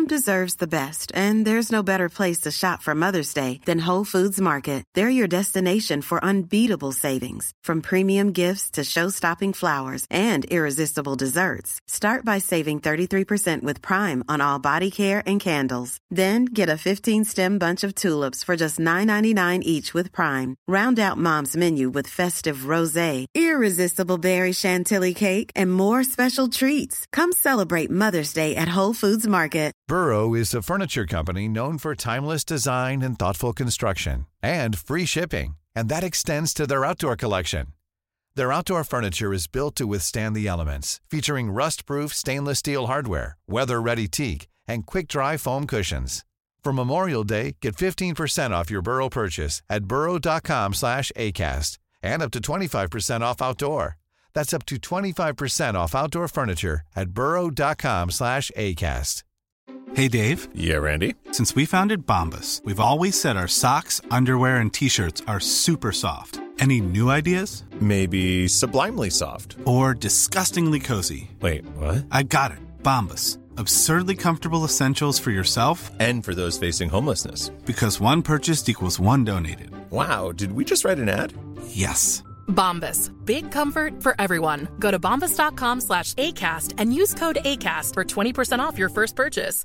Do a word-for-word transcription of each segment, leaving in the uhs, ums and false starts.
deserves the best, and there's no better place to shop for Mother's Day than Whole Foods Market. They're your destination for unbeatable savings, from premium gifts to show-stopping flowers and irresistible desserts. Start by saving thirty-three percent with Prime on all body care and candles. Then get a fifteen-stem bunch of tulips for just nine ninety-nine each with Prime. Round out Mom's menu with festive rosé, irresistible berry chantilly cake, and more special treats. Come celebrate Mother's Day at Whole Foods Market. Burrow is a furniture company known for timeless design and thoughtful construction, and free shipping, and that extends to their outdoor collection. Their outdoor furniture is built to withstand the elements, featuring rust-proof stainless steel hardware, weather-ready teak, and quick-dry foam cushions. For Memorial Day, get fifteen percent off your Burrow purchase at burrow.com slash ACAST and up to twenty-five percent off outdoor. That's up to twenty-five percent off outdoor furniture at burrow.com slash ACAST. Hey, Dave. Yeah, Randy. Since we founded Bombas, we've always said our socks, underwear, and T-shirts are super soft. Any new ideas? Maybe sublimely soft. Or disgustingly cozy. Wait, what? I got it. Bombas. Absurdly comfortable essentials for yourself and for those facing homelessness. Because one purchased equals one donated. Wow, did we just write an ad? Yes. Bombas. Big comfort for everyone. Go to bombas.com slash ACAST and use code ACAST for twenty percent off your first purchase.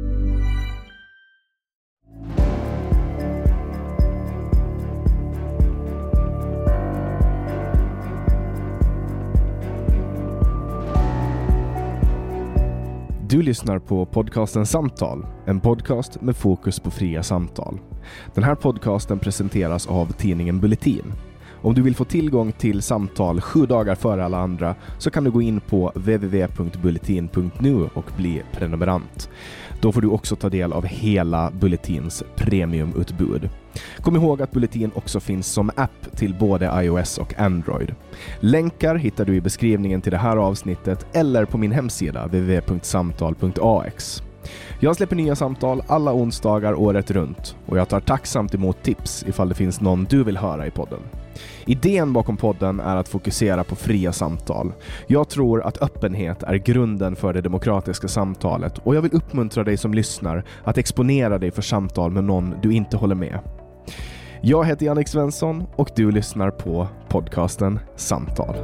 Du lyssnar på podcasten Samtal, en podcast med fokus på fria samtal. Den här podcasten presenteras av tidningen Bulletin. Om du vill få tillgång till samtal sju dagar före alla andra så kan du gå in på w w w punkt bulletin punkt n u och bli prenumerant. Då får du också ta del av hela Bulletins premiumutbud. Kom ihåg att Bulletin också finns som app till både iOS och Android. Länkar hittar du i beskrivningen till det här avsnittet eller på min hemsida w w w punkt samtal punkt a x. Jag släpper nya samtal alla onsdagar året runt och jag tar tacksamt emot tips ifall det finns någon du vill höra i podden. Idén bakom podden är att fokusera på fria samtal. Jag tror att öppenhet är grunden för det demokratiska samtalet och jag vill uppmuntra dig som lyssnar att exponera dig för samtal med någon du inte håller med. Jag heter Jannik Svensson och du lyssnar på podcasten Samtal.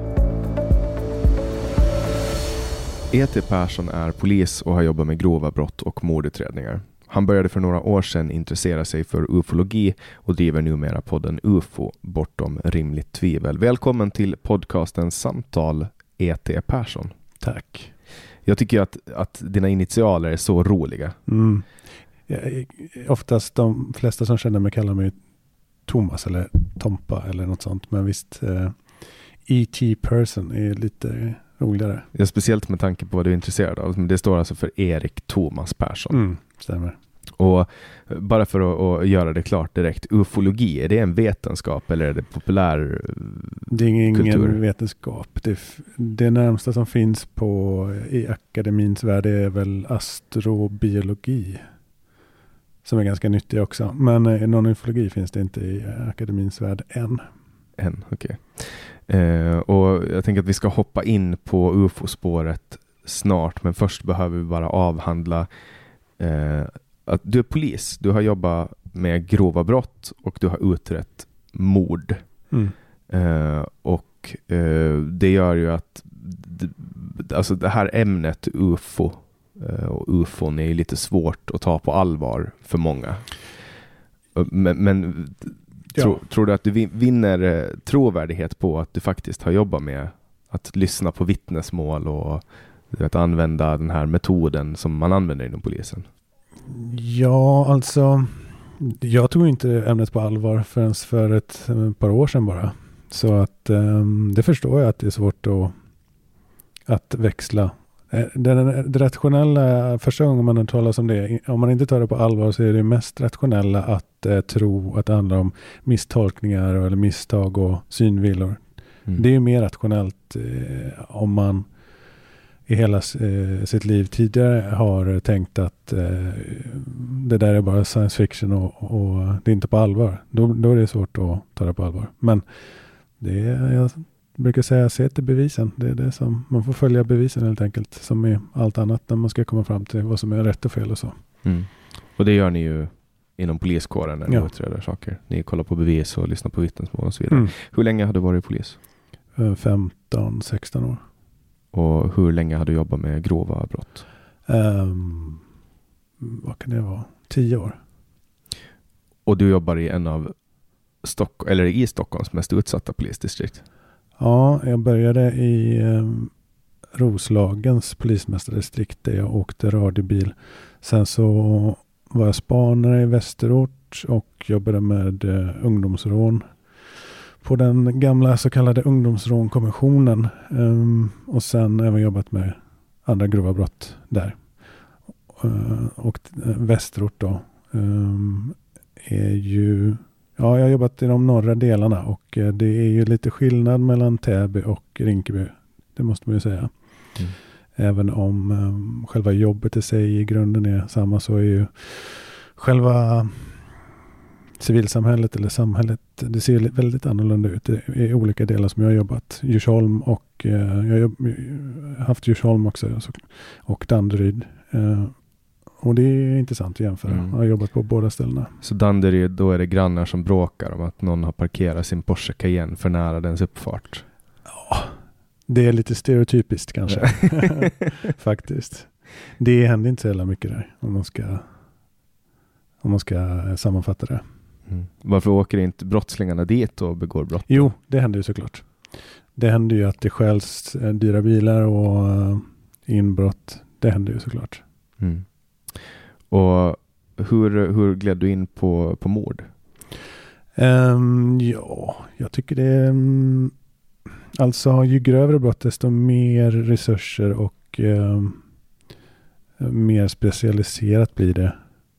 E T Persson är polis och har jobbat med grova brott och mordutredningar. Han började för några år sedan intressera sig för ufologi och driver numera podden U F O, bortom rimligt tvivel. Välkommen till podcasten Samtal, E T Persson. Tack. Jag tycker att, att dina initialer är så roliga. Mm. Ja, oftast de flesta som känner mig kallar mig Thomas eller Tompa eller något sånt. Men visst, eh, E T Person är lite roligare. Ja, speciellt med tanke på vad du är intresserad av. Det står alltså för Erik Thomas Persson. Mm, stämmer. Och bara för att, att göra det klart direkt, ufologi, är det en vetenskap eller är det populär Det är ingen kultur? vetenskap. Det, det närmsta som finns på i akademins värld är väl astrobiologi. Som är ganska nyttig också. Men någon ufologi finns det inte i akademins värld än. Än, okej. Okay. Eh, och jag tänker att vi ska hoppa in på U F O-spåret snart. Men först behöver vi bara avhandla eh, att du är polis. Du har jobbat med grova brott och du har utrett mord. Mm. Eh, och eh, det gör ju att d- alltså det här ämnet U F O eh, och U F O är ju lite svårt att ta på allvar för många. Men, men ja. tro, tror du att du vinner eh, trovärdighet på att du faktiskt har jobbat med att lyssna på vittnesmål och att använda den här metoden som man använder inom polisen? Ja, alltså jag tog inte ämnet på allvar förrän för ett, ett par år sedan bara. Så att um, det förstår jag att det är svårt att, att växla. Det, det rationella, första gången man har talat om det, om man inte tar det på allvar så är det mest rationella att eh, tro att det handlar om misstolkningar eller misstag och synvillor. Mm. Det är ju mer rationellt eh, om man i hela eh, sitt liv tidigare har tänkt att eh, det där är bara science fiction och, och det är inte på allvar. Då, då är det svårt att ta det på allvar. Men det är, jag brukar säga, se till bevisen. Det är det som, man får följa bevisen helt enkelt, som är allt annat när man ska komma fram till vad som är rätt och fel och så. Mm. Och det gör ni ju inom poliskåren när ni Ja. utreder saker. Ni kollar på bevis och lyssnar på vittnesmål och så vidare. Mm. Hur länge har du varit polis? femton sexton år. Och hur länge har du jobbat med grova brott? Um, vad kan det vara? Tio år. Och du jobbar i en av Stock- eller i Stockholms mest utsatta polisdistrikt? Ja, jag började i um, Roslagens polismästardistrikt där jag åkte radiobil. Sen så var jag spanare i Västerort och jobbade med uh, ungdomsrån på den gamla så kallade ungdomsrånkommissionen. Um, och sen även jobbat med andra grova brott där. Uh, och uh, Västerort då um, är ju... Ja, jag har jobbat i de norra delarna och uh, det är ju lite skillnad mellan Täby och Rinkeby. Det måste man ju säga. Mm. Även om um, själva jobbet i sig i grunden är samma, så är ju själva civilsamhället eller samhället, det ser väldigt annorlunda ut i olika delar som jag har jobbat. Djursholm och uh, jag har jobb, haft Djursholm också så, och Danderyd. Uh, och det är intressant att jämföra. Mm. Jag har jobbat på båda ställena. Så Danderyd, då är det grannar som bråkar om att någon har parkerat sin Porsche Cayenne för nära dens uppfart. Ja, det är lite stereotypiskt kanske. Faktiskt. Det händer inte så jävla mycket där om man ska, om man ska sammanfatta det. Mm. Varför åker inte brottslingarna dit och begår brott? Jo, det händer ju såklart. Det händer ju att det stjäls eh, dyra bilar och uh, inbrott. Det händer ju såklart. Mm. Och hur, hur gled du in på, på mord? Um, ja, jag tycker det är... Um, alltså, ju grövre brott desto mer resurser och um, mer specialiserat blir det.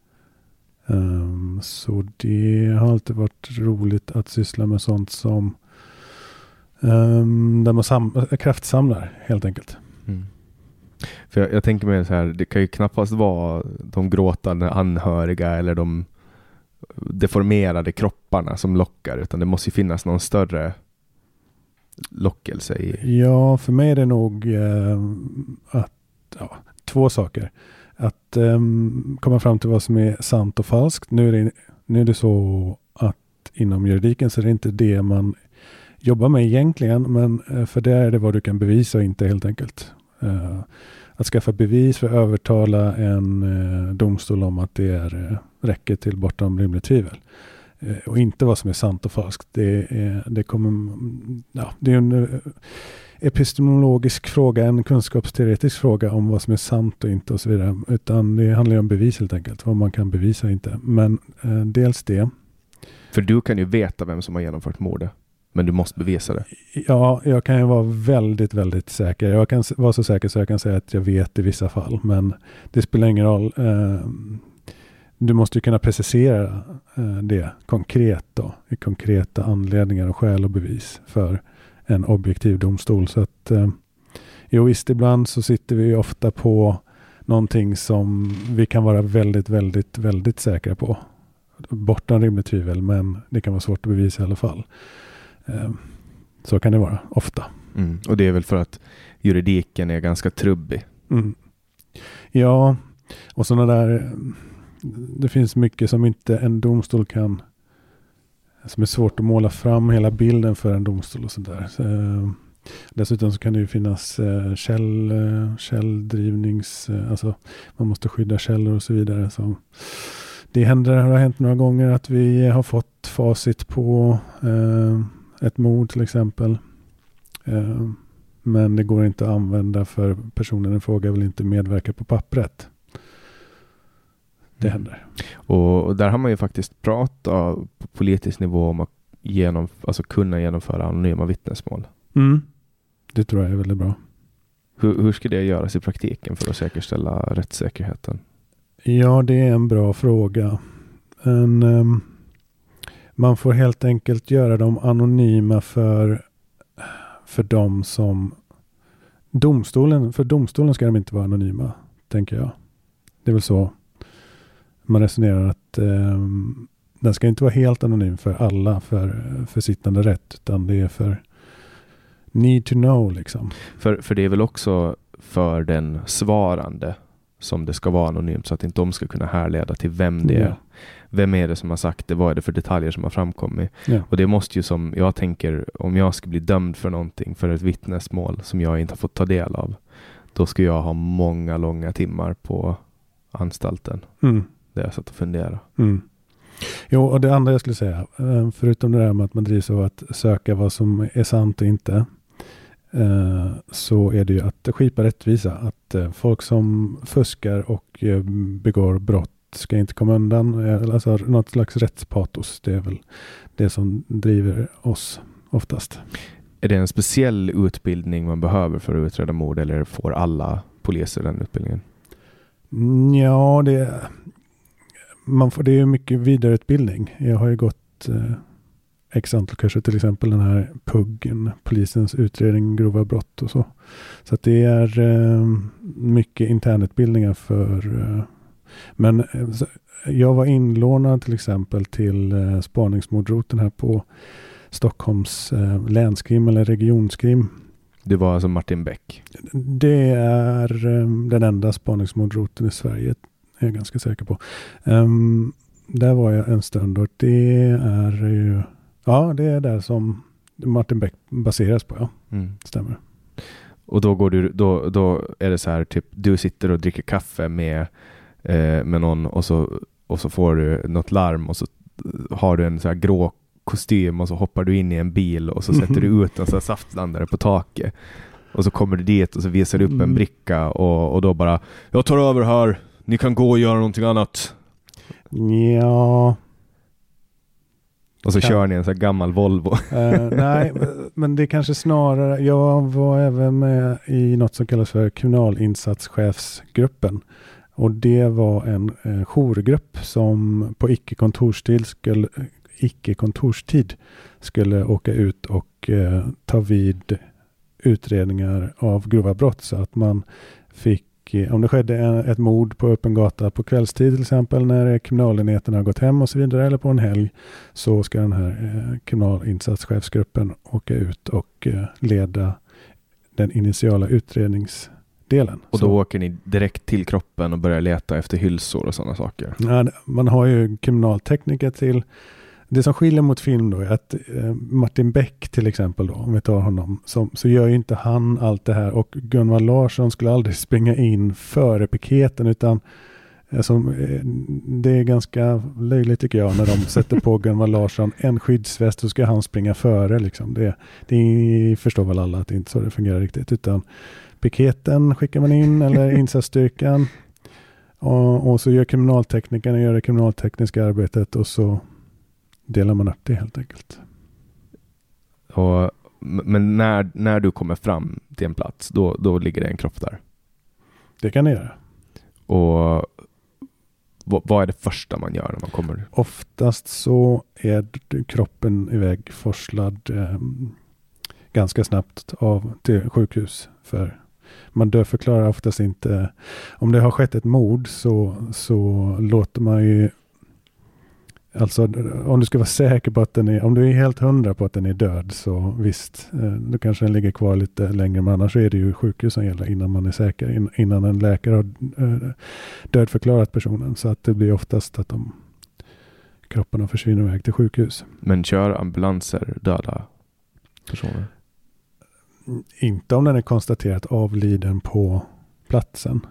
Um, så det har alltid varit roligt att syssla med sånt som um, där man sam- kraftsamlar helt enkelt. Mm. För jag, jag tänker mig så här, det kan ju knappast vara de gråtande anhöriga eller de deformerade kropparna som lockar, utan det måste ju finnas någon större lockelse i... Ja, för mig är det nog uh, att, ja, två saker. Att um, komma fram till vad som är sant och falskt. Nu är det, nu är det så att inom juridiken så är det inte det man jobbar med egentligen, men uh, för det är det vad du kan bevisa och inte helt enkelt. Uh, att skaffa bevis för att övertala en uh, domstol om att det är, uh, räcker till bortom rimligt tvivel. Uh, och inte vad som är sant och falskt. Det är, det kommer, ja, det är en uh, epistemologisk fråga, en kunskapsteoretisk fråga om vad som är sant och inte och så vidare. Utan det handlar om bevis helt enkelt. Vad man kan bevisa och inte. Men uh, dels det. För du kan ju veta vem som har genomfört mordet. Men du måste bevisa det. Ja, jag kan ju vara väldigt, väldigt säker. Jag kan vara så säker så jag kan säga att jag vet i vissa fall. Men det spelar ingen roll. Eh, du måste ju kunna precisera eh, det konkret då. I konkreta anledningar och skäl och bevis för en objektiv domstol. Så att, eh, jo visst, ibland så sitter vi ofta på någonting som vi kan vara väldigt, väldigt, väldigt säkra på. Bortom rimligt tvivel, men det kan vara svårt att bevisa i alla fall. Så kan det vara, ofta. Mm. Och det är väl för att juridiken är ganska trubbig. Mm. Ja, och sådana där... Det finns mycket som inte en domstol kan... Som är svårt att måla fram hela bilden för en domstol och sådär. Så, eh, dessutom så kan det ju finnas eh, käll, eh, källdrivnings... Eh, alltså, man måste skydda källor och så vidare. Så det händer, det har hänt några gånger att vi har fått facit på... Eh, ett mord till exempel. Uh, men det går inte att använda för personen i fråga vill inte medverka på pappret. Det mm. händer. Och, och där har man ju faktiskt pratat på politisk nivå om att genom, alltså kunna genomföra anonyma vittnesmål. Mm. Det tror jag är väldigt bra. Hur, hur ska det göras i praktiken för att säkerställa rättssäkerheten? Ja, det är en bra fråga. En... Um, Man får helt enkelt göra dem anonyma för, för dem som domstolen, för domstolen ska de inte vara anonyma, tänker jag. Det är väl så man resonerar att eh, den ska inte vara helt anonym för alla för, för sittande rätt, utan det är för need to know liksom. För, för det är väl också för den svarande som det ska vara anonymt så att inte de ska kunna härleda till vem det är. Ja. Vem är det som har sagt det? Vad är det för detaljer som har framkommit? Ja. Och det måste ju, som jag tänker, om jag ska bli dömd för någonting, för ett vittnesmål som jag inte har fått ta del av, då ska jag ha många långa timmar på anstalten. Mm. Där jag satt och funderade. Mm. Jo, och det andra jag skulle säga, förutom det där med att man drivs av att söka vad som är sant och inte, så är det ju att skipa rättvisa. Att folk som fuskar och begår brott ska inte komma undan. Alltså något slags rättspatos. Det är väl det som driver oss oftast. Är det en speciell utbildning man behöver för att utreda mord, eller får alla poliser den utbildningen? Ja, det, man får, det är ju mycket vidareutbildning. Jag har ju gått eh, x antal kurser, till exempel den här P U G, polisens utredning grova brott och så. Så att det är eh, mycket internutbildningar för eh, men eh, jag var inlånad till exempel till eh, spaningsmordroten här på Stockholms eh, länskrim eller regionskrim. Det var alltså Martin Beck. Det är um, den enda spaningsmordroten i Sverige, är jag ganska säker på. Um, där var jag en stund och det är ju, ja, det är där som Martin Beck baseras på, ja. Mm. Stämmer. Och då går du, då, då är det så här, typ, du sitter och dricker kaffe med, eh, med någon och så, och så får du något larm och så har du en så här grå kostym och så hoppar du in i en bil och så sätter mm-hmm. du ut en sån här saftlandare på taket och så kommer du dit och så visar du upp mm. en bricka och, och då bara, jag tar över här, ni kan gå och göra någonting annat. Ja. Och så kan... kör ni en sån här gammal Volvo. Uh, nej, men det är kanske snarare, jag var även med i något som kallas för kriminalinsatschefsgruppen. Och det var en eh, jourgrupp som på icke-kontorstid skulle icke-kontorstid skulle åka ut och eh, ta vid utredningar av grova brott, så att man fick, eh, om det skedde en, ett mord på öppen gata på kvällstid till exempel, när kriminalenheten har gått hem och så vidare, eller på en helg, så ska den här eh, kriminalinsatschefsgruppen åka ut och eh, leda den initiala utrednings delen. Och då så. Åker ni direkt till kroppen och börjar leta efter hylsor och sådana saker? Ja, man har ju kriminaltekniker till. Det som skiljer mot film då är att eh, Martin Beck till exempel då, om vi tar honom, som, så gör ju inte han allt det här, och Gunvald Larsson skulle aldrig springa in före piketen, utan eh, som, eh, det är ganska löjligt tycker jag när de sätter på Gunvald Larsson en skyddsväst, så ska han springa före liksom. Det, det förstår väl alla att det är inte så det fungerar riktigt, utan piketen skickar man in eller insatsstyrkan och, och så gör kriminalteknikerna gör det kriminaltekniska arbetet och så delar man upp det helt enkelt. Och, men när, när du kommer fram till en plats, då, då ligger det en kropp där? Det kan det göra. Och vad, vad är det första man gör när man kommer? Oftast så är kroppen iväg forslad eh, ganska snabbt av till sjukhus, för man dödförklarar oftast inte. Om det har skett ett mord så, så låter man ju, alltså om du ska vara säker på att den är, om du är helt hundra på att den är död, så visst, då kanske den ligger kvar lite längre, men annars är det ju sjukhus som gäller innan man är säker, innan en läkare har dödförklarat personen, så att det blir oftast att de kropparna försvinner iväg till sjukhus. Men kör ambulanser döda personer? Inte om den är konstaterat avliden på platsen.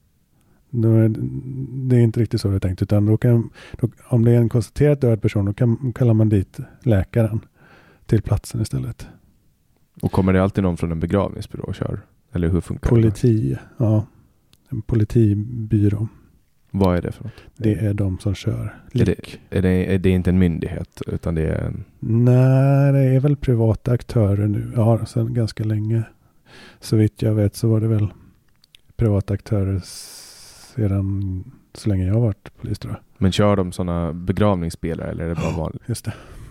Det är inte riktigt så det är tänkt, utan då kan, då, om det är en konstaterat död person, då kan, kallar man dit läkaren till platsen istället. Och kommer det alltid någon från en begravningsbyrå och kör? Eller hur funkar Politi, det? Ja. En politibyrå. Vad är det för något? Det är de som kör lik. Är det, är, det, är det inte en myndighet, utan det är en... Nej, det är väl privata aktörer nu. Ja, sedan ganska länge. Så vitt jag vet så var det väl privata aktörer sedan så länge jag har varit polis, tror jag. Men kör de sådana begravningsspelare eller är det bara ja, vanligt? Just det.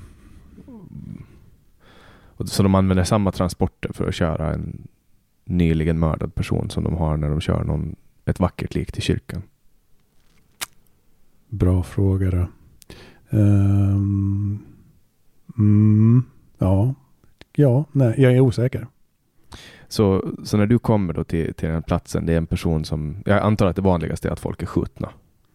Och så de använder samma transporter för att köra en nyligen mördad person som de har när de kör någon, ett vackert lik till kyrkan? Bra fråga då. Um, mm, ja. Ja, nej, jag är osäker. Så, så när du kommer då till, till den här platsen, det är en person som, jag antar att det vanligaste är att folk är skjutna.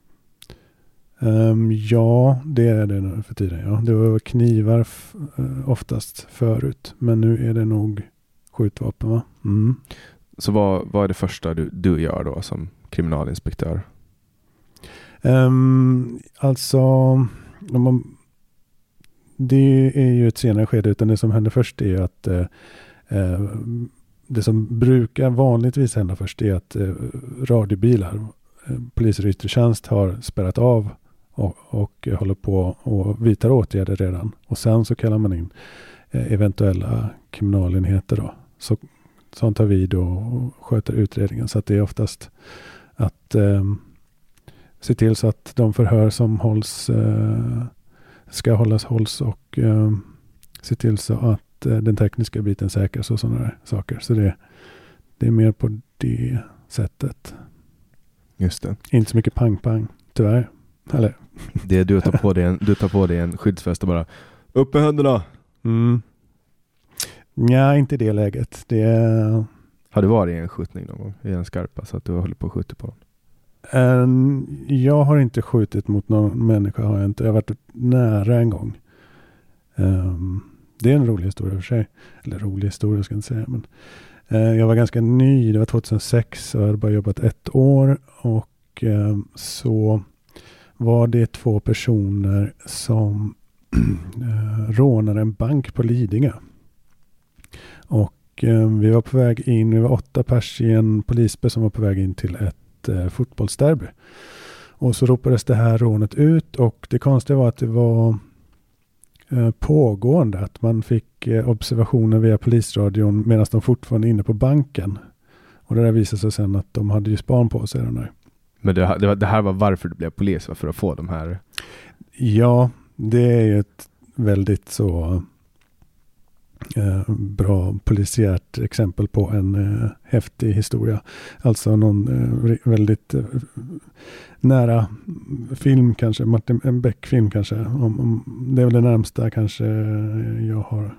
Um, ja, det är det nu för tiden. Ja. Det var knivar f- oftast förut, men nu är det nog skjutvapen, va? Mm. Så vad, vad är det första du, du gör då som kriminalinspektör? Um, alltså, om man, det är ju ett senare skede, utan det som händer först är att eh, eh, det som brukar vanligtvis hända först är att eh, radiobilar, eh, poliser i yttre tjänst har spärrat av och, och håller på och vidtar åtgärder redan. Och sen så kallar man in eh, eventuella kriminalenheter då. Så, som tar vid och sköter utredningen. Så att det är oftast att eh, se till så att de förhör som hålls eh, ska hållas hålls och eh, se till så att eh, den tekniska biten säkras och sådana där saker. Så det, det är mer på det sättet. Just det. Inte så mycket pang-pang, tyvärr. Eller? Det är du tar på dig en, du tar på dig en skyddsväst och bara upp med händerna. Mm. Ja, inte i det läget. Det är... Har du varit i en skjutning någon gång? I en skarpa så att du håller på att skjuta på någon? Um, jag har inte skjutit mot någon människa. Har jag inte. Jag har varit nära en gång. Um, det är en rolig historia för sig. Eller rolig historia ska jag inte säga. Men, uh, jag var ganska ny. Det var tjugohundrasex och jag hade bara jobbat ett år. Och uh, så var det två personer som uh, rånade en bank på Lidingö. Och uh, vi var på väg in. Vi var åtta pers i en polisbil som var på väg in till ett uh, fotbollsderby. Och så ropades det här rånet ut. Och det konstiga var att det var uh, pågående. Att man fick uh, observationer via polisradion medan de fortfarande är inne på banken. Och det där visade sig sen att de hade ju span på sig. Den där. Men det, det, var, det här var varför du blev polis, för att få de här? Ja, det är ju ett väldigt så eh, bra polisiärt exempel på en eh, häftig historia. Alltså någon eh, väldigt eh, nära film kanske, Martin, en Beck-film kanske. Om, om, det är väl det närmsta kanske jag har.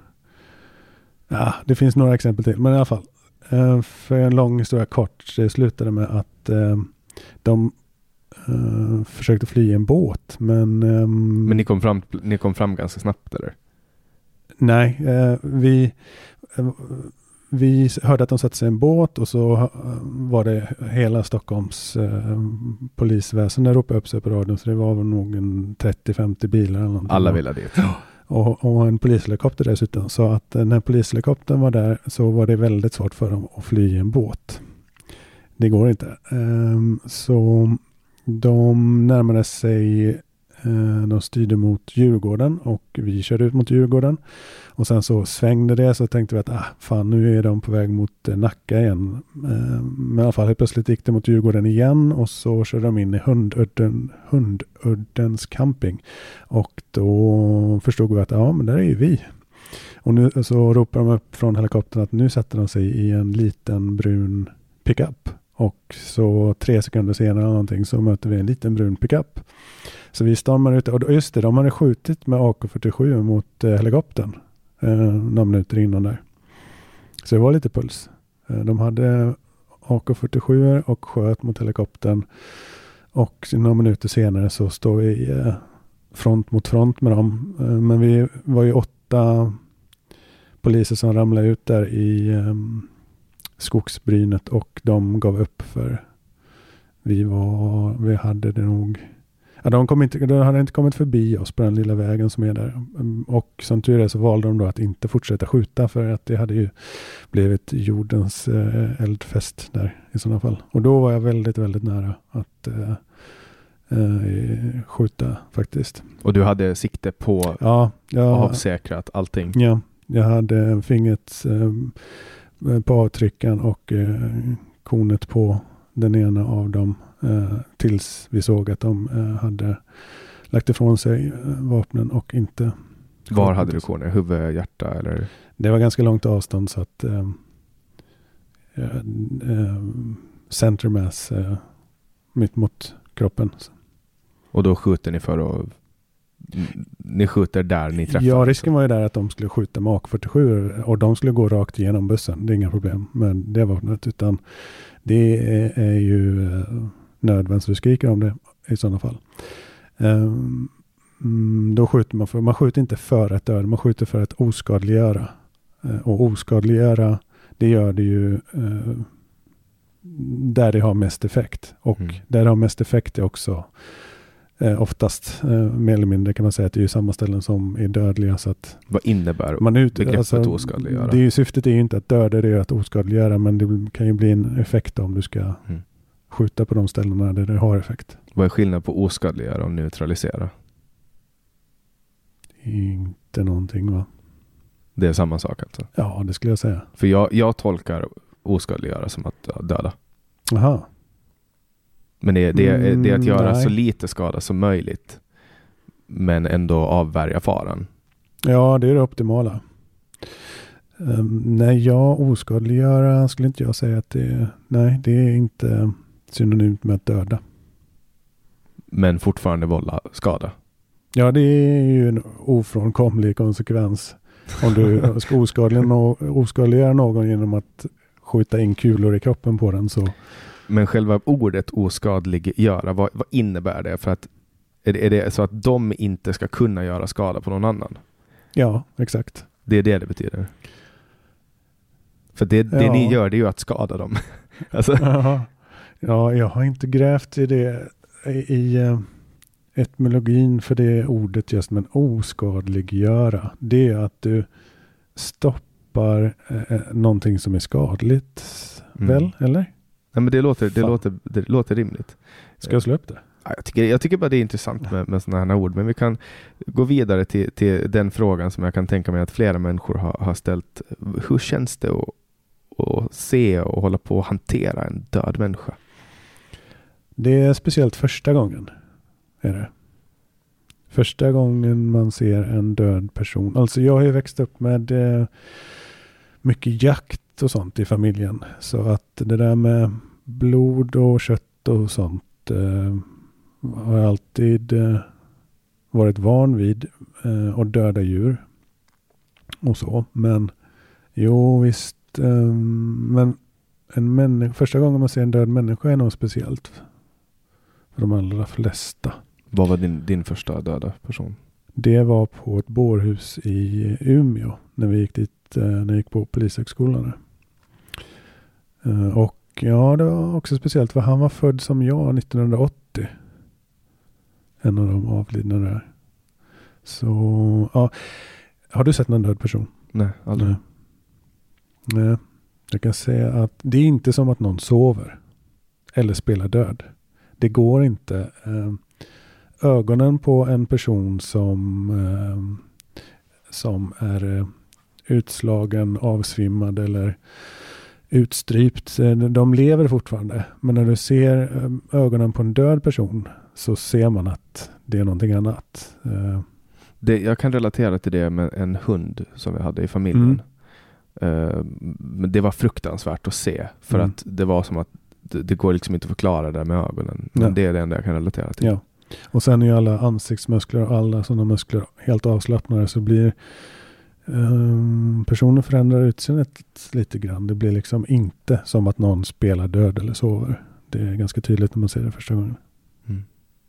Ja, det finns några exempel till, men i alla fall. Eh, för en lång historia kort, det slutade med att eh, de uh, försökte fly i en båt. Men, um, men ni, kom fram, ni kom fram ganska snabbt, eller? Nej, uh, vi, uh, vi hörde att de satte sig i en båt och så uh, var det hela Stockholms uh, polisväsende ropade upp sig på radion. Så det var nog en trettio till femtio bilar. Eller någonting. Alla ville dit. Och, och en polishelikopter dessutom. Så att uh, när polishelikoptern var där så var det väldigt svårt för dem att fly i en båt. Det går inte. Um, så de närmade sig, uh, de styrde mot Djurgården och vi körde ut mot Djurgården. Och sen så svängde det, så tänkte vi att ah, fan, nu är de på väg mot uh, Nacka igen. Uh, men i alla fall helt plötsligt gick det mot Djurgården igen och så körde de in i Hundudden, Hunduddens camping. Och då förstod vi att ja, men där är ju vi. Och nu så ropar de upp från helikoptern att nu sätter de sig i en liten brun pickup. Och så tre sekunder senare eller någonting så möter vi en liten brun pickup. Så vi stormar ut. Och just det, de hade skjutit med A K fyrtiosju mot eh, helikoptern. Eh, några minuter innan där. Så det var lite puls. Eh, de hade A K fyrtiosju och sköt mot helikoptern. Och några minuter senare så står vi eh, front mot front med dem. Eh, men vi var ju åtta poliser som ramlade ut där i... Eh, skogsbrynet och de gav upp för vi var vi hade det nog ja, de, kom inte, de hade inte kommit förbi oss på den lilla vägen som är där och som tur är så valde de då att inte fortsätta skjuta för att det hade ju blivit jordens eh, eldfest där i sådana fall. Och då var jag väldigt väldigt nära att eh, eh, skjuta faktiskt. Och du hade sikte på ja, ja, avsäkrat allting? Ja, jag hade fingret eh, på avtrycken och eh, konet på den ena av dem eh, tills vi såg att de eh, hade lagt ifrån sig eh, vapnen och inte... Var hade du konet? Huvud, hjärta eller? Det var ganska långt avstånd så att eh, eh, center mass eh, mitt mot kroppen. Och då skjuter ni för att ni skjuter där ni träffar. Ja, risken var ju där att de skulle skjuta med A K fyrtiosju och de skulle gå rakt igenom bussen. Det är inga problem. Men det var något, utan det är, är ju uh, nödvändigt att skrika om det i sådana fall. Um, mm, då skjuter man för, man skjuter inte för att döda, man skjuter för att oskadliggöra. Uh, och oskadliggöra, det gör det ju uh, där det har mest effekt. Och mm. där det har mest effekt är också Eh, oftast, eh, mer eller mindre kan man säga att det är ju samma ställen som är dödliga. Så att vad innebär man ut, begreppet alltså, oskadliggöra? Det är ju, syftet är ju inte att döda, det är att oskadliggöra, men det kan ju bli en effekt om du ska mm. skjuta på de ställena där det har effekt. Vad är skillnaden på oskadliggöra och neutralisera? Inte någonting, va? Det är samma sak alltså? Ja, det skulle jag säga. För jag, jag tolkar oskadliggöra som att döda. Aha. Men det, det, mm, det är att göra nej. så lite skada som möjligt. Men ändå avvärja faran. Ja, det är det optimala. Um, nej, jag oskadliggöra skulle inte jag säga att det är... Nej, det är inte synonymt med att döda. Men fortfarande vålla skada. Ja, det är ju en ofrånkomlig konsekvens. Om du ska oskadliggöra någon genom att skjuta in kulor i kroppen på den så... Men själva ordet oskadliggöra, vad, vad innebär det? För att är det, är det så att de inte ska kunna göra skada på någon annan? Ja, exakt. Det är det det betyder. För det, det ja. ni gör, det är ju att skada dem. Alltså. Ja, jag har inte grävt i det i, i uh, etymologin för det ordet just, men oskadliggöra. Det är att du stoppar uh, någonting som är skadligt, mm. väl? Eller? Nej, men det låter, det låter, det låter rimligt. Ska jag slå upp det? Ja, jag, tycker, jag tycker bara det är intressant med, med sådana här ord. Men vi kan gå vidare till, till den frågan som jag kan tänka mig att flera människor har, har ställt. Hur känns det att, att se och hålla på att hantera en död människa? Det är speciellt första gången. Är det. Första gången man ser en död person. Alltså jag har ju växt upp med eh, mycket jakt och sånt i familjen. Så att det där med blod och kött och sånt eh, har jag alltid eh, varit van vid. Eh, och döda djur. Och så. Men jo visst. Eh, men en människa, första gången man ser en död människa är nog speciellt. För de allra flesta. Vad var din, din första döda person? Det var på ett bårhus i Umeå. När vi gick dit. Eh, när jag gick på polishögskolan. Uh, och ja, det var också speciellt för han var född som jag nittonhundraåttio. En av de avlidna där. Så, ja. Har du sett någon död person? Nej, aldrig. Nej. Nej. Jag kan säga att det är inte som att någon sover. Eller spelar död. Det går inte. Uh, ögonen på en person som uh, som är uh, utslagen, avsvimmad eller utstrypt. De lever fortfarande. Men när du ser ögonen på en död person så ser man att det är någonting annat. Det, jag kan relatera till det med en hund som vi hade i familjen. Mm. Men det var fruktansvärt att se. För mm. att det var som att det, det går liksom inte att förklara det med ögonen. Men ja. Det är det enda jag kan relatera till. Ja. Och sen är alla ansiktsmuskler och alla sådana muskler helt avslappnade så blir Um, personen förändrar utseendet lite grann. Det blir liksom inte som att någon spelar död eller sover. Det är ganska tydligt när man ser det första gången. Mm.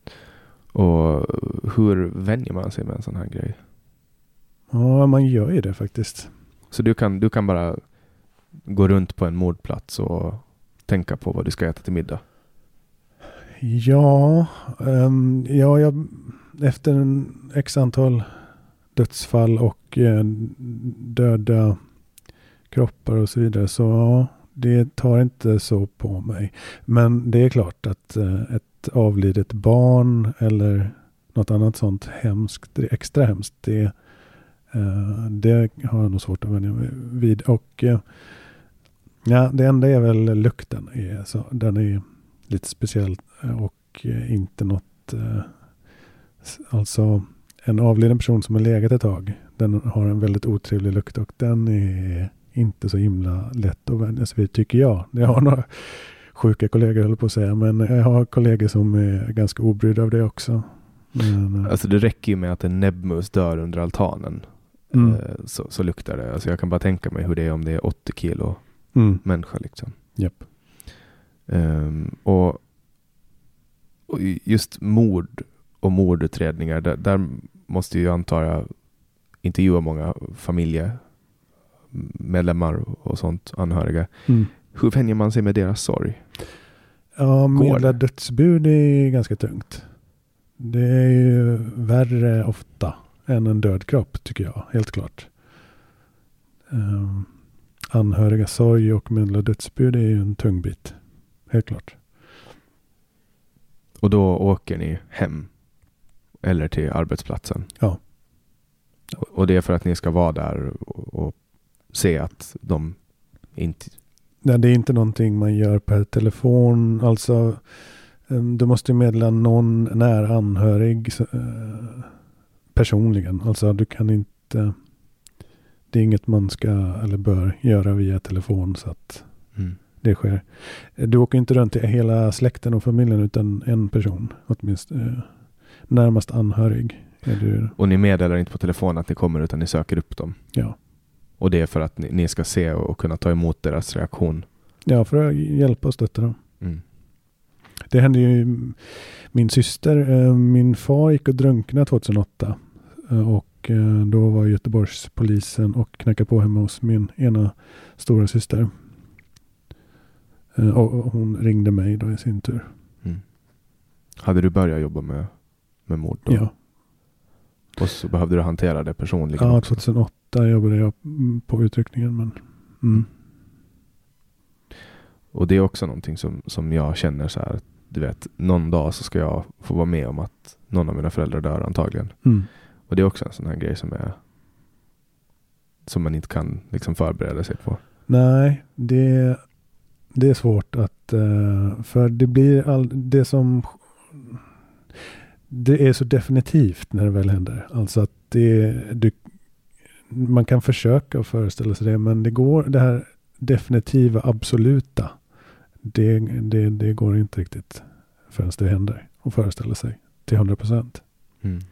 Och hur vänjer man sig med en sån här grej? Ja, man gör ju det faktiskt. Så du kan, du kan bara gå runt på en mordplats och tänka på vad du ska äta till middag? Ja, um, ja jag, efter en x antal dödsfall och eh, döda kroppar och så vidare. Så ja, det tar inte så på mig. Men det är klart att eh, ett avlidet barn eller något annat sånt hemskt, extra hemskt, det, eh, det har jag nog svårt att vänja mig vid. Och eh, ja, det enda är väl lukten. Är, så, den är lite speciell och eh, inte något eh, alltså en avliden person som har legat ett tag, den har en väldigt otrevlig lukt och den är inte så himla lätt att vänja sig vid, tycker jag. Jag har några sjuka kollegor, höll på att säga, men jag har kollegor som är ganska obrydda av det också. Men, Alltså det räcker ju med att en näbbmus dör under altanen. Mm. Eh, så, så luktar det. Alltså jag kan bara tänka mig hur det är om det är åttio kilo mm. människa liksom. Japp. Um, och, och just mord och mordutredningar, där, där måste ju antar jag intervjua många familjemedlemmar och sånt, anhöriga. Mm. Hur vänjer man sig med deras sorg? Ja, Går medla det? dödsbud är ganska tungt. Det är ju värre ofta än en död kropp, tycker jag, helt klart. Um, anhöriga sorg och medla dödsbud är ju en tung bit, helt klart. Och då åker ni hem eller till arbetsplatsen? Ja. Och, och det är för att ni ska vara där och, och se att de inte... Nej, det är inte någonting man gör per telefon. Alltså, um, du måste meddela någon nära anhörig uh, personligen. Alltså, du kan inte... Det är inget man ska eller bör göra via telefon så att Mm. det sker. Du åker inte runt till hela släkten och familjen utan en person, åtminstone uh, närmast anhörig. Är du, Och ni meddelar inte på telefon att ni kommer utan ni söker upp dem? ja. Och det är för att ni, ni ska se och, och kunna ta emot deras reaktion? Ja, för att hjälpa och stötta dem. Mm. Det hände ju min syster. Uh, min far gick och drunknade tjugohundraåtta. Uh, och uh, då var Göteborgspolisen och knackade på hemma hos min ena stora syster. Uh, och, och hon ringde mig då i sin tur. Mm. Hade du börjat jobba med, med mord då? Ja. Och så behövde du hantera det personligen Ja, också? tjugohundraåtta jobbade jag på utryckningen. Men, mm. Och det är också någonting som, som jag känner så här, du vet, någon dag så ska jag få vara med om att någon av mina föräldrar dör antagligen. Mm. Och det är också en sån här grej som är som man inte kan liksom förbereda sig på. Nej, det, det är svårt att uh, för det blir all, det som det är så definitivt när det väl händer. Alltså att det du, man kan försöka föreställa sig det, men det går det här definitiva, absoluta det, det, det går inte riktigt förrän det händer och föreställa sig till hundra procent. Mm.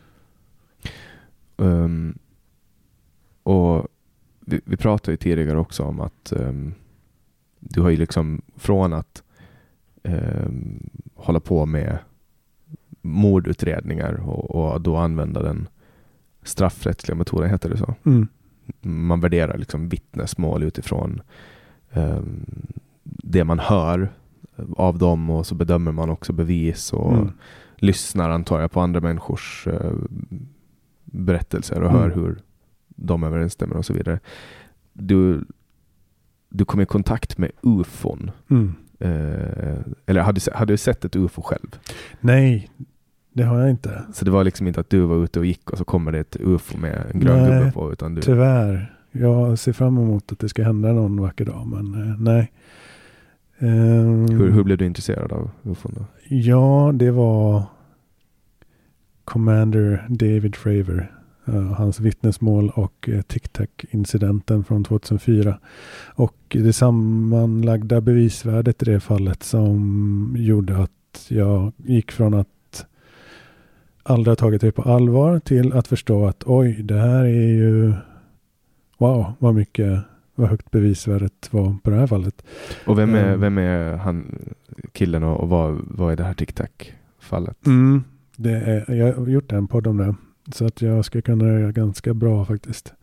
Um, och vi, vi pratade ju tidigare också om att um, du har ju liksom från att um, hålla på med mordutredningar och, och då använda den straffrättsliga metoden, heter det så? Mm. Man värderar liksom vittnesmål utifrån um, det man hör av dem och så bedömer man också bevis och Mm. lyssnar antar jag på andra människors uh, berättelser och Mm. hör hur de överensstämmer och så vidare. Du, du kom i kontakt med U F O. Mm. Uh, eller hade, hade du sett ett U F O själv? Nej, det har jag inte. Så det var liksom inte att du var ute och gick och så kommer det ett U F O med en grön Nej, gubbe på, utan du... Tyvärr. Jag ser fram emot att det ska hända någon vacker dag, men eh, nej. Um, Hur, hur blev du intresserad av U F O då? Ja, det var Commander David Fravor. Uh, hans vittnesmål och uh, Tic-Tac-incidenten från tjugohundrafyra. Och det sammanlagda bevisvärdet i det fallet som gjorde att jag gick från att aldrig ha tagit det på allvar till att förstå att oj, det här är ju wow, vad mycket, vad högt bevisvärdet var på det här fallet. Och vem är, Mm. vem är han, killen och, och vad, vad är det här Tic-Tac-fallet? Mm, det är, jag har gjort en podd om det. Så att jag ska kunna göra ganska bra faktiskt.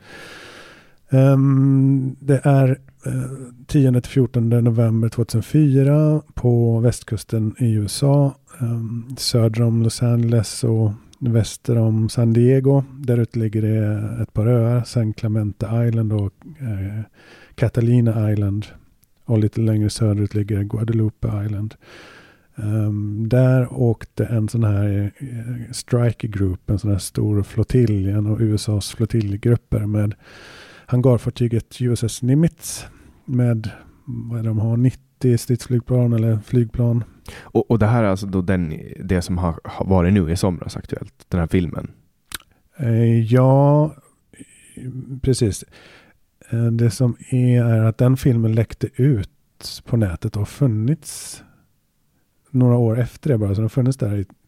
Um, det är uh, tionde till fjortonde november tjugohundrafyra på västkusten i U S A. Um, söder om Los Angeles och väster om San Diego. Där ute ligger det ett par öar. San Clemente Island och uh, Catalina Island. Och lite längre söderut ligger Guadalupe Island. Um, där åkte en sån här uh, strike group, en sån här stor flottilj, en av U S A:s flottiljgrupper med hangarfartyget U S S Nimitz med vad de har, nittio stridsflygplan eller flygplan. Och, och det här är alltså då den, det som har, har varit nu i somras aktuellt, den här filmen? Uh, ja, precis. Uh, det som är, är att den filmen läckte ut på nätet och funnits några år efter det bara. Så den har funnits där i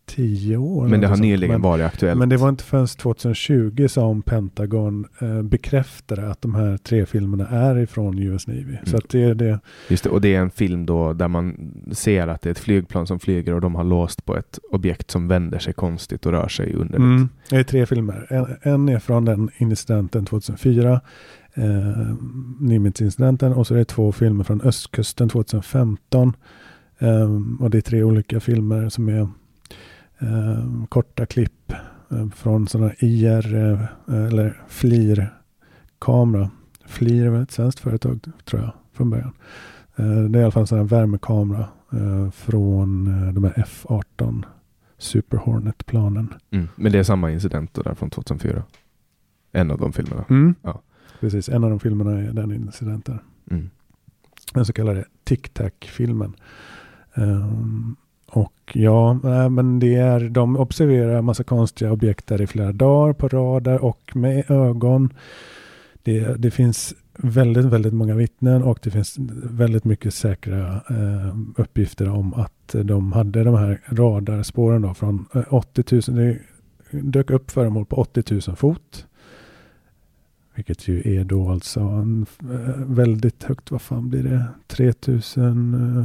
tio år. Men det har så. nyligen men, varit aktuellt. Men det var inte förrän tjugohundratjugo som Pentagon eh, bekräftade att de här tre filmerna är ifrån U S Navy. Mm. Så att det är det. Just det, och det är en film då där man ser att det är ett flygplan som flyger och de har låst på ett objekt som vänder sig konstigt och rör sig underligt. Mm. Det är tre filmer. En, en är från den incidenten tjugohundrafyra, eh, Nimitz-incidenten, och så är det två filmer från östkusten tjugohundrafemton. Um, och det är tre olika filmer som är um, korta klipp um, från sådana I R uh, eller F L I R-kamera. F L I R är väl ett svenskt företag, tror jag, från början. Uh, det är i alla fall en sån här värmekamera uh, från uh, de här F arton Super Hornet-planen. Mm. Men det är samma incident där från tjugohundrafyra. En av de filmerna. Mm. Ja. Precis, en av de filmerna är den incidenten. Mm. Den så kallade Tic-Tac-filmen. Um, och ja, äh, men det är, de observerar massa konstiga objekt där i flera dagar på radar och med ögon. Det, det finns väldigt, väldigt många vittnen och det finns väldigt mycket säkra uh, uppgifter om att de hade de här radarspåren då från uh, åttio tusen. Det dök upp föremål på åttio tusen fot. Vilket ju är då alltså en, uh, väldigt högt, vad fan blir det? tre tusen... Uh,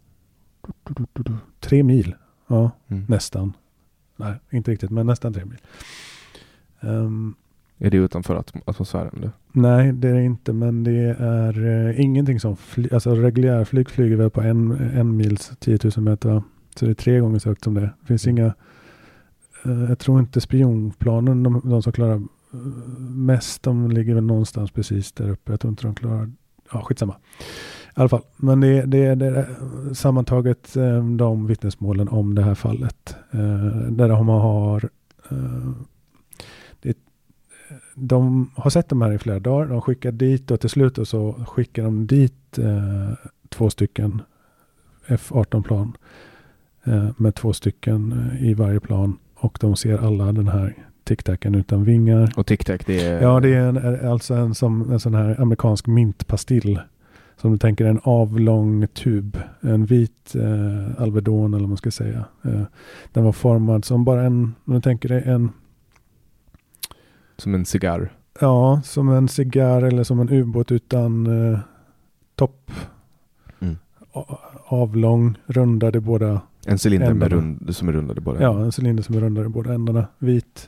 Tre mil. Ja, mm. nästan. Nej, inte riktigt, men nästan tre mil. Um, är det utanför at- atmosfären? Då? Nej, det är det inte, men det är uh, ingenting som fly- alltså reguljärflyg flyger väl på en, en mils tio tusen meter. Va? Så det är tre gånger så högt som det. Det finns mm. inga, uh, jag tror inte spionplanen, de, de som klarar uh, mest, de ligger väl någonstans precis där uppe. Jag tror inte de klarar, ja, skitsamma. I alla fall, men det, det, det är sammantaget eh, de vittnesmålen om det här fallet. Eh, där de har eh, det, de har sett de här i flera dagar. De skickar dit och till slut och så skickar de dit eh, två stycken F arton-plan eh, med två stycken i varje plan. Och de ser alla den här tic-tacen utan vingar. Och tic-tac, det är... Ja, det är en, alltså en, som, en sån här amerikansk mintpastill. Som du tänker en avlång tub, en vit eh, Alvedon eller vad man ska säga. Eh, den var formad som bara en, om du tänker dig en... Som en cigarr? Ja, som en cigarr eller som en ubåt utan eh, topp. Mm. A- avlång, rundade båda En cylinder ändarna. Med rund, som är rundade båda Ja, en cylinder som är rundade båda ändarna. Vit,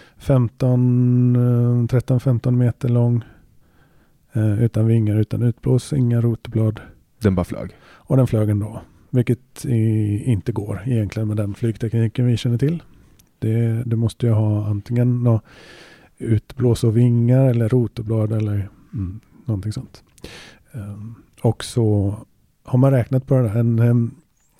femton, tretton femton meter lång. Uh, utan vingar, utan utblås, inga rotblad. Den bara flög. Och den flög ändå. Vilket i, inte går egentligen med den flygtekniken vi känner till. Det, det måste ju ha antingen nå utblås och vingar eller rotorblad eller mm, någonting sånt. Um, och så har man räknat på det där. En um,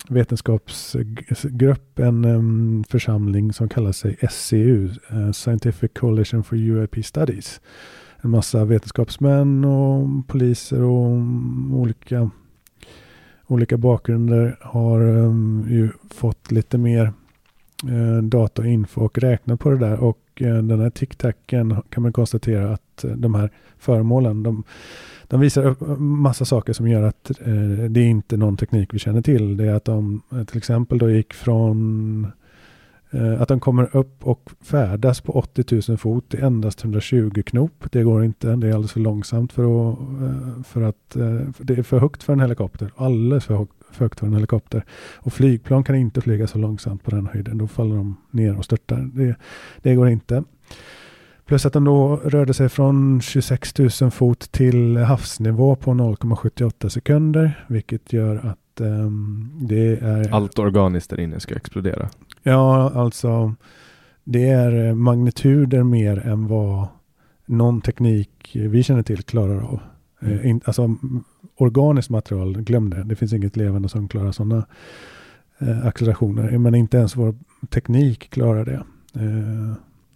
vetenskapsgrupp, en um, församling som kallar sig S C U, uh, Scientific Coalition for U A P Studies. En massa vetenskapsmän och poliser och olika, olika bakgrunder har um, ju fått lite mer uh, data och info och räknat på det där. Och uh, den här tic-tacen kan man konstatera att uh, de här föremålen, de, de visar upp massa saker som gör att uh, det är inte någon teknik vi känner till. Det är att de uh, till exempel då gick från... Att de kommer upp och färdas på åttio tusen fot i endast hundratjugo knop. Det går inte. Det är alldeles för långsamt för att, för att det är för högt för en helikopter. Alldeles för högt för en helikopter. Och flygplan kan inte flyga så långsamt på den höjden. Då faller de ner och störtar. Det, det går inte. Plus att de då rörde sig från tjugosex tusen fot till havsnivå på noll komma sjuttioåtta sekunder. Vilket gör att um, det är... Allt organiskt där inne ska explodera. Ja, alltså det är magnituder mer än vad någon teknik vi känner till klarar av. Mm. Eh, in, alltså organiskt material, glöm det. Det finns inget levande som klarar sådana eh, accelerationer. Men inte ens vår teknik klarar det. Eh,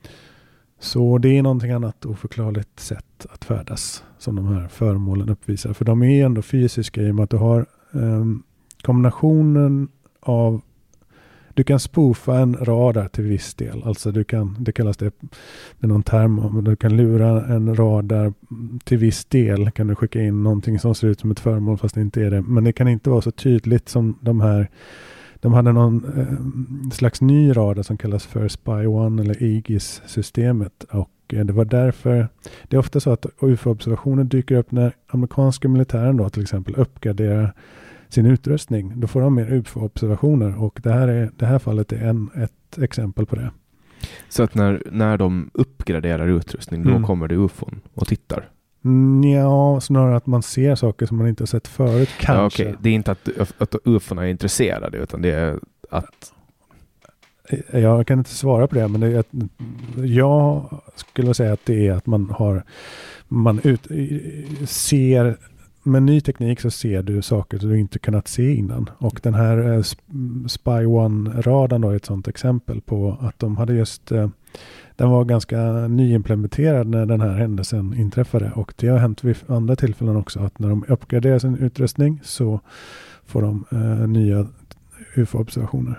så det är någonting annat oförklarligt sätt att färdas som de här föremålen uppvisar. För de är ändå fysiska i och med att du har eh, kombinationen av du kan spoofa en radar till viss del. Alltså du kan, det kallas det med någon term, du kan lura en radar till viss del. Kan du skicka in någonting som ser ut som ett föremål fast det inte är det. Men det kan inte vara så tydligt som de här de hade någon eh, slags ny radar som kallas för Spy One eller Aegis-systemet. Och eh, det var därför, det är ofta så att U F O-observationer dyker upp när amerikanska militären då till exempel uppgraderar sin utrustning. Då får de mer U F O-observationer och det här, är, det här fallet är en, ett exempel på det. Så att när, när de uppgraderar utrustning, då mm. kommer det U F O och tittar? Ja, snarare att man ser saker som man inte har sett förut, kanske. Ja, okay. Det är inte att, att U F O är intresserade, utan det är att... Jag kan inte svara på det, men det är att jag skulle säga att det är att man har man ut, ser med ny teknik så ser du saker som du inte kunnat se innan. Och den här Spy One-radarn då är ett sådant exempel på att de hade just, den var ganska nyimplementerad när den här händelsen inträffade. Och det har hänt vid andra tillfällen också, att när de uppgraderar sin utrustning så får de uh, nya U F O-observationer.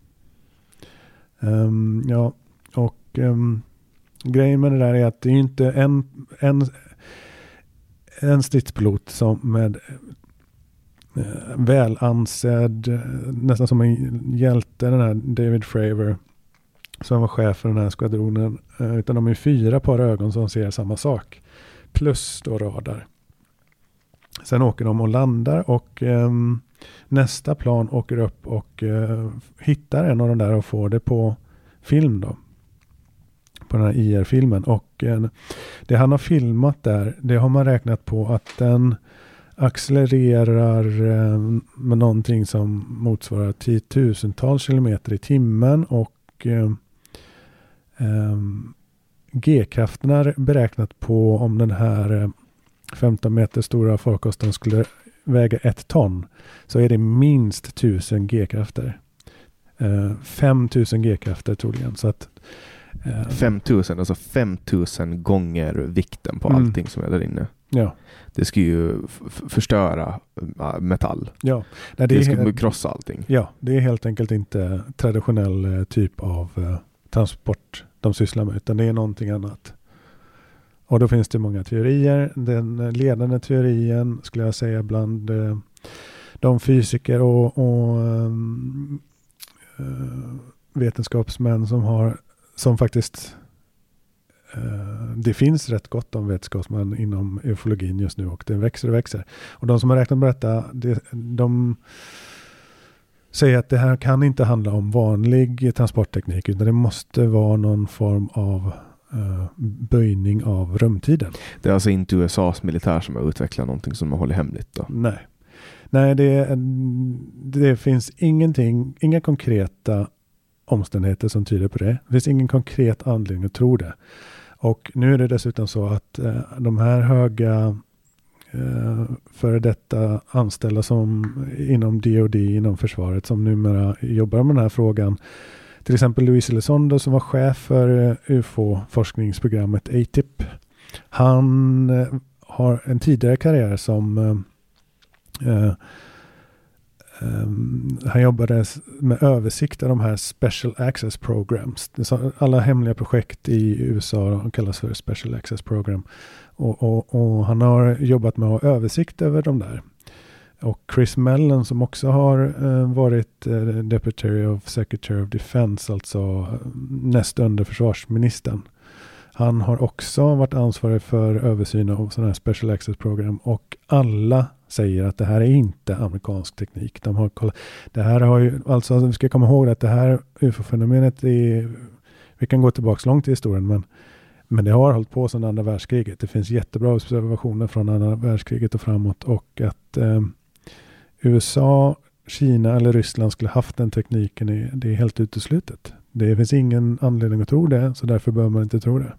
Um, ja, och um, grejen med det där är att det är inte en, en, en stridspilot som med eh, väl ansedd, nästan som en hjälte, den här David Fravor som var chef för den här skvadronen, eh, utan de är fyra par ögon som ser samma sak plus då radar. Sen åker de och landar och eh, nästa plan åker upp och eh, hittar en av de där och får det på film då. På den här I R-filmen. Och eh, det han har filmat där, det har man räknat på att den accelererar eh, med någonting som motsvarar tiotusentals kilometer i timmen och eh, eh, G-krafterna beräknat på om den här eh, femton meter stora farkosten skulle väga ett ton, så är det minst tusen G-krafter. Uh, fem tusen G-krafter troligen. Så att, uh, fem tusen, alltså fem tusen gånger vikten på mm. allting som är där inne. Ja. Det ska ju f- förstöra uh, metall. Ja. Nej, det, det ska he- krossa allting. Ja, det är helt enkelt inte traditionell uh, typ av uh, transport de sysslar med, utan det är någonting annat. Och då finns det många teorier. Den ledande teorin skulle jag säga bland eh, de fysiker och, och um, uh, vetenskapsmän som har som faktiskt uh, det finns rätt gott om vetenskapsmän inom ufologin just nu och det växer och växer. Och de som har räknat på detta, det, de säger att det här kan inte handla om vanlig transportteknik, utan det måste vara någon form av Uh, böjning av rumtiden. Det är alltså inte U S A:s militär som har utvecklat någonting som man håller hemligt då? Nej. Nej, det, det finns ingenting, inga konkreta omständigheter som tyder på det. Det finns ingen konkret anledning att tro det. Och nu är det dessutom så att uh, de här höga uh, före detta anställda som inom D O D, inom försvaret, som numera jobbar med den här frågan, till exempel Luis Elizondo som var chef för U F O-forskningsprogrammet A T I P. Han eh, har en tidigare karriär som eh, eh, han jobbade med översikt av de här Special Access Programs. Alla hemliga projekt i U S A kallas för Special Access Program. Och, och, och han har jobbat med att ha översikt över de där. Och Chris Mellon som också har eh, varit eh, Deputy of Secretary of Defense, alltså eh, näst under försvarsministern. Han har också varit ansvarig för översyn av sådana här Special Access Program och alla säger att det här är inte amerikansk teknik. De har kollat, det här har ju, alltså vi ska komma ihåg att det här U F O-fenomenet är, vi kan gå tillbaka långt i historien, men Men det har hållit på sedan andra världskriget. Det finns jättebra observationer från andra världskriget och framåt. Och att eh, U S A, Kina eller Ryssland skulle haft den tekniken, är, det är helt uteslutet. Det finns ingen anledning att tro det, så därför bör man inte tro det.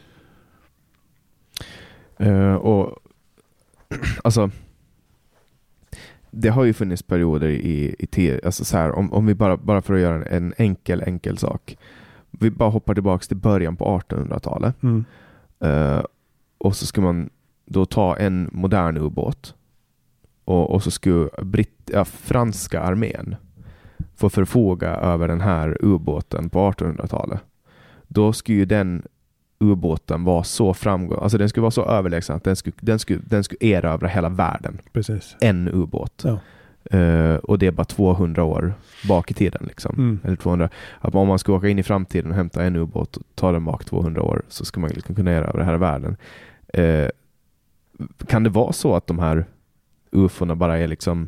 Uh, och alltså det har ju funnits perioder i, i te, alltså så här, om, om vi bara, bara för att göra en enkel, enkel sak. Vi bara hoppar tillbaka till början på artonhundratalet. Mm. Uh, och så ska man då ta en modern ubåt. Och, och så skulle Britt, ja, franska armén få förfoga över den här ubåten på artonhundratalet. Då skulle ju den ubåten vara så framgång, alltså den skulle vara så överlägsen att den skulle, den skulle, den skulle erövra hela världen. Precis. En ubåt. Ja. Uh, och det är bara tvåhundra år bak i tiden liksom. Mm. Eller tvåhundra. Att om man ska åka in i framtiden och hämta en ubåt och ta den bak tvåhundra år, så ska man liksom kunna göra över det här i världen. Uh, kan det vara så att de här U F O-erna bara är liksom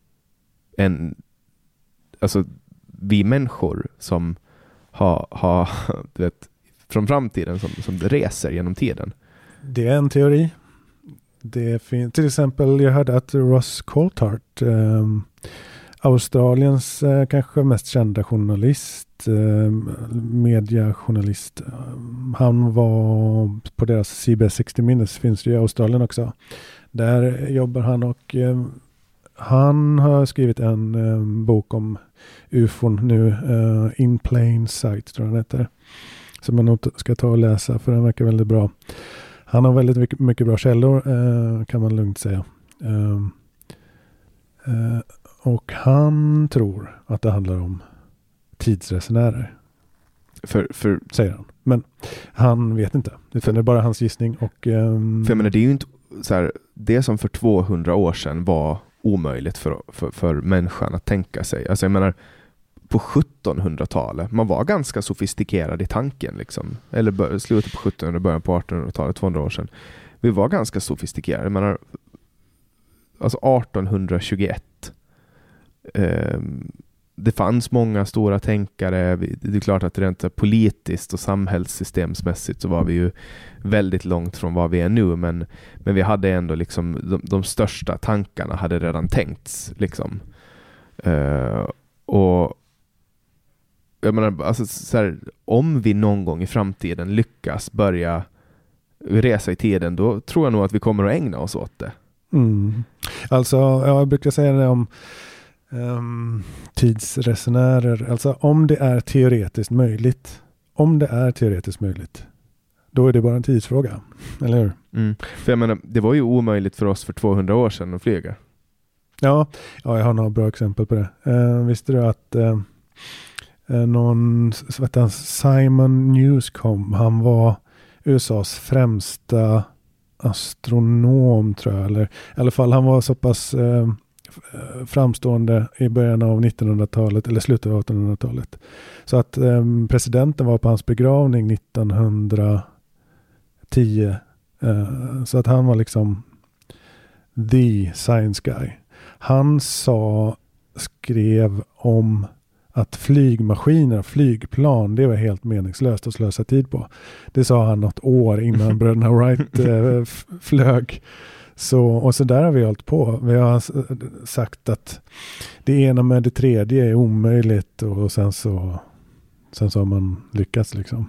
en, alltså vi människor som har, har du vet, från framtiden som, som reser genom tiden? Det är en teori. Det finns till exempel, jag hörde att Ross Coulthart, eh, Australiens eh, kanske mest kända journalist, eh, mediajournalist, eh, han var på deras C B S sextio Minutes, finns det i Australien också. Där jobbar han och eh, han har skrivit en eh, bok om U F O nu, eh, In Plain Sight tror jag den heter, som man nog ska ta och läsa för den verkar väldigt bra. Han har väldigt mycket, mycket bra källor eh, kan man lugnt säga. Eh, eh, och han tror att det handlar om tidsresenärer. För, för, säger han. Men han vet inte. Utan det är bara hans gissning. Och, ehm, för jag menar, det är ju inte så här, det som för tvåhundra år sedan var omöjligt för, för, för människan att tänka sig. Alltså jag menar, på sjuttonhundratalet, man var ganska sofistikerad i tanken liksom. Eller bör, slutet på sjuttonhundratalet, början på artonhundratalet, tvåhundra år sedan. Vi var ganska sofistikerade. Jag menar, alltså artonhundratjugoett eh, det fanns många stora tänkare. Det är klart att rent politiskt och samhällssystemsmässigt så var vi ju väldigt långt från vad vi är nu, men, men vi hade ändå liksom de, de största tankarna hade redan tänkts liksom. Uh, och jag menar, alltså, så här, om vi någon gång i framtiden lyckas börja resa i tiden, då tror jag nog att vi kommer att ägna oss åt det. Mm. Alltså, jag brukar säga det om um, tidsresenärer. Alltså, om det är teoretiskt möjligt, om det är teoretiskt möjligt, då är det bara en tidsfråga. Eller hur? Mm. För jag menar, det var ju omöjligt för oss för tvåhundra år sedan att flyga. Ja, ja jag har några bra exempel på det. Uh, visste du att uh, någon, vet han, Simon Newscomb, han var U S A:s främsta astronom tror jag, eller i alla fall han var så pass eh, framstående i början av nittonhundratalet eller slutet av artonhundratalet. Så att eh, presidenten var på hans begravning nittonhundratio. Eh, så att han var liksom the science guy. Han sa, skrev om att flygmaskiner, flygplan, det var helt meningslöst att slösa tid på. Det sa han något år innan bröderna Wright eh, f- flög. Så, och så där har vi hållit på. Vi har sagt att det ena med det tredje är omöjligt och sen så, sen så har man lyckats liksom.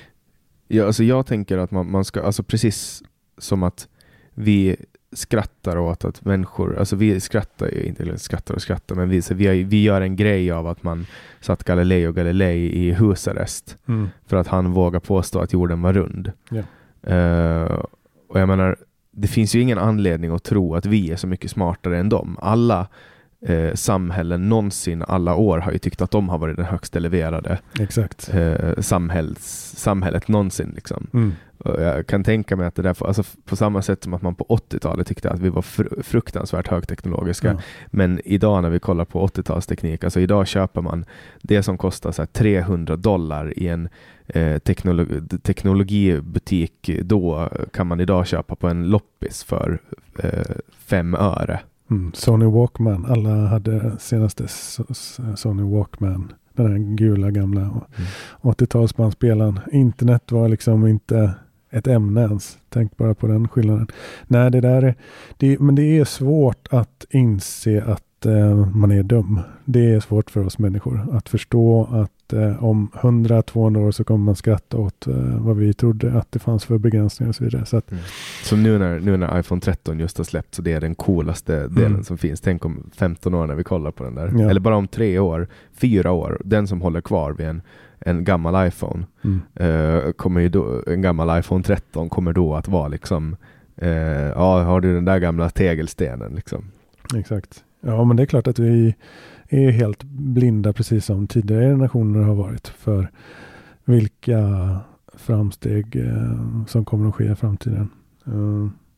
Ja, alltså jag tänker att man, man ska, alltså precis som att vi skrattar åt att människor, alltså vi skrattar ju inte, eller skrattar och skrattar, men vi, så vi, vi gör en grej av att man satt Galileo Galilei i husarrest mm. för att han vågar påstå att jorden var rund. Yeah. Uh, och jag menar, det finns ju ingen anledning att tro att vi är så mycket smartare än dem. Alla eh, samhällen någonsin, alla år har ju tyckt att de har varit den högst eleverade Exakt. Eh, samhälls, samhället någonsin liksom. Mm. Och jag kan tänka mig att det där, alltså på samma sätt som att man på åttiotalet tyckte att vi var fr- fruktansvärt högteknologiska, ja. Men idag när vi kollar på åttiotalsteknik, alltså idag köper man det som kostar så här trehundra dollar i en eh, teknologi, teknologibutik, då kan man idag köpa på en loppis för eh, fem öre. Mm. Sony Walkman, alla hade senaste Sony Walkman, den här gula gamla mm. åttiotalsbandspelaren. Internet var liksom inte ett ämne ens. Tänk bara på den skillnaden. Nej, det där är, det, men det är svårt att inse att eh, man är dum. Det är svårt för oss människor att förstå att eh, om hundra till tvåhundra år så kommer man skratta åt eh, vad vi trodde att det fanns för begränsningar och så vidare. Så, att, mm. så nu, när, nu när iPhone tretton just har släppt, så det är den coolaste delen mm. som finns. Tänk om femton år när vi kollar på den där. Ja. Eller bara om tre år, fyra år. Den som håller kvar vid en en gammal iPhone mm. uh, kommer ju då, en gammal iPhone tretton kommer då att vara liksom uh, ja, har du den där gamla tegelstenen liksom. Exakt. Ja, men det är klart att vi är helt blinda, precis som tidigare generationer har varit, för vilka framsteg uh, som kommer att ske i framtiden. Uh,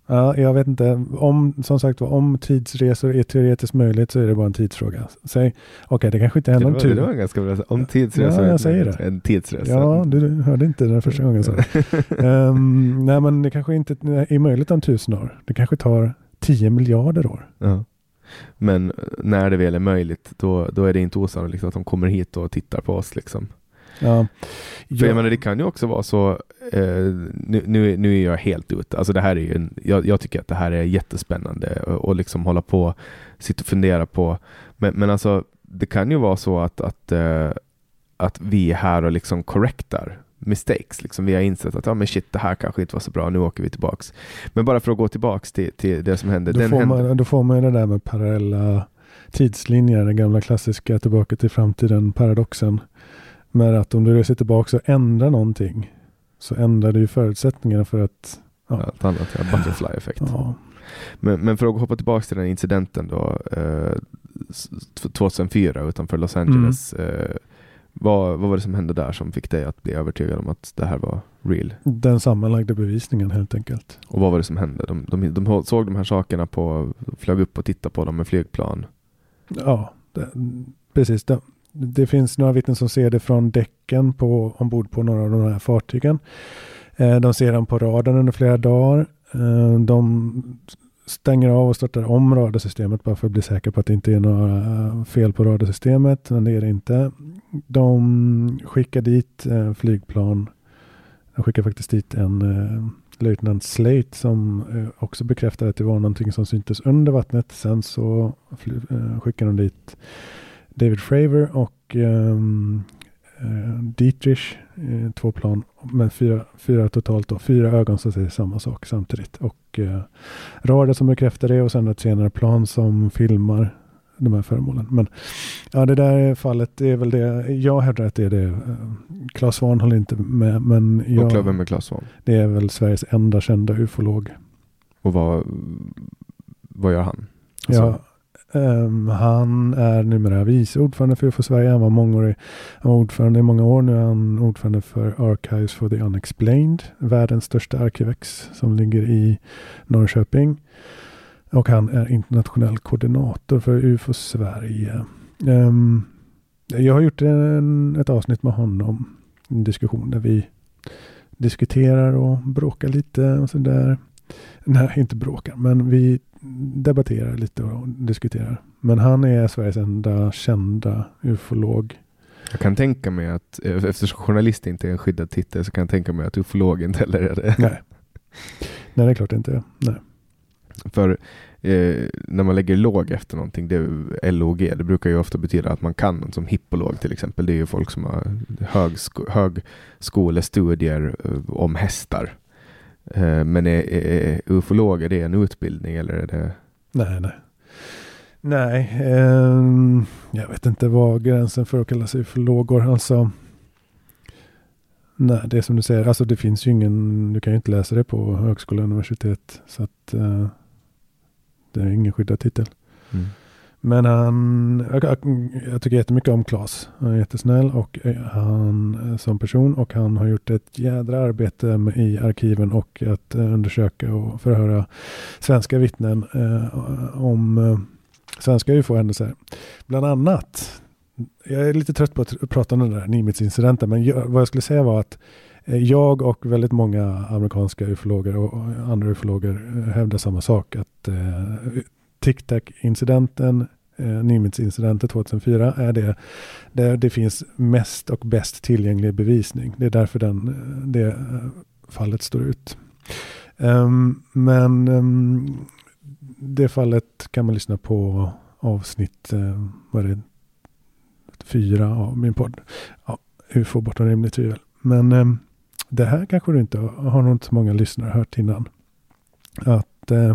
Ja, jag vet inte. Om, som sagt var, om tidsresor är teoretiskt möjligt så är det bara en tidsfråga. Säg, okej, okay, det kanske inte händer om tur. Det var en ganska bra. Om tidsresor ja, jag säger det. En tidsresa. Ja, du, du hörde inte den första gången. Så. um, nej, men det kanske inte är möjligt om tusen år. Det kanske tar tio miljarder år. Ja. Men när det väl är möjligt, då, då är det inte osannolikt att de kommer hit och tittar på oss liksom. Ja. För jag menar, det kan ju också vara så eh, nu, nu, nu är jag helt ute. Alltså det här är ju en, jag, jag tycker att det här är jättespännande och, och liksom hålla på, sitta och fundera på. Men, men alltså det kan ju vara så att, att, eh, att vi är här och liksom correctar mistakes. Liksom vi har insett att ja, men shit, det här kanske inte var så bra, nu åker vi tillbaks. Men bara för att gå tillbaks till, till det som hände. Då, Den får hände. Man, då får man ju det där med parallella tidslinjer, den gamla klassiska tillbaka till framtiden paradoxen. Men att om du reser tillbaka och ändrar någonting så ändrar du ju förutsättningarna för att... Ja. Allt annat, ja, butterfly-effekt. Ja. Men, men för att hoppa tillbaka till den incidenten då, eh, tjugohundrafyra utanför Los Angeles. Mm. Eh, vad, vad var det som hände där som fick dig att bli övertygad om att det här var real? Den sammanlagda bevisningen helt enkelt. Och vad var det som hände? De, de, de såg de här sakerna på, flög upp och tittade på dem med flygplan. Ja, det, precis. Det, det finns några vittnen som ser det från däcken på, ombord på några av de här fartygen. Eh, de ser dem på radarn under flera dagar. Eh, de stänger av och startar om radarsystemet bara för att bli säker på att det inte är några fel på radarsystemet. Men det är det inte. De skickar dit eh, flygplan. De skickar faktiskt dit en eh, löjtnant Slate som eh, också bekräftar att det var någonting som syntes under vattnet. Sen så fly, eh, skickar de dit David Fravor och um, uh, Dietrich, uh, två plan med fyra, fyra totalt då, fyra ögon som säger samma sak samtidigt och uh, radar som bekräftar det och sen ett senare plan som filmar de här föremålen. Men ja, det där fallet, det är väl det, jag hävdar att det är det. Uh, Claes Svahn håller inte med, men jag, och klubben med Claes Svahn. Det är väl Sveriges enda kända ufolog. Och vad, vad gör han? Alltså, ja. Um, han är numera vice ordförande för U F O Sverige. Han var mångårig, han var ordförande i många år. Nu är han ordförande för Archives for the Unexplained, världens största arkivex som ligger i Norrköping. Och han är internationell koordinator för U F O Sverige. Um, jag har gjort en, ett avsnitt med honom, en diskussion där vi diskuterar och bråkar lite och sådär. Nej, inte bråkar, men vi debatterar lite och diskuterar. Men han är Sveriges enda kända ufolog. Jag kan tänka mig att, eftersom journalist inte är en skyddad titel, så kan jag tänka mig att ufolog inte heller är det. Nej, Nej det är klart inte. Nej. För eh, när man lägger låg efter någonting, det är L O G, det brukar ju ofta betyda att man kan, som hippolog till exempel, det är ju folk som har högsko- högskolestudier eh, om hästar. Men är, är ufolog, är det en utbildning eller är det... Nej, nej. Nej, eh, jag vet inte vad gränsen för att kalla sig ufolog går. Alltså, nej, det är som du säger, alltså det finns ju ingen, du kan ju inte läsa det på högskola och universitet. Så att eh, det är ingen skyddad titel. Mm. Men han, jag, jag tycker jättemycket om Claes. Han är jättesnäll och han som person och han har gjort ett jädra arbete med, i arkiven och att uh, undersöka och förhöra svenska vittnen uh, om uh, svenska U F O-händelser. Bland annat, jag är lite trött på att prata om den där Nimitz-incidenten, men jag, vad jag skulle säga var att uh, jag och väldigt många amerikanska ufologer och, och andra ufologer uh, hävdar samma sak, att uh, Tic-Tac-incidenten, eh, Nimitz-incidenten tjugohundrafyra är det där det finns mest och bäst tillgänglig bevisning. Det är därför den, det uh, fallet står ut. Um, men um, det fallet kan man lyssna på avsnitt uh, vad är det? fyra av min podd. Ja, U F O bortom rimligt tvivel. Men um, det här kanske du inte har nog inte så många lyssnare hört innan. Att uh,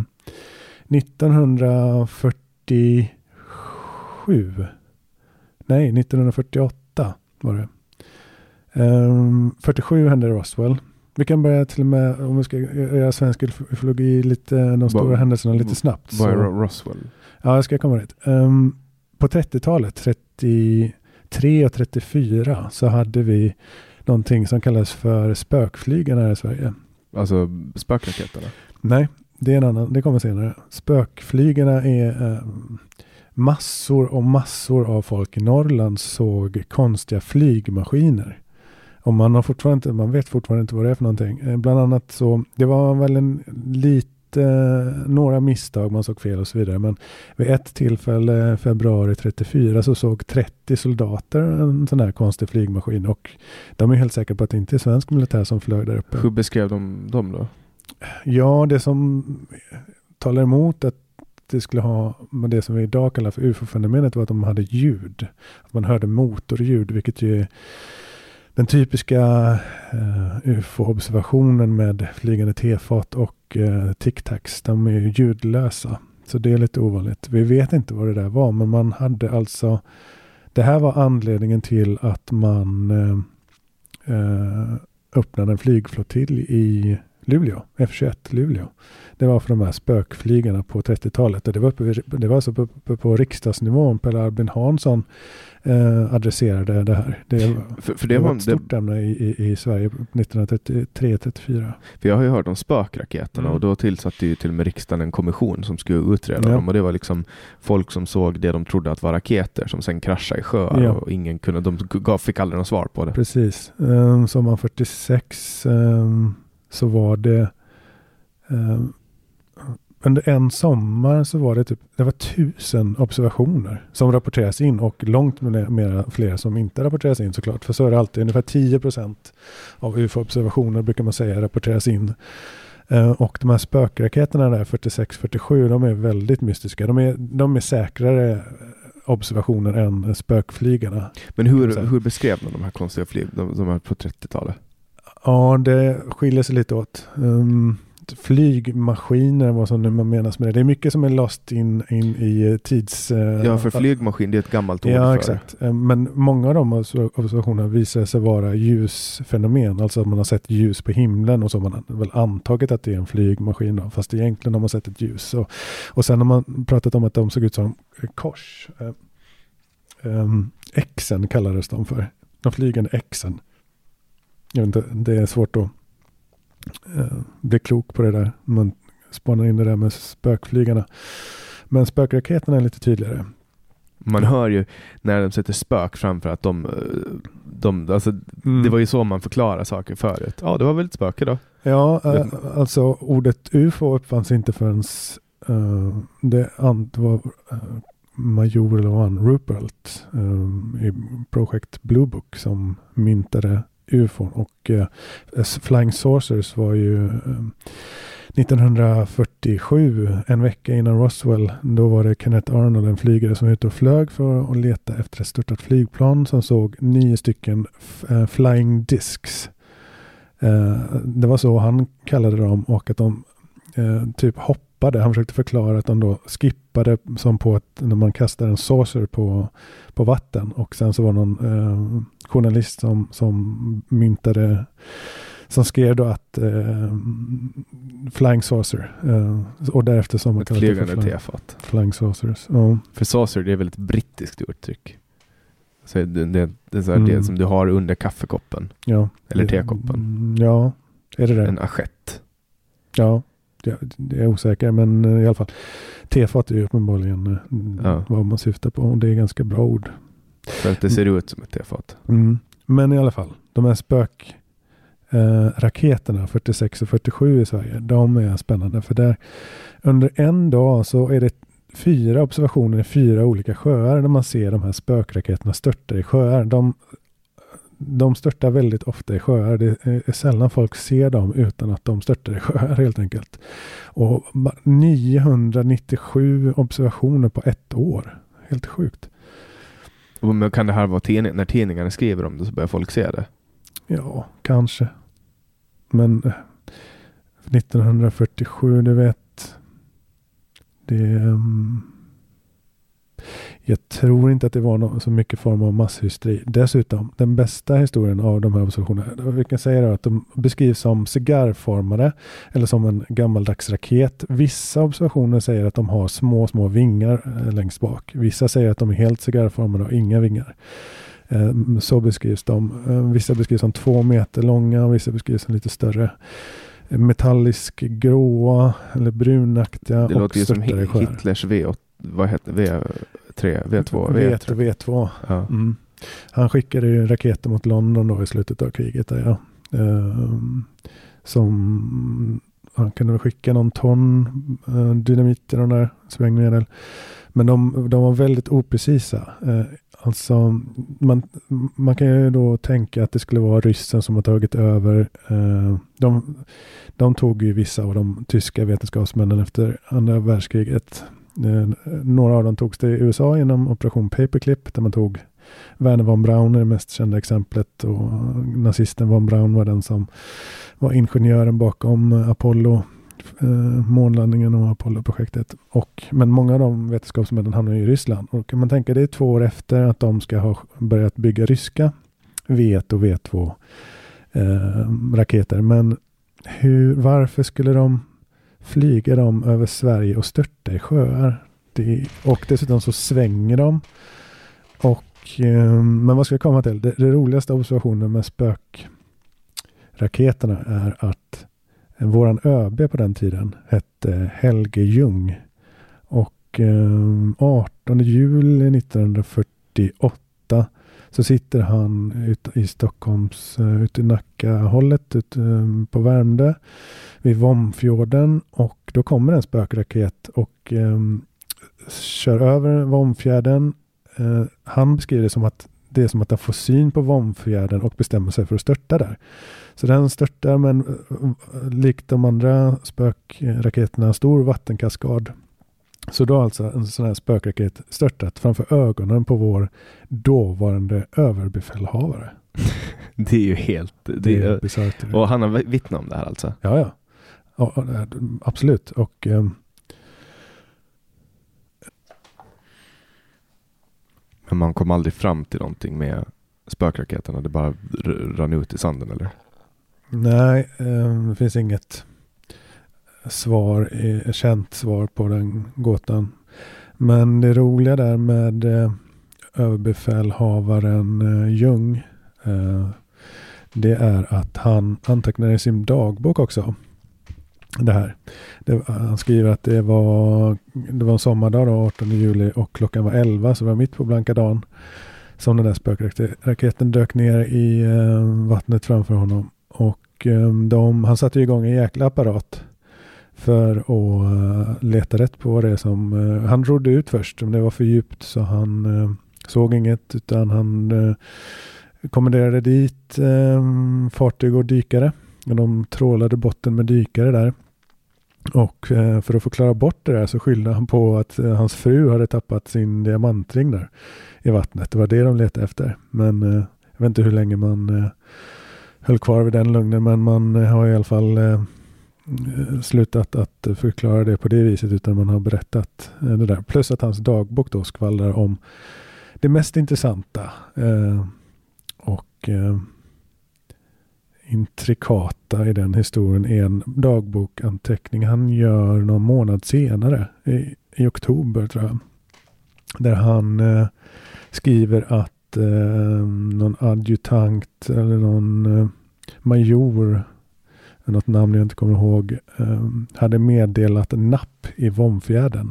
nittonhundrafyrtiosju nej, nittonhundrafyrtioåtta var det. Um, fyrtiosju hände Roswell. Vi kan börja till och med, om vi ska göra svensk ufologi lite, de stora ba, händelserna lite snabbt. Vad är Roswell? Ja, jag ska komma dit. Um, på trettiotalet, trettiotre och trettiofyra, så hade vi någonting som kallas för spökflygarna här i Sverige. Alltså spökraketerna? Nej, det är en annan, det kommer senare. Spökflygarna är eh, massor och massor av folk i Norrland såg konstiga flygmaskiner. Och man har fortfarande inte, man vet fortfarande inte vad det är för någonting. Eh, bland annat så, det var väl en lite, eh, några misstag, man såg fel och så vidare. Men vid ett tillfälle, februari trettiofyra, så såg trettio soldater en sån här konstig flygmaskin. Och de är helt säkra på att det inte är svensk militär som flög där uppe. Hur beskrev de dem då? Ja, det som talar emot att det skulle ha, men det som vi idag kallar för U F O-fenomenet, var att de hade ljud. Att man hörde motorljud, vilket ju är den typiska uh, U F O-observationen med flygande tefat och uh, tic-tacs. De är ju ljudlösa. Så det är lite ovanligt. Vi vet inte vad det där var, men man hade alltså, det här var anledningen till att man uh, uh, öppnade en flygflottilj i Luleå, F tjugoett Luleå. Det var för de här spökflygarna på trettiotalet. Och det var, uppe, det var alltså på, på, på riksdagsnivån. Per Albin Hansson eh, adresserade det här. Det, för, för det, det var var ett stort det, ämne i, i, i Sverige nittonhundratrettiotre trettiofyra. För jag har ju hört om spökraketerna, mm. och då tillsatte ju till och med riksdagen en kommission som skulle utreda ja. dem. Och det var liksom folk som såg det de trodde att var raketer som sen kraschade i sjöar, ja. och ingen kunde, de gav, fick aldrig något svar på det. Precis. Um, sommaren fyrtiosex um, så var det um, under en sommar så var det typ, det var tusen observationer som rapporteras in, och långt mer fler som inte rapporteras in såklart. För så är det alltid, ungefär tio procent av U F O-observationer brukar man säga rapporteras in. Uh, och de här spökraketerna där fyrtiosex fyrtiosju, de är väldigt mystiska. De är, de är säkrare observationer än spökflygarna. Men hur, hur beskrev man de här konstiga flyg, de, de här på trettiotalet? Ja, det skiljer sig lite åt. Um, flygmaskiner, vad som nu man menas med det. Det är mycket som är lost in, in i tids... Uh, ja, för flygmaskin, det är ett gammalt ord. Ja, för. exakt. Um, men många av de observationerna visar sig vara ljusfenomen. Alltså att man har sett ljus på himlen, och så har man väl antagit att det är en flygmaskin då, fast egentligen har man sett ett ljus. Och, och sen har man pratat om att de såg ut som kors. Uh, um, Xen kallades de för. De flygande Xen. Jag vet inte, det är svårt att uh, bli klok på det där. Man spanar in det där med spökflygarna. Men spökraketerna är lite tydligare. Man hör ju när de sätter spök framför att de, de alltså, mm. det var ju så man förklarar saker förut. Ja, det var väl ett spöke då? Ja, uh, alltså ordet U F O uppfanns inte förrän uh, det, an, det var uh, major eller vad Ruppelt um, i projekt Blue Book som myntade U F O, och uh, Flying Saucers var ju um, nittonhundrafyrtiosju, en vecka innan Roswell, då var det Kenneth Arnold, en flygare som var ute och flög för att leta efter ett störtat flygplan, som såg nio stycken f- uh, flying discs. Uh, det var så han kallade dem, och att de uh, typ hoppade. Han försökte förklara att de då skippade som på ett, när man kastar en saucer på, på vatten, och sen så var någon uh, journalist som, som myntade, som skrev då att uh, flying saucer, uh, och därefter som man ett flygande tefat. Flying saucers. Uh. För saucer, det är väl ett brittiskt uttryck. Så det, det, det är så här mm. det som du har under kaffekoppen. Ja. Eller det, tekoppen. Ja, är det det? En assiett. Ja, det, det är osäker, men i alla fall. Tefat är ju uppenbarligen ja. vad man syftar på, och det är ganska bra ord. För att det ser ut som ett tefat. Mm. Men i alla fall, de här spök eh, raketerna fyrtiosex och fyrtiosju i Sverige, de är spännande, för där under en dag så är det fyra observationer i fyra olika sjöar där man ser de här spökraketerna störta i sjöar. De, de störtar väldigt ofta i sjöar. Det är sällan folk ser dem utan att de störtar i sjöar, helt enkelt. Och niohundranittiosju observationer på ett år. Helt sjukt. Men kan det här vara tidning, när tidningarna skriver om det så börjar folk se det? Ja, kanske. Men nittonhundrafyrtiosju, du vet, det, um, jag tror inte att det var no- så mycket form av masshysteri. Dessutom, den bästa historien av de här observationerna, vi kan säga att de beskrivs som cigarrformade eller som en gammaldags raket. Vissa observationer säger att de har små, små vingar eh, längst bak. Vissa säger att de är helt cigarrformade och inga vingar. Eh, så beskrivs de. Eh, vissa beskrivs som två meter långa och vissa beskrivs som lite större. metallisk gråa eller brunaktiga. Det och låter ju som störtade skär. Hitlers V åtta, vad heter V tre, V två, V ett och V två. Ja. Mm. Han skickade ju raketer mot London då i slutet av kriget. Där, ja. ehm, som han kunde skicka någon ton uh, dynamit i de där sprängmedel. Men de, de var väldigt oprecisa. Uh, alltså man, man kan ju då tänka att det skulle vara ryssen som har tagit över. Uh, de, de tog ju vissa av de tyska vetenskapsmännen efter andra världskriget. Uh, några av dem togs till U S A genom operation Paperclip där man tog Werner von Braun är det mest kända exemplet och nazisten von Braun var den som var ingenjören bakom Apollo eh, månlandningen och Apollo-projektet. Och, men många av de vetenskapsmännen hamnar i Ryssland och kan man tänka det är två år efter att de ska ha börjat bygga ryska V ett och V två eh, raketer. Men hur, varför skulle de flyga dem över Sverige och störta i sjöar? Det, och dessutom så svänger de. Och men vad ska jag komma till? Det, det roligaste observationen med spökraketerna är att våran ÖB på den tiden hette Helge Ljung. Och eh, artonde juli nittonhundrafyrtioåtta så sitter han ut i Stockholms, uh, ute i Nacka-hållet ut, uh, på Värmdö vid Vomfjorden. Och då kommer en spökraket och um, kör över Vomfjärden. Uh, han beskriver det som att det är som att han får syn på Vomfjärden och bestämmer sig för att störta där. Så den störtar, men uh, likt de andra spökraketerna, stor vattenkaskad. Så då alltså en sån här spökraket störtat framför ögonen på vår dåvarande överbefälhavare. Det är ju helt... Det, det är är, bisarrt. Och han har vittnat om det här alltså? Ja, ja. ja absolut. Och... Um, Men man kom aldrig fram till någonting med spökraketerna. Det bara r- rann ut i sanden, eller? Nej, um, det finns inget svar, eh, känt svar på den gåtan. Men det roliga där med eh, överbefälhavaren eh, Ljung, eh, det är att han antecknar i sin dagbok också. Det här. Det, han skriver att det var, det var en sommardag då, artonde juli, och klockan var elva, så det var mitt på blanka dagen som den där spökraketen dök ner i eh, vattnet framför honom. Och eh, de, han satte igång en jäkla apparat för att uh, leta rätt på vad det är som... Uh, han rodde ut först, men det var för djupt så han uh, såg inget, utan han uh, kommenderade dit uh, fartyg och dykare. Och de trålade botten med dykare där. Och uh, för att förklara bort det där så skyllde han på att uh, hans fru hade tappat sin diamantring där i vattnet. Det var det de letade efter. Men uh, jag vet inte hur länge man uh, höll kvar vid den lugnen, men man uh, har i alla fall... Uh, slutat att förklara det på det viset, utan man har berättat det där. Plus att hans dagbok då skvallrar om det mest intressanta eh, och eh, intrikata i den historien är en dagbokanteckning han gör någon månad senare i, i oktober tror jag, där han eh, skriver att eh, någon adjutant eller någon eh, major, något namn jag inte kommer ihåg, um, hade meddelat napp i Vomfjärden.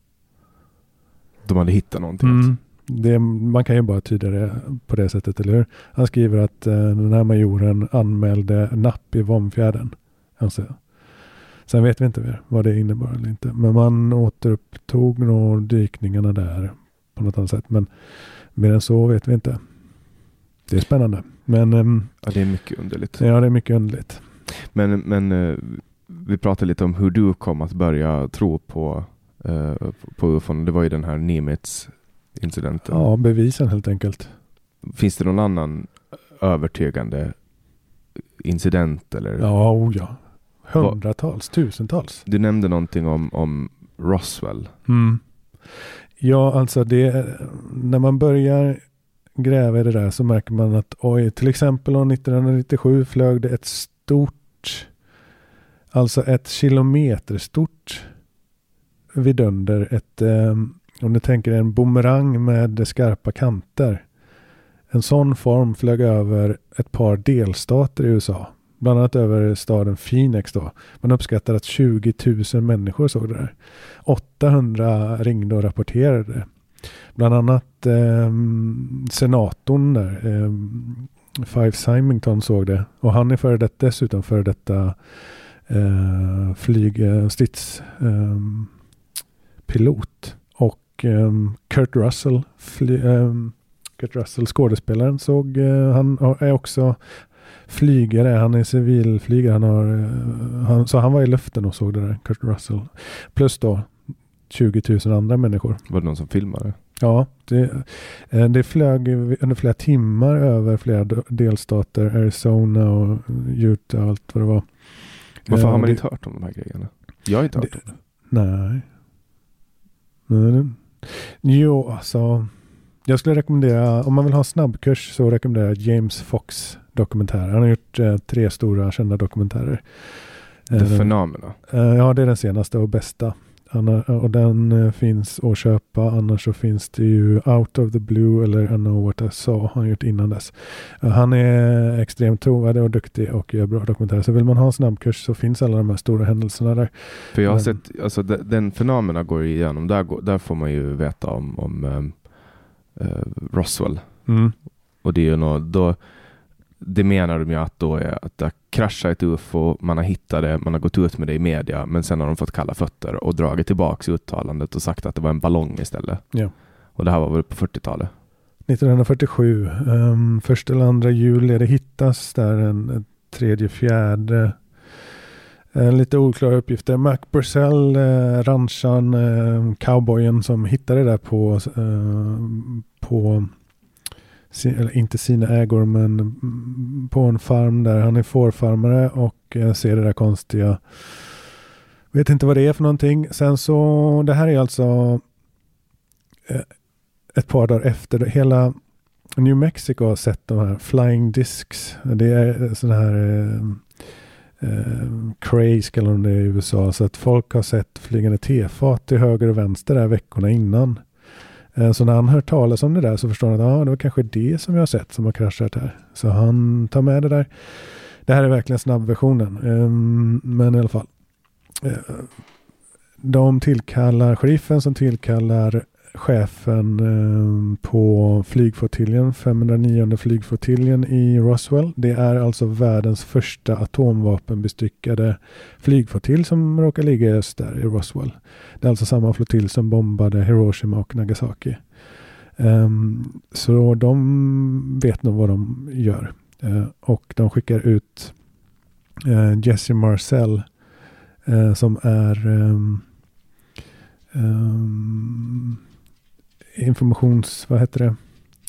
De hade hittat någonting. Mm. Det, man kan ju bara tyda det på det sättet, eller hur? Han skriver att uh, den här majoren anmälde napp i Vomfjärden. Alltså, sen vet vi inte mer vad det innebar eller inte. Men man återupptog nog dykningarna där på något annat sätt. Men mer än så vet vi inte. Det är spännande. Men, um, ja, det är mycket underligt. Ja, det är mycket underligt. Men, men uh, vi pratade lite om hur du kom att börja tro på, uh, på U F O. Det var ju den här Nimitz-incidenten. Ja, bevisen helt enkelt. Finns det någon annan övertygande incident? Eller? Ja, oh ja. Hundratals, Va? tusentals. Du nämnde någonting om, om Roswell. Mm. Ja, alltså det, när man börjar gräva i det där så märker man att oj, till exempel år nittonhundranittiosju flög det ett stort, alltså ett kilometer stort vidunder, ett, eh, om du tänker en bumerang med skarpa kanter. En sån form flög över ett par delstater i U S A. bland annat över staden Phoenix då. Man uppskattar att tjugo tusen människor såg det där. åttahundra ringde och rapporterade det. Bland annat eh, senatorn där, eh, Five Symington såg det. Och han är före detta, dessutom före detta eh, flyg, eh, stridspilot. Eh, och eh, Kurt Russell, fly, eh, Kurt Russell, skådespelaren, såg, eh, han är också flygare, han är civilflygare, han har, eh, han, så han var i luften och såg det där, Kurt Russell. Plus då tjugo tusen andra människor. Var det någon som filmade? Ja, det, det flög under flera timmar över flera delstater, Arizona och Utah och allt vad det var. Varför har man det, inte hört om de här grejerna? Jag har inte hört det, om det. Nej. nej. Jo, alltså jag skulle rekommendera, om man vill ha snabbkurs så rekommenderar jag James Fox dokumentärer. Han har gjort eh, tre stora kända dokumentärer. The eh, Phenomena. Eh, ja, det är den senaste och bästa. Och den uh, finns att köpa, annars så finns det ju Out of the Blue eller I Know What I Saw han gjort innan dess. Uh, han är extremt trovärdig och duktig och gör bra dokumentärer. Så vill man ha en snabbkurs så finns alla de här stora händelserna där. För jag har Men, sett, alltså de, den Phenomena går igenom, där, går, där får man ju veta om, om um, uh, Roswell. Mm. Och det är ju något, då det menar de ju att då är att det kraschar ett U F O, man har hittat det, man har gått ut med det i media, men sen har de fått kalla fötter och dragit tillbaka uttalandet och sagt att det var en ballong istället. Ja. Och det här var väl på fyrtiotalet? nittonhundrafyrtiosju, um, första eller andra juli, det hittas där en tredje, fjärde, en lite oklara uppgifter. Mac Purcell, eh, ranchan, eh, cowboyen som hittade det där på eh, på eller inte sina ägor, men på en farm där han är fårfarmare och eh, ser det där konstiga, vet inte vad det är för någonting. Sen så, det här är alltså eh, ett par dagar efter hela New Mexico har sett de här flying discs. Det är sådana här eh, eh, craze kallar de det i U S A, så att folk har sett flygande tefat till höger och vänster där veckorna innan. Så när han hör talas om det där så förstår han att ah, det var kanske det som jag har sett som har kraschat här. Så han tar med det där. Det här är verkligen snabbversionen. Um, men i alla fall. Uh, de tillkallar, sheriffen som tillkallar chefen um, på flygflottiljen, femhundranionde flygflottiljen i Roswell. Det är alltså världens första atomvapenbestyckade flygflottilj som råkar ligga just där i Roswell. Det är alltså samma flottilj som bombade Hiroshima och Nagasaki. Um, så de vet nog vad de gör. Uh, och de skickar ut uh, Jesse Marcel uh, som är um, um, informations, vad heter det?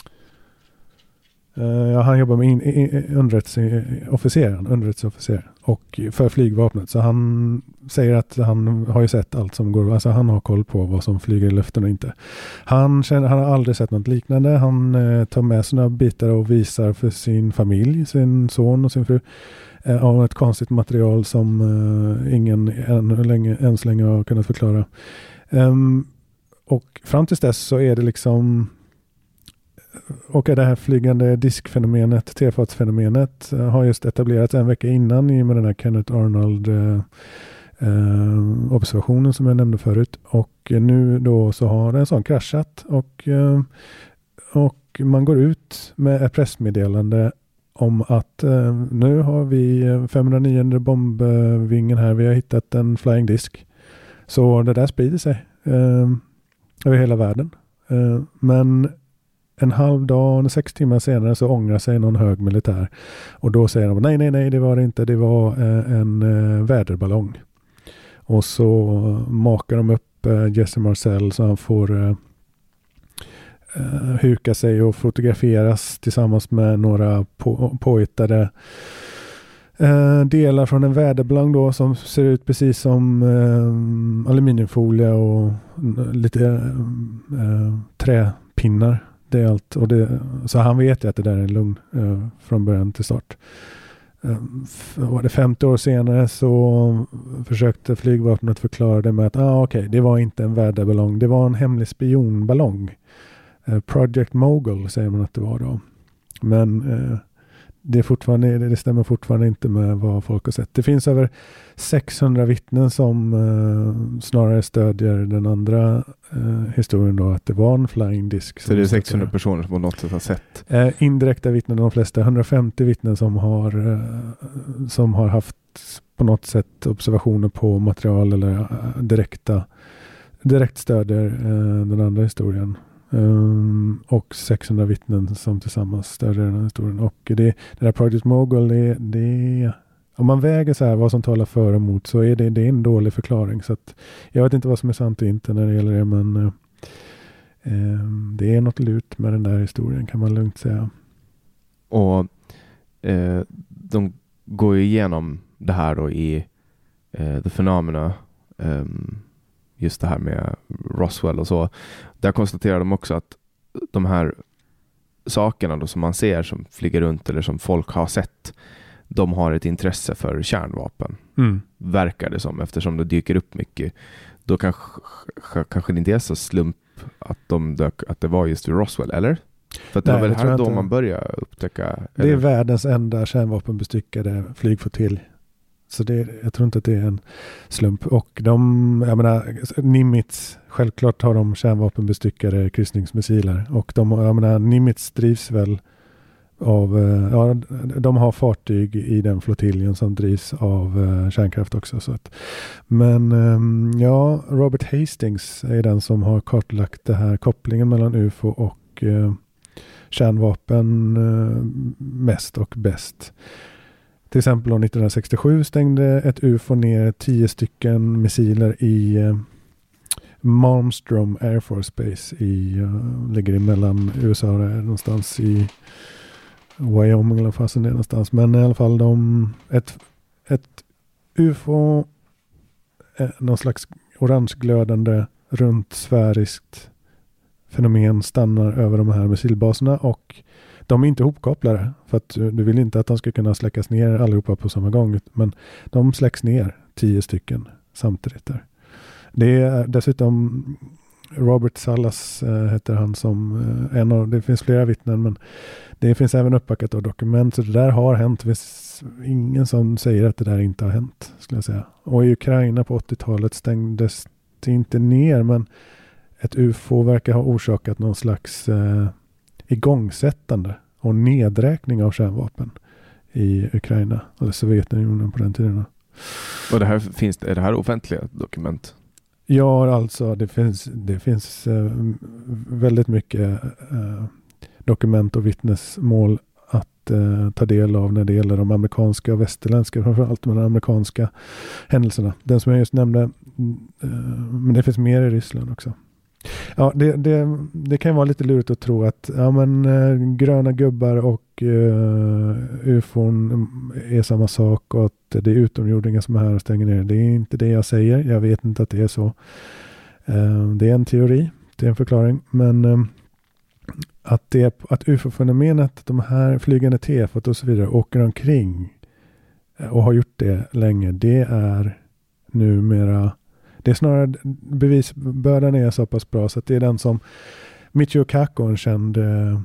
Uh, ja, han jobbar med in, in, underrättelseofficer, underrättelseofficer och för flygvapnet. Så han säger att han har ju sett allt som går, alltså han har koll på vad som flyger i luften och inte. Han känner, han har aldrig sett något liknande. Han uh, tar med sina bitar och visar för sin familj, sin son och sin fru uh, av ett konstigt material som uh, ingen än, länge, än så länge har kunnat förklara. Um, och fram tills dess så är det liksom, och det här flygande diskfenomenet, tefatsfenomenet har just etablerats en vecka innan i med den här Kenneth Arnold eh, eh, observationen som jag nämnde förut. Och nu då så har en sån kraschat och, eh, och man går ut med ett pressmeddelande om att eh, nu har vi femhundranionde bombvingen här, vi har hittat en flying disk. Så det där sprider sig eh, över hela världen. Eh, men en halv dag, sex timmar senare så ångrar sig någon hög militär. Och då säger de, nej, nej, nej, det var det inte. Det var eh, en eh, väderballong. Och så makar de upp eh, Jesse Marcel så han får eh, eh, huka sig och fotograferas tillsammans med några på, påhittade eh, delar från en väderballong då som ser ut precis som eh, aluminiumfolie och lite eh, träpinnar. Det är allt. Och det, så han vet ju att det där är en lugn uh, från början till start. Uh, var det femtio år senare så försökte flygvapnet förklara det med att ah, okej, okay, det var inte en väderballong. Det var en hemlig spionballong. Uh, Project Mogul säger man att det var då. Men uh, det, är fortfarande, det stämmer fortfarande inte med vad folk har sett. Det finns över sexhundra vittnen som eh, snarare stödjer den andra eh, historien då, att det var en flying disk. Så det är sexhundra personer som på något sätt har sett? Eh, indirekta vittnen, de flesta, hundrafemtio vittnen som har, eh, som har haft på något sätt observationer på material eller eh, direkta, direkt stödjer eh, den andra historien. Um, och sexhundra vittnen som tillsammans stödjer den här historien. Och det, det där Project Mogul, det, det, om man väger så här vad som talar för och emot, så är det, det är en dålig förklaring. Så att jag vet inte vad som är sant och inte när det gäller det, men uh, um, det är något lurt med den där historien, kan man lugnt säga. Och uh, de går ju igenom det här då i uh, The Phenomena, um, just det här med Roswell och så. Där konstaterar de också att de här sakerna då som man ser som flyger runt eller som folk har sett, de har ett intresse för kärnvapen. Mm. Verkar det som, eftersom det dyker upp mycket. Då kanske, kanske det inte är så slump att, de dök, att det var just vid Roswell, eller? För att det Nej, var väl här då inte. Man börjar upptäcka... Det är eller? Världens enda kärnvapenbestyckade flygflottilj. Så det, jag tror inte att det är en slump. Och de, jag menar, Nimitz, självklart har de kärnvapenbestyckade kryssningsmissiler. Och de, jag menar, Nimitz drivs väl av, ja, de har fartyg i den flottiljen som drivs av uh, kärnkraft också. Så att, men um, ja, Robert Hastings är den som har kartlagt det här kopplingen mellan U F O och uh, kärnvapen uh, mest och bäst. Till exempel år nittonhundrasextiosju stängde ett U F O ner tio stycken missiler i uh, Malmstrom Air Force Base i, uh, ligger mellan U S A och någonstans i Wyoming eller fast det är någonstans. Men i alla fall de, ett, ett U F O, eh, någon slags orangeglödande runt sfäriskt fenomen stannar över de här missilbaserna, och de är inte ihopkopplade för att du vill inte att de ska kunna släckas ner allihopa på samma gång, men de släcks ner tio stycken samtidigt där. Det är dessutom Robert Salas äh, heter han som äh, en av, det finns flera vittnen, men det finns även uppbackat av dokument, så det där har hänt. Det finns ingen som säger att det där inte har hänt, skulle jag säga. Och i Ukraina på åttiotalet stängdes det inte ner, men ett U F O verkar ha orsakat någon slags äh, igångsättande och nedräkning av kärnvapen i Ukraina, eller Sovjetunionen på den tiden. Och det här finns, är det här offentliga dokument? Ja, alltså det finns, det finns eh, väldigt mycket eh, dokument och vittnesmål att eh, ta del av när det gäller de amerikanska och västerländska, framförallt med de amerikanska händelserna. Den som jag just nämnde, eh, men det finns mer i Ryssland också. Ja, det, det, det kan vara lite lurigt att tro att ja, men, eh, gröna gubbar och eh, U F O är samma sak och att det är utomjordingar som är här och stänger ner. Det är inte det jag säger. Jag vet inte att det är så. Eh, det är en teori. Det är en förklaring. Men eh, att, det, att U F O-fenomenet, de här flygande T F och så vidare åker omkring och har gjort det länge, det är numera... Det är snarare bevisbördan är så pass bra så att det är den som Michio Kaku, en känd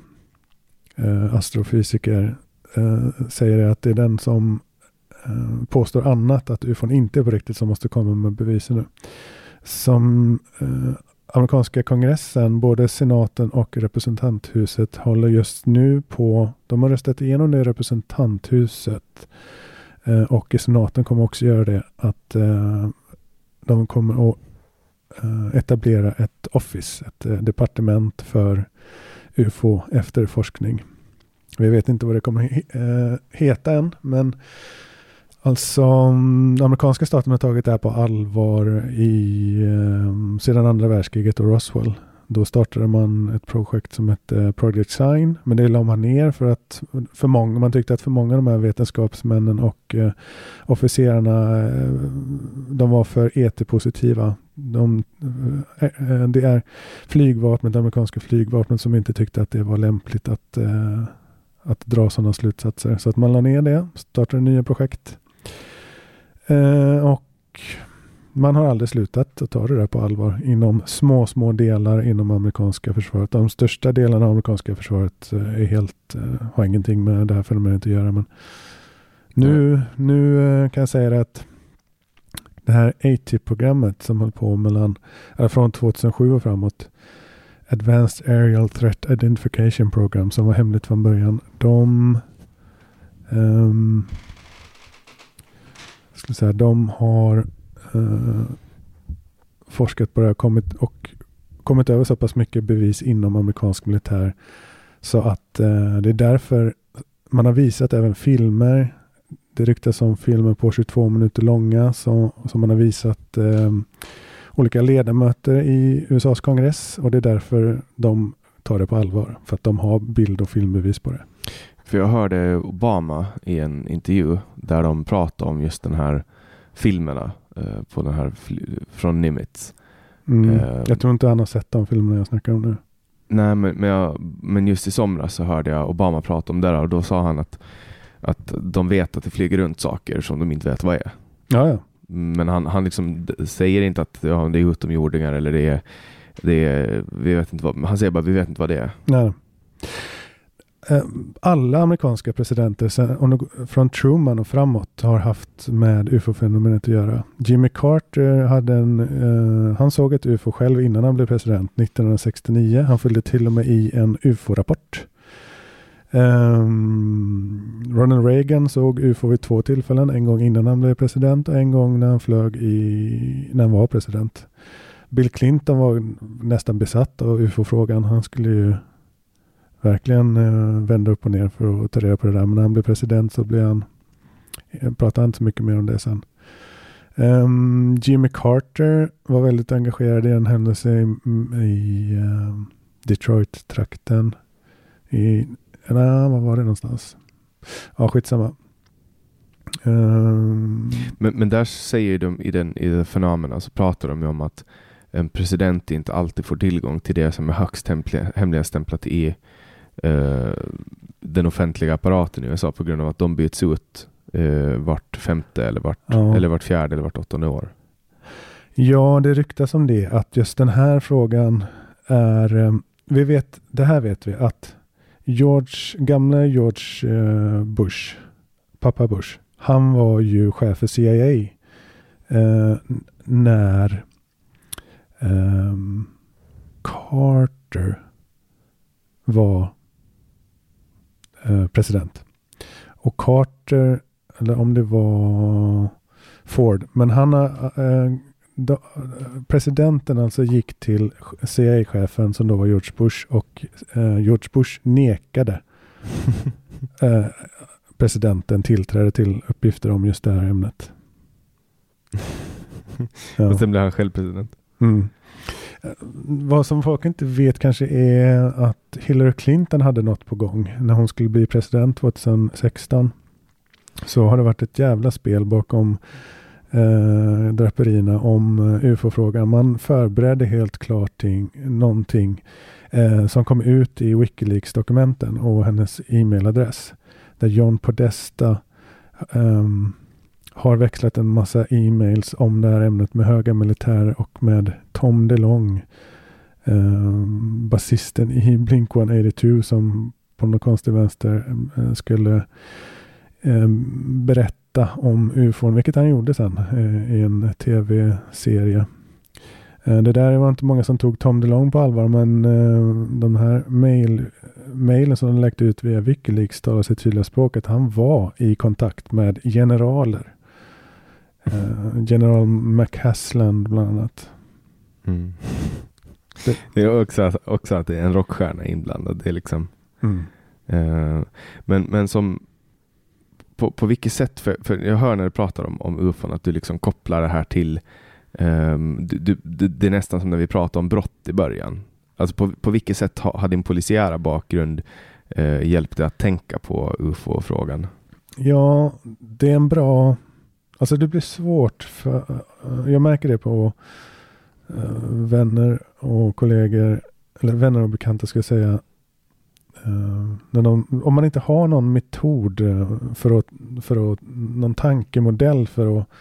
äh, astrofysiker, äh, säger att det är den som äh, påstår annat, att U F O inte är på riktigt, som måste komma med bevisen nu. Som äh, amerikanska kongressen, både senaten och representanthuset håller just nu på, de har röstat igenom det i representanthuset äh, och i senaten kommer också göra det, att äh, de kommer att uh, etablera ett office, ett uh, departement för U F O efterforskning. Vi vet inte vad det kommer he- uh, heta än, men alltså um, amerikanska staten har tagit det här på allvar i, uh, sedan andra världskriget och Roswell. Då startade man ett projekt som hette Project Sign, men det la man ner för att för många, man tyckte att för många av de här vetenskapsmännen och eh, officerarna, eh, de var för E T-positiva. De, eh, det är flygvapnet, det amerikanska flygvapnet, som inte tyckte att det var lämpligt att, eh, att dra sådana slutsatser. Så att man la ner det, startade nya projekt. Eh, och man har aldrig slutat att ta det där på allvar inom små, små delar inom amerikanska försvaret. De största delarna av amerikanska försvaret är helt, har ingenting med det här fenomenet att göra. Men nu, nu kan jag säga att det här A T I P-programmet som höll på mellan, eller från tjugohundrasju och framåt, Advanced Aerial Threat Identification Program, som var hemligt från början, de um, jag skulle säga, de har uh, forskat på det här kommit, och kommit över så pass mycket bevis inom amerikansk militär så att uh, det är därför man har visat även filmer. Det ryktas om filmer på tjugotvå minuter långa som, som man har visat eh, olika ledamöter i U S A:s kongress, och det är därför de tar det på allvar, för att de har bild- och filmbevis på det. För jag hörde Obama i en intervju där de pratade om just den här filmerna eh, på den här fl- från Nimitz. Mm. Eh, jag tror inte han har sett de filmerna jag snackar om nu. Nej, men, men, jag, men just i somras så hörde jag Obama prata om det där, och då sa han att att de vet att det flyger runt saker som de inte vet vad är. Ja, ja. Men han, han liksom säger inte att ja, det är utomjordingar eller det är, det är vi vet inte vad, han säger bara vi vet inte vad det är. Nej. Alla amerikanska presidenter sen, från Truman och framåt har haft med U F O-fenomenet att göra. Jimmy Carter hade en, uh, han såg ett U F O själv innan han blev president nittonhundrasextionio. Han följde till och med i en U F O-rapport. Um, Ronald Reagan såg U F O vid två tillfällen, en gång innan han blev president och en gång när han flög i, när han var president. Bill Clinton var nästan besatt av U F O-frågan. Han skulle ju verkligen uh, vända upp och ner för att ta reda på det där, men när han blev president så blev han, jag pratar inte så mycket mer om det sen. Um, Jimmy Carter var väldigt engagerad i en händelse i, i uh, Detroit-trakten i nej, vad var det någonstans? Ja, skitsamma. Um, men, men där säger de i den i det fenomena så pratar de ju om att en president inte alltid får tillgång till det som är högst hemliga, hemligstämplat i uh, den offentliga apparaten i U S A på grund av att de byts ut uh, vart femte eller vart, ja. eller vart fjärde eller vart åttonde år. Ja, det ryktas om det, att just den här frågan är um, vi vet, det här vet vi att George, gamla George uh, Bush, pappa Bush, han var ju chef för C I A uh, när um, Carter var uh, president. Och Carter, eller om det var Ford, men han har uh, då, presidenten alltså gick till C I A-chefen som då var George Bush, och eh, George Bush nekade eh, presidenten tillträde till uppgifter om just det här ämnet. Ja. Och sen blev han själv president. Mm. Vad som folk inte vet kanske är att Hillary Clinton hade något på gång när hon skulle bli president tjugohundrasexton. Så har det varit ett jävla spel bakom Eh, draperierna om uh, U F O-frågan. Man förberedde helt klart ting, någonting eh, som kom ut i WikiLeaks-dokumenten och hennes e-mailadress, där John Podesta um, har växlat en massa e-mails om det här ämnet med höga militärer och med Tom DeLonge, um, basisten i Blink one eighty-two, som på någon konstig vänster uh, skulle um, berätta om U F O, vilket han gjorde sen eh, i en tv-serie. Eh, det där var inte många som tog Tom DeLonge på allvar, men eh, de här mail, mailen som de läckte ut via WikiLeaks talar sitt tydliga språk att han var i kontakt med generaler. Eh, General McCasland bland annat. Mm. Det, det är också, också att det är en rockstjärna inblandad. Det är liksom mm. eh, men, men som På, på vilket sätt, för, för jag hör när du pratar om, om U F O att du liksom kopplar det här till um, du, du, det, det är nästan som när vi pratade om brott i början. Alltså på, på vilket sätt har ha din polisiära bakgrund uh, hjälpt dig att tänka på U F O-frågan? Ja, det är en bra, alltså det blir svårt för, uh, jag märker det på uh, vänner och kollegor, eller vänner och bekanta ska jag säga. Uh, när de, om man inte har någon metod uh, för att, för att, någon tankemodell för att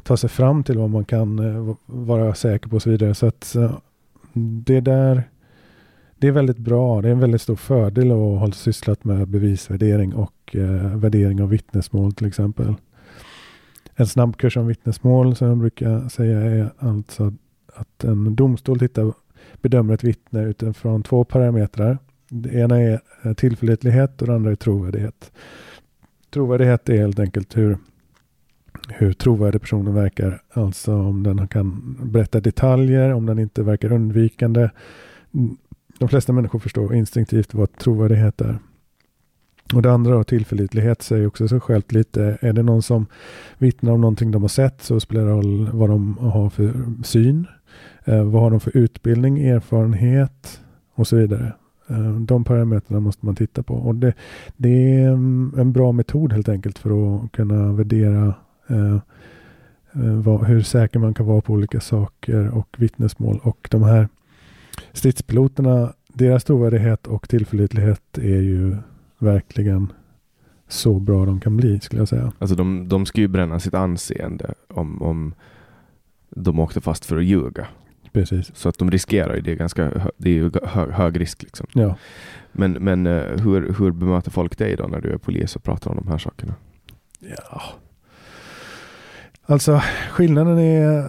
ta sig fram till vad man kan uh, vara säker på och så vidare. Så att uh, det där, det är väldigt bra. Det är en väldigt stor fördel att ha sysslat med bevisvärdering och uh, värdering av vittnesmål till exempel. En snabbkurs om vittnesmål som jag brukar säga är alltså att en domstol tittar, bedömer ett vittne utifrån två parametrar. Det ena är tillförlitlighet och det andra är trovärdighet. Trovärdighet är helt enkelt hur, hur trovärdig personen verkar. Alltså om den kan berätta detaljer, om den inte verkar undvikande. De flesta människor förstår instinktivt vad trovärdighet är. Och det andra då, tillförlitlighet, säger också så självt lite. Är det någon som vittnar om någonting de har sett, så spelar det roll vad de har för syn. Eh, vad har de för utbildning, erfarenhet och så vidare. Eh, de parametrarna måste man titta på. Och det, det är en bra metod helt enkelt för att kunna värdera eh, vad, hur säker man kan vara på olika saker och vittnesmål. Och de här stridspiloterna, deras trovärdighet och tillförlitlighet är ju verkligen så bra de kan bli, skulle jag säga. Alltså de, de ska ju bränna sitt anseende om, om de åkte fast för att ljuga. Precis. Så att de riskerar ju, det är ganska det är ju hög, hög risk liksom. Ja. Men, men hur, hur bemöter folk dig då när du är polis och pratar om de här sakerna? Ja. Alltså skillnaden är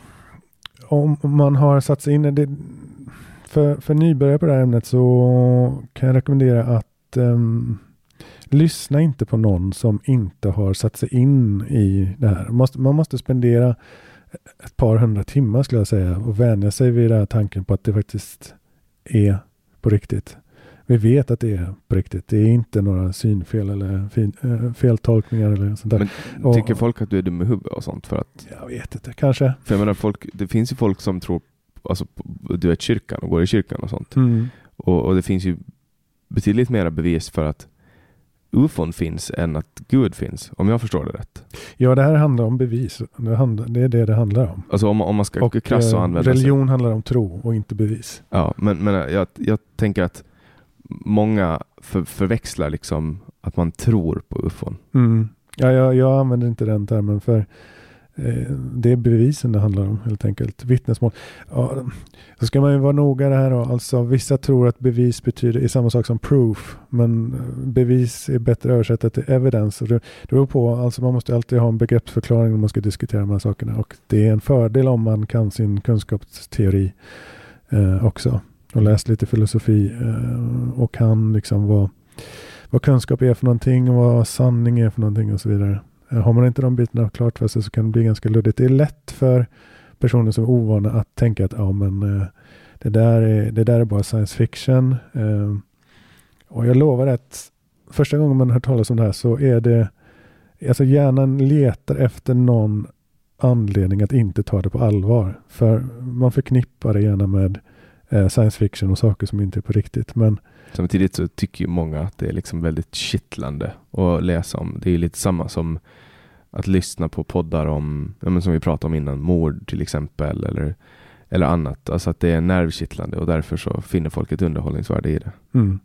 om man har satt sig in i det, för, för nybörjare på det här ämnet så kan jag rekommendera att Um, lyssna inte på någon som inte har satt sig in i det här. Man måste, man måste spendera ett par hundra timmar, skulle jag säga, och vänja sig vid den här tanken på att det faktiskt är på riktigt. Vi vet att det är på riktigt. Det är inte några synfel eller fin, äh, feltolkningar eller sånt där. Men och, tycker folk att du är dum i huvudet och sånt? För att, jag vet inte, kanske. För jag menar, folk, det finns ju folk som tror alltså, du är i kyrkan och går i kyrkan och sånt. Mm. Och, och det finns ju betydligt mera bevis för att U F O n finns än att Gud finns, om jag förstår det rätt. Ja, det här handlar om bevis. Det, handlar, det är det det handlar om. Alltså om, om man ska och krassa och använda religion sig. handlar om tro och inte bevis. Ja, men, men jag, jag tänker att många för, förväxlar liksom att man tror på U F O n. Mm. Ja, jag, jag använder inte den termen för eh, det är bevisen det handlar om helt enkelt. Vittnesmål. Ja, så ska man ju vara noga det här då. Alltså vissa tror att bevis betyder är samma sak som proof, men bevis är bättre översatt till evidence. Det, det beror på, alltså man måste alltid ha en begreppsförklaring när man ska diskutera de här sakerna, och det är en fördel om man kan sin kunskapsteori eh, också och läst lite filosofi eh, och kan liksom vad, vad kunskap är för någonting och vad sanning är för någonting och så vidare. Har man inte de bitarna klart för sig så kan det bli ganska luddigt. Det är lätt för personer som är ovana att tänka att ja, men, eh, det, där är, det där är bara science fiction. Eh, och jag lovar att första gången man hör talas om det här så är det, alltså hjärnan letar efter någon anledning att inte ta det på allvar. För man förknippar det gärna med eh, science fiction och saker som inte är på riktigt. Men samtidigt så tycker ju många att det är liksom väldigt kittlande att läsa om. Det är lite samma som att lyssna på poddar om, ja, men som vi pratade om innan, mord till exempel eller, eller annat. Alltså att det är nervkittlande och därför så finner folk ett underhållningsvärde i det. Mm.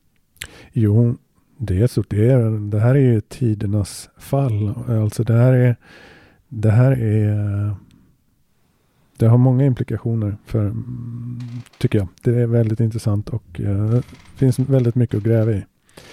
Jo, det är så. Det, är, det här är ju tidernas fall. Alltså det här är det här är det har många implikationer för, tycker jag. Det är väldigt intressant och uh, finns väldigt mycket att gräva i.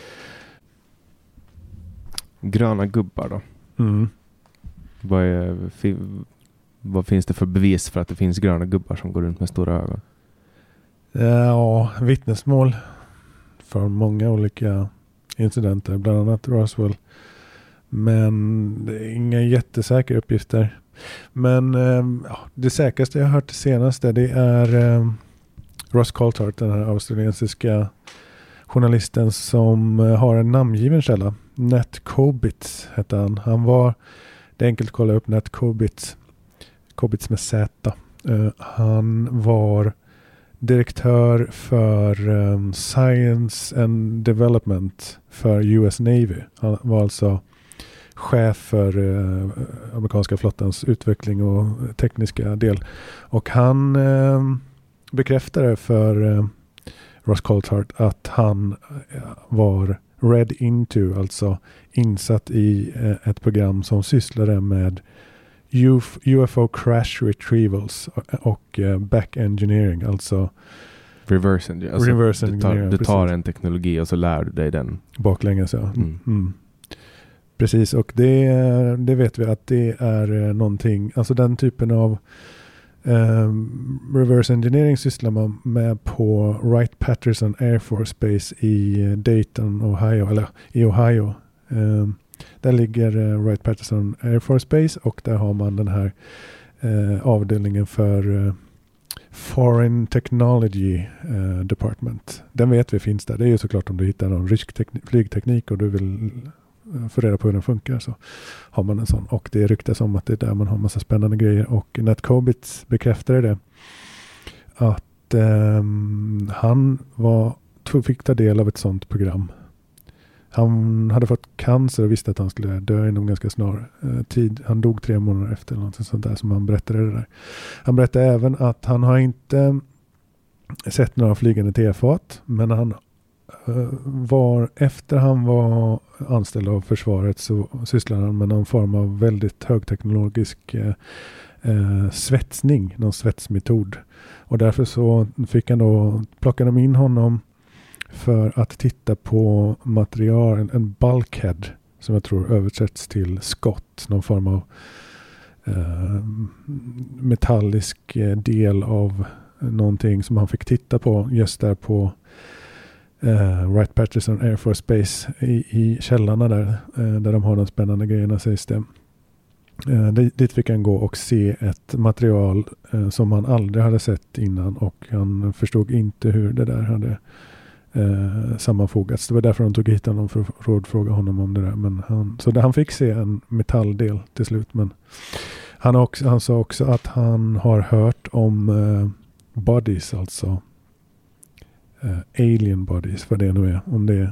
Gröna gubbar då? Mm. Vad, är, fi, vad finns det för bevis för att det finns gröna gubbar som går runt med stora ögon? Ja, vittnesmål för många olika incidenter, bland annat Roswell. Men det är inga jättesäkra uppgifter. Men ja, det säkraste jag har hört senaste, det är um, Ross Coulthart, den här australiensiska journalisten som uh, har en namngiven källa. Nat Kobitz hette han. Han var, det är enkelt att kolla upp Nat Kobitz. Kobitz med Z. Uh, han var direktör för um, Science and Development för U S Navy. Han var alltså chef för uh, amerikanska flottans utveckling och tekniska del. Och han uh, bekräftade för uh, Ross Coulthart att han uh, var read into, alltså insatt i uh, ett program som sysslade med U F, U F O crash retrievals och uh, back engineering, alltså reverse engineering. Alltså reverse du tar, engineering, du tar precis. en teknologi och så lär du dig den. Baklänges, ja. Mm. Mm. Precis, och det, det vet vi att det är någonting, alltså den typen av um, reverse engineering sysslar man med på Wright-Patterson Air Force Base i Dayton, Ohio, eller i Ohio. Um, där ligger uh, Wright-Patterson Air Force Base och där har man den här uh, avdelningen för uh, Foreign Technology uh, Department. Den vet vi finns där. Det är ju såklart om du hittar någon rysk teknik, flygteknik och du vill få reda på hur den funkar, så har man en sån. Och det ryktas om att det är där man har massa spännande grejer. Och Nat Kobitz bekräftade det. Att um, han var, fick ta del av ett sånt program. Han hade fått cancer och visste att han skulle dö inom ganska snar uh, tid. Han dog tre månader efter eller något sånt där som han berättade det där. Han berättade även att han har inte sett några flygande tefat, men han var, efter han var anställd av försvaret så sysslade han med någon form av väldigt högteknologisk eh, eh, svetsning, någon svetsmetod. Och därför så fick han då, plockade de in honom för att titta på material, en, en bulkhead som jag tror översätts till skott, någon form av eh, metallisk del av någonting som han fick titta på just där på Uh, Wright-Patterson Air Force Base i, i källarna där, uh, där de har de spännande grejerna, sägs det. Uh, dit, dit fick han gå och se ett material uh, som han aldrig hade sett innan, och han förstod inte hur det där hade uh, sammanfogats. Det var därför de tog hit honom för att rådfråga honom om det där. Men han, så där han fick se en metalldel till slut. Men han, också, han sa också att han har hört om uh, bodies, alltså Uh, alien bodies, vad det nu är. Om det är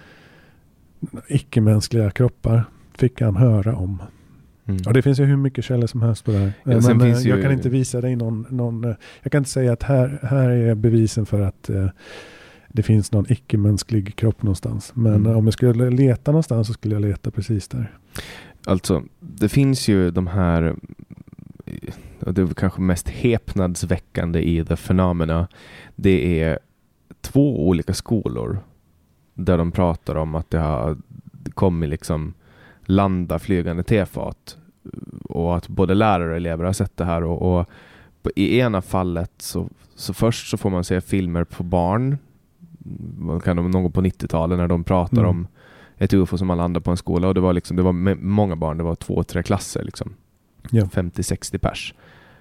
icke-mänskliga kroppar fick han höra om. Mm. Och det finns ju hur mycket källor som helst på det här. Ja, men uh, jag ju... kan inte visa dig någon... någon uh, jag kan inte säga att här, här är bevisen för att uh, det finns någon icke-mänsklig kropp någonstans. Men mm. uh, om jag skulle leta någonstans så skulle jag leta precis där. Alltså, det finns ju de här... Det är kanske mest häpnadsväckande i The Phenomena. Det är två olika skolor där de pratar om att det har kommit liksom landa flygande tefat, och att både lärare och elever har sett det här, och, och i ena fallet så, så först så får man se filmer på barn, man kan någon gång på nittiotalet när de pratar mm. om ett U F O som man landar på en skola, och det var liksom, det var många barn, det var två, tre klasser liksom, ja. femtio sextio pers.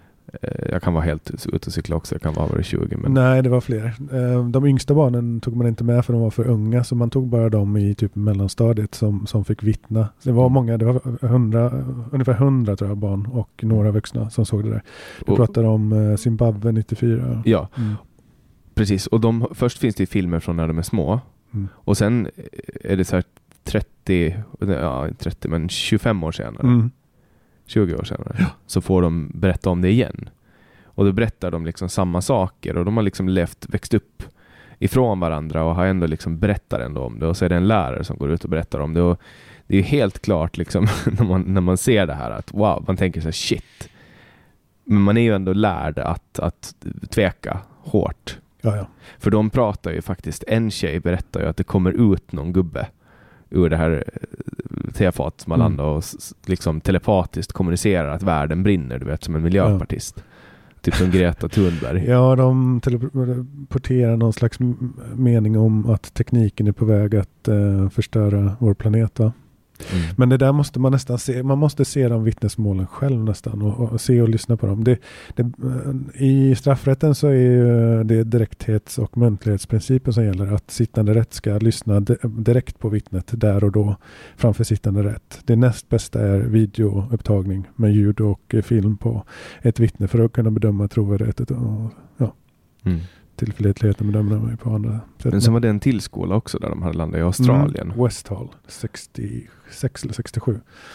Jag kan vara helt ute och cykla också. Jag kan vara över tjugo. Men... Nej, det var fler. De yngsta barnen tog man inte med för de var för unga. Så man tog bara dem i typ mellanstadiet som, som fick vittna. Det var många, det var hundra, ungefär hundra tror jag, barn och några vuxna som såg det där. Du och, pratade om Zimbabwe nittiofyra. Ja, mm. precis. Och de, först finns det filmer från när de är små. Mm. Och sen är det så här trettio, ja trettio men tjugofem år senare. Mm. tjugo år senare, ja. Så får de berätta om det igen. Och då berättar de liksom samma saker, och de har liksom levt, växt upp ifrån varandra och har ändå liksom berättar ändå om det, och så är det en lärare som går ut och berättar om det, och det är ju helt klart liksom när man, när man ser det här att wow, man tänker så här, shit. Men man är ju ändå lärd att, att tveka hårt. Ja, ja. För de pratar ju faktiskt, en tjej berättar ju att det kommer ut någon gubbe ur det här tefat man landar mm. och liksom telepatiskt kommunicerar att världen brinner, du vet, som en miljöpartist. Ja. Typ som Greta Thunberg. Ja, de teleporterar någon slags mening om att tekniken är på väg att uh, förstöra vår planet, va? Mm. Men det där måste man nästan se. Man måste se de vittnesmålen själv nästan och, och se och lyssna på dem. Det, det, i straffrätten så är det direkthets- och muntlighetsprincipen som gäller, att sittande rätt ska lyssna de, direkt på vittnet där och då framför sittande rätt. Det näst bästa är videoupptagning med ljud och film på ett vittne för att kunna bedöma trovärdigheten och ja. Mm. Tillförlitligheten bedömer man ju på andra sätt. Men sen var det en till skola också där de hade landat i Australien. Mm, West Hall, sextiosex eller sextiosju.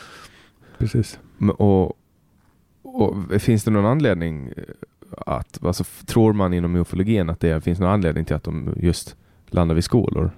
Precis. Men, och, och finns det någon anledning att, alltså, tror man inom ufologin att det finns någon anledning till att de just landar vid skolor?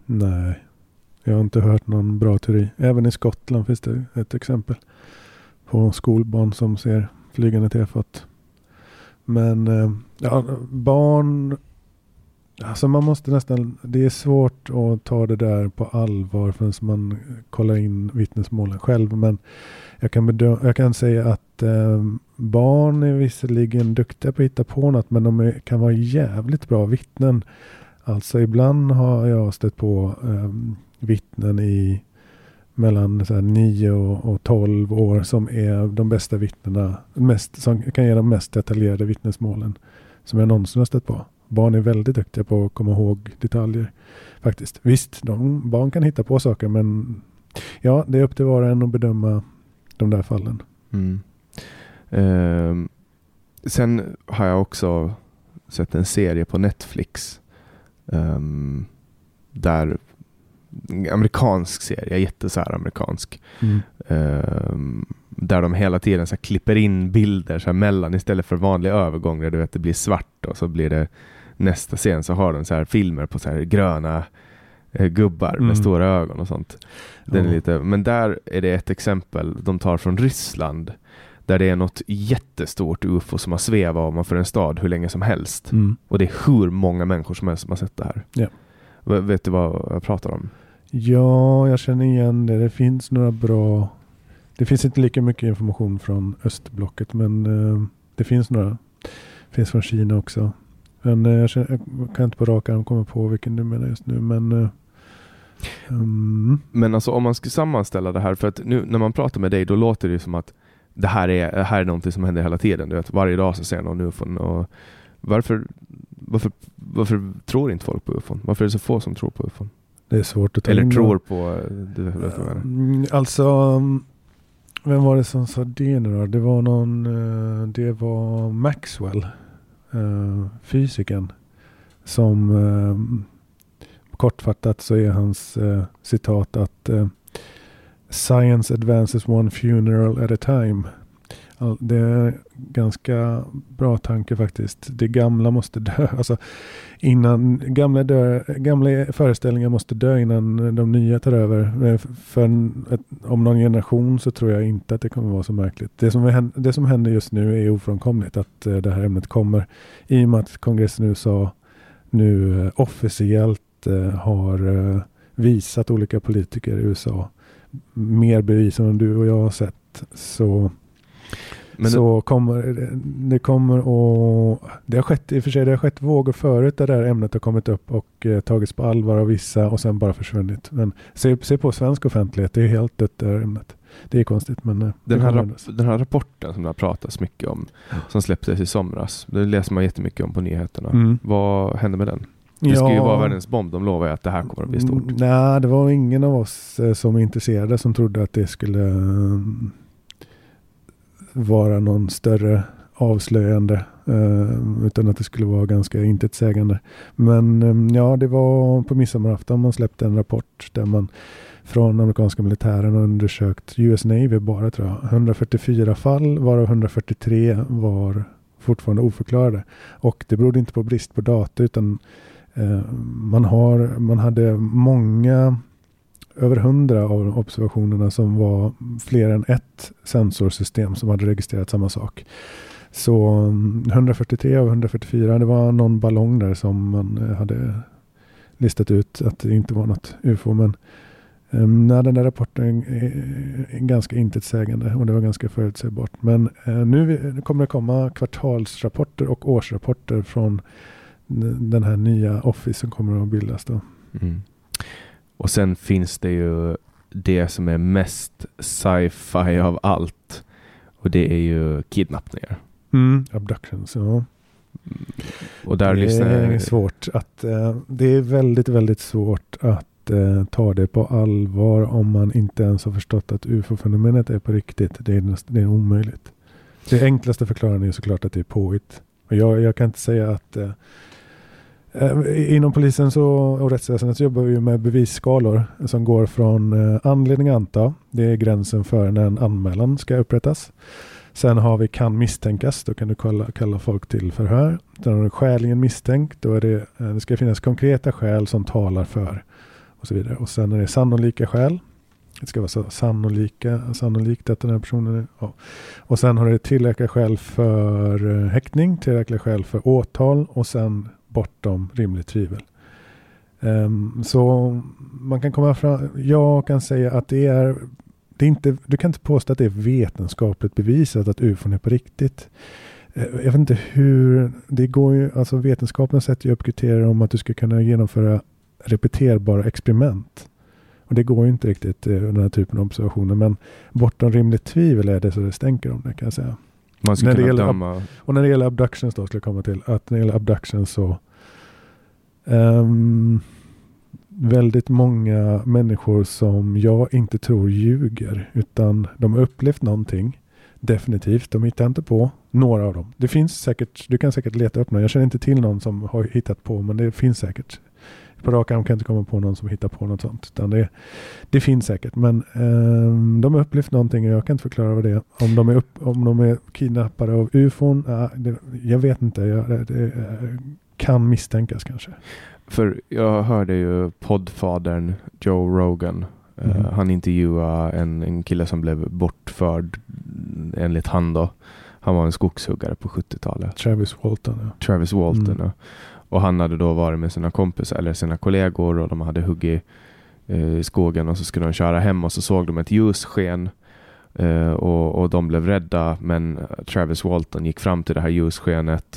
Nej, jag har inte hört någon bra teori. Även i Skottland finns det ett exempel på skolbarn som ser flygande tefat. Men eh, ja, barn, alltså man måste nästan, det är svårt att ta det där på allvar förrän man kollar in vittnesmålen själv. Men jag kan, bedö- jag kan säga att eh, barn är visserligen duktiga på att hitta på något, men de är, kan vara jävligt bra vittnen. Alltså ibland har jag stött på eh, vittnen i mellan så här, nio och, och tolv år som är de bästa vittnena, mest, som kan ge de mest detaljerade vittnesmålen som jag någonsin har stött på. Barn är väldigt duktiga på att komma ihåg detaljer faktiskt. Visst, de, barn kan hitta på saker, men ja, det är upp till var och en att bedöma de där fallen. Mm. Eh, sen har jag också sett en serie på Netflix eh, där amerikansk serie, jätte så här amerikansk Mm. eh, där de hela tiden så här klipper in bilder så här mellan istället för vanliga övergångar, du vet, det blir svart och så blir det nästa scen så har de så här filmer på så här gröna eh, gubbar Mm. med stora ögon och sånt. Den Ja. är lite, men där är det ett exempel de tar från Ryssland där det är något jättestort U F O som har svävat om för en stad hur länge som helst. Mm. Och det är hur många människor som helst som har sett det här. Ja. V- vet du vad jag pratar om? Ja, jag känner igen det. Det finns några bra... Det finns inte lika mycket information från östblocket, men uh, det finns några. Det finns från Kina också. Men uh, jag, känner, jag kan inte på rak arm komma på vilken du menar just nu, men... Uh, um. Men alltså om man ska sammanställa det här, för att nu när man pratar med dig då låter det som att det här är, det här är någonting som händer hela tiden. Du vet, varje dag så ser någon U F O. Och varför, varför, varför tror inte folk på U F O? Varför är det så få som tror på U F O? Det är svårt att ta Eller in tror då. på... Du vet vad jag menar. Mm, alltså, vem var det som sa det nu då? Det var någon... Uh, det var Maxwell, uh, fysikern, som... Uh, kortfattat så är hans uh, citat att uh, science advances one funeral at a time. All, det är ganska bra tanke faktiskt. Det gamla måste dö. Alltså innan gamla, dö, gamla föreställningar måste dö innan de nya tar över. För en, ett, om någon generation så tror jag inte att det kommer vara så märkligt. Det som, är, det som händer just nu är ofrånkomligt att uh, det här ämnet kommer. I och med att kongressen i U S A nu uh, officiellt uh, har uh, visat olika politiker i U S A mer bevis än du och jag har sett, så Men så det, kommer det kommer och det har skett i och för sig, det har skett vågor förut där det här ämnet har kommit upp och eh, tagits på allvar av vissa och sen bara försvunnit. Men se, se på svensk offentlighet, det är helt dött det här ämnet. Det är konstigt, men den här, rap- den här rapporten som det har pratats mycket om, som släpptes i somras, det läser man jättemycket om på nyheterna. Mm. Vad hände med den? Det ja. ska ju vara världens bomb. De lovar ju att det här kommer att bli stort. Mm, nej, det var ingen av oss eh, som är intresserade som trodde att det skulle eh, vara någon större avslöjande, eh, utan att det skulle vara ganska intetsägande. Men eh, ja, det var på midsommarafton man släppte en rapport där man från amerikanska militären har undersökt U S Navy bara, tror jag, hundrafyrtiofyra fall, varav hundrafyrtiotre var fortfarande oförklarade. Och det berodde inte på brist på data, utan eh, man, har, man hade många, över hundra av observationerna som var fler än ett sensorsystem som hade registrerat samma sak. Så hundrafyrtiotre av hundrafyrtiofyra, det var någon ballong där som man hade listat ut att det inte var något U F O, men Um, när den där rapporten är, är ganska intetsägande och det var ganska förutsägbart. Men uh, nu kommer det komma kvartalsrapporter och årsrapporter från n- den här nya Office som kommer att bildas då. Mm. Och sen finns det ju det som är mest sci-fi av allt, och det är ju kidnappningar. Mm. Abductions, ja. Och där det lyssnar är jag... svårt att, uh, det är väldigt, väldigt svårt att ta det på allvar om man inte ens har förstått att U F O-fenomenet är på riktigt. Det är, näst, det är omöjligt. Det enklaste förklaringen är såklart att det är påhitt. Och jag, jag kan inte säga att eh, inom polisen så, och rättsväsendet så jobbar vi med bevisskalor som går från eh, anledning att anta. Det är gränsen för när en anmälan ska upprättas. Sen har vi kan misstänkas. Då kan du kalla, kalla folk till förhör. Sen har du skäligen misstänkt. Då är det, eh, det ska finnas konkreta skäl som talar för och så vidare. Och sen är det sannolika skäl. det ska vara så sannolika, sannolikt att den här personen är... Ja. Och sen har det tillräckliga skäl för häktning, tillräckliga skäl för åtal och sen bortom rimligt tvivel. Um, så man kan komma fram... Jag kan säga att det är... Det är inte, du kan inte påstå att det är vetenskapligt bevisat att U F O är på riktigt. Jag vet inte hur... Det går ju... Alltså vetenskapen sätter ju upp kriterier om att du ska kunna genomföra repeterbara experiment. Och det går ju inte riktigt, den här typen av observationer. Men bortom rimligt tvivel är det så det stänker om det, kan jag säga. Man ska när kunna det gäller, döma... Och när det gäller abductions då, skulle jag komma till. Att när det gäller abductions så... Um, väldigt många människor som jag inte tror ljuger. Utan de har upplevt någonting. Definitivt. De hittar inte på några av dem. Det finns säkert... Du kan säkert leta upp någon. Jag känner inte till någon som har hittat på. Men det finns säkert... På rak arm kan jag inte komma på någon som hittar på något sånt. Utan det, det finns säkert. Men um, de har upplevt någonting och jag kan inte förklara vad det är. Om de är, upp, om de är kidnappade av U F O. Uh, det, jag vet inte. Jag, det, det uh, kan misstänkas kanske. För jag hörde ju poddfadern Joe Rogan. Mm. Uh, han intervjuade en, en kille som blev bortförd enligt han då. Han var en skogshuggare på sjuttiotalet. Travis Walton. Ja. Travis Walton, mm. ja. Och han hade då varit med sina kompisar eller sina kollegor och de hade huggit eh, i skogen och så skulle de köra hem och så såg de ett ljussken eh, och, och de blev rädda, men Travis Walton gick fram till det här ljusskenet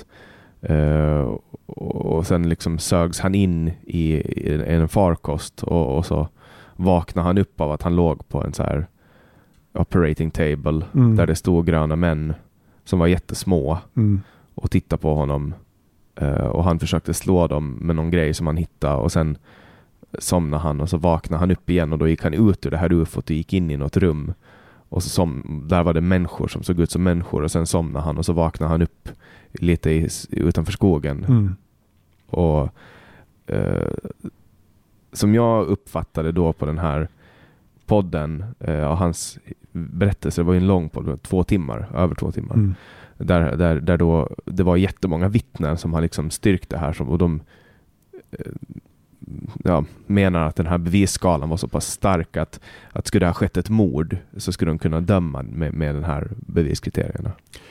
eh, och, och sen liksom sögs han in i, i en farkost och, och så vaknade han upp av att han låg på en så här operating table mm. där det stod gröna män som var jättesmå mm. och tittade på honom. Uh, och han försökte slå dem med någon grej som han hittade och sen somnade han och så vaknade han upp igen och då gick han ut ur det här U F O och gick in i något rum och så som, där var det människor som såg ut som människor och sen somnade han och så vaknade han upp lite i, utanför skogen mm. och uh, som jag uppfattade då på den här podden uh, och hans berättelse, det var ju en lång podd, två timmar, över två timmar mm. Där, där, där då det var jättemånga vittnen som har liksom styrkt det här som, och de eh, ja, menar att den här bevisskalan var så pass stark att, att skulle det ha skett ett mord så skulle de kunna döma med, med den här beviskriterierna.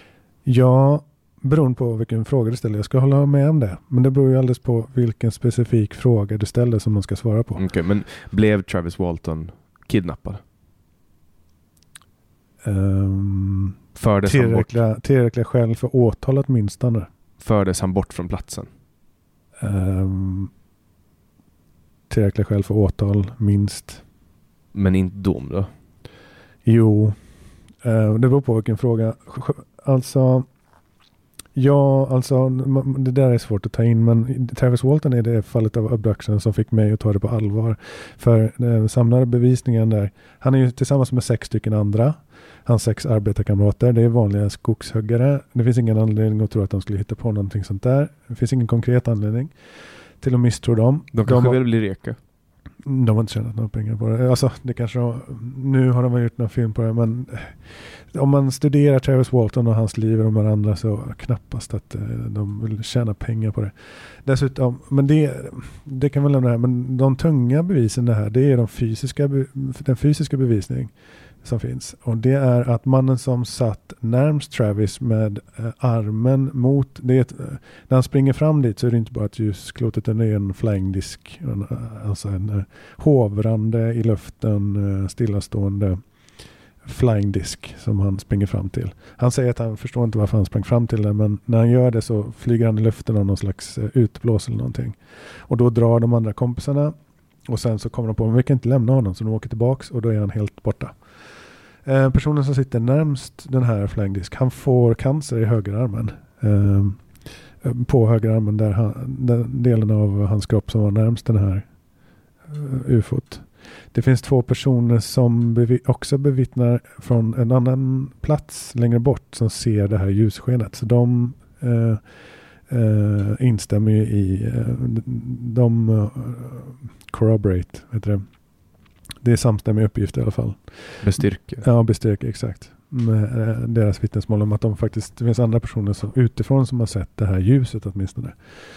Ja, beroende på vilken fråga du ställer. Jag ska hålla med om det. Men det beror ju alldeles på vilken specifik fråga du ställer som man ska svara på. Okej, okay, men blev Travis Walton kidnappad? Um, Fördes tillräckliga, bort... tillräckliga skäl för åtal åtminstone. Fördes han bort från platsen? Um, tillräckliga skäl för åtal, minst. Men inte dom då? Jo, uh, det beror på vilken fråga. Alltså, ja, alltså det där är svårt att ta in, men Travis Walton är det fallet av abduction som fick mig att ta det på allvar. För den samlade bevisningen där, han är ju tillsammans med sex stycken andra. Hans sex arbetarkamrater, det är vanliga skogshuggare. Det finns ingen anledning att tro att de skulle hitta på någonting sånt där. Det finns ingen konkret anledning till att misstro dem. De kanske de, vill bli reka. De har inte tjänat några pengar på det. Alltså, det kanske de, nu har de väl gjort någon film på det, men om man studerar Travis Walton och hans liv och de här andra så knappast att de vill tjäna pengar på det. Dessutom, men det, det kan väl lämna här, men de tunga bevisen det här, det är de fysiska, den fysiska bevisning som finns. Och det är att mannen som satt närmst Travis med eh, armen mot det, ett, eh, när han springer fram dit så är det inte bara att ljusklotet är en flying disk, en, alltså en eh, hovrande i luften eh, stillastående flying disk som han springer fram till. Han säger att han förstår inte varför han sprang fram till det, men när han gör det så flyger han i luften av någon slags eh, utblås eller någonting. Och då drar de andra kompisarna och sen så kommer de på att vi kan inte lämna honom, så de åker tillbaks och då är han helt borta. Eh, personen som sitter närmst den här flying disk, han får cancer i högerarmen. Eh, på högerarmen, där han, den delen av hans kropp som var närmst den här uh, U F O-t. Det finns två personer som bevi- också bevittnar från en annan plats längre bort som ser det här ljusskenet. Så de uh, uh, instämmer i, uh, de uh, corroborate, heter det. Det är samstämmiga uppgifter i alla fall. Bestyrker. Ja, bestyrker, exakt. Med eh, deras vittnesmål om att de faktiskt, det finns andra personer som, utifrån som har sett det här ljuset åtminstone.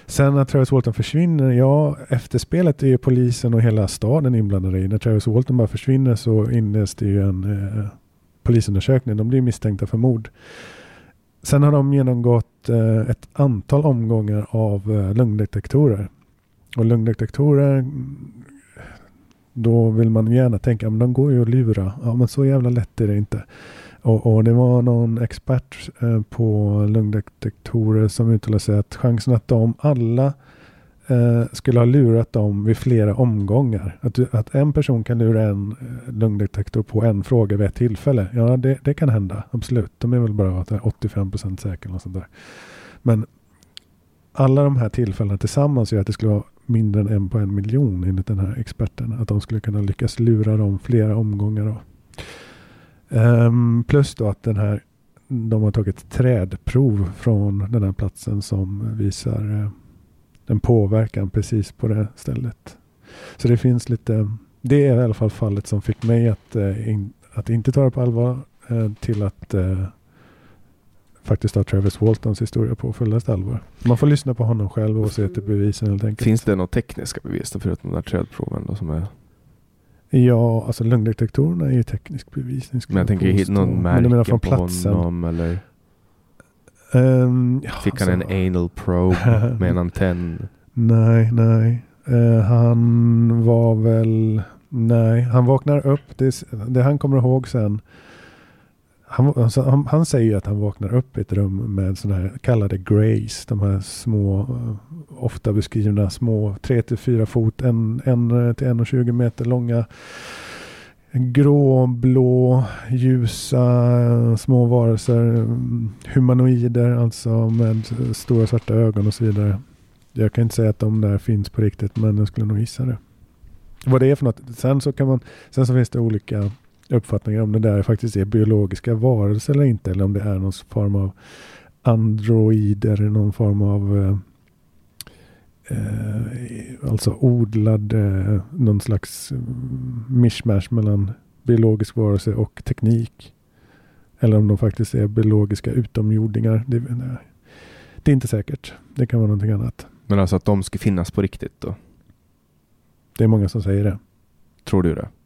Sen när Travis Walton försvinner, ja, efterspelet är ju polisen och hela staden inblandade i. När Travis Walton bara försvinner så inleds det ju en eh, polisundersökning. De blir misstänkta för mord. Sen har de genomgått eh, ett antal omgångar av eh, lögndetektorer. Och lögndetektorer, då vill man gärna tänka, men de går ju att lura. Ja, men så jävla lätt är det inte. Och, och det var någon expert eh, på lögndetektorer som uttalade sig att chansen att de alla eh, skulle ha lurat dem vid flera omgångar. Att, att en person kan lura en eh, lögndetektor på en fråga vid ett tillfälle. Ja, det, det kan hända. Absolut. De är väl bara åttiofem procent säkra och sånt där. Men alla de här tillfällena tillsammans gör att det skulle vara mindre än en på en miljon enligt den här experten. Att de skulle kunna lyckas lura dem flera omgångar då. Um, plus då att den här, de har tagit trädprov från den här platsen som visar uh, en påverkan precis på det stället. Så det finns lite, det är i alla fall fallet som fick mig att, uh, in, att inte ta det på allvar uh, till att uh, faktiskt ha Travis Waltons historia på fullaste allvar. Man får lyssna på honom själv och se till bevisen helt enkelt. Finns det några tekniska bevis då förutom de där trädproven då som är... Ja, alltså lögndetektorerna är ju teknisk bevisning. Men jag tänker hitta någon märke från på platsen. Honom eller um, ja, fick han alltså, en anal probe med en antenn? Nej, nej. Uh, han var väl... Nej, han vaknar upp. Det, det han kommer ihåg sen. Han, alltså, han, han säger att han vaknar upp i ett rum med sådana här kallade grays. De här små, ofta beskrivna små tre till fyra fot, en, en till en och tjugo meter långa grå, blå, ljusa små varelser, humanoider alltså med stora svarta ögon och så vidare. Jag kan inte säga att de där finns på riktigt, men jag skulle nog gissa det. Vad det är för något. Sen så kan man, sen så finns det olika uppfattningar om det där faktiskt är biologiska varelser eller inte, eller om det är någon form av androider, någon form av eh, alltså odlad eh, någon slags mishmash mellan biologisk varelse och teknik, eller om de faktiskt är biologiska utomjordingar. Det, det är inte säkert. Det kan vara någonting annat. Men alltså att de ska finnas på riktigt då? Det är många som säger det. Tror du det?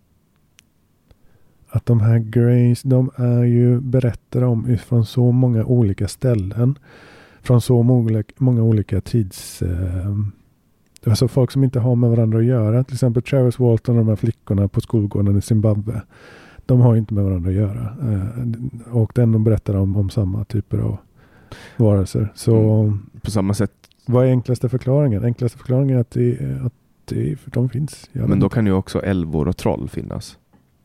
Att de här Greys, de är ju berättade om från så många olika ställen. Från så många, många olika tids... Eh, alltså folk som inte har med varandra att göra. Till exempel Travis Walton och de här flickorna på skolgården i Zimbabwe. De har ju inte med varandra att göra. Eh, och den de berättar om, om samma typer av varelser. Så mm. På samma sätt. Vad är enklaste förklaringen? Enklaste förklaringen är att, det, att det, för de finns. Men då inte. Kan ju också älvor och troll finnas.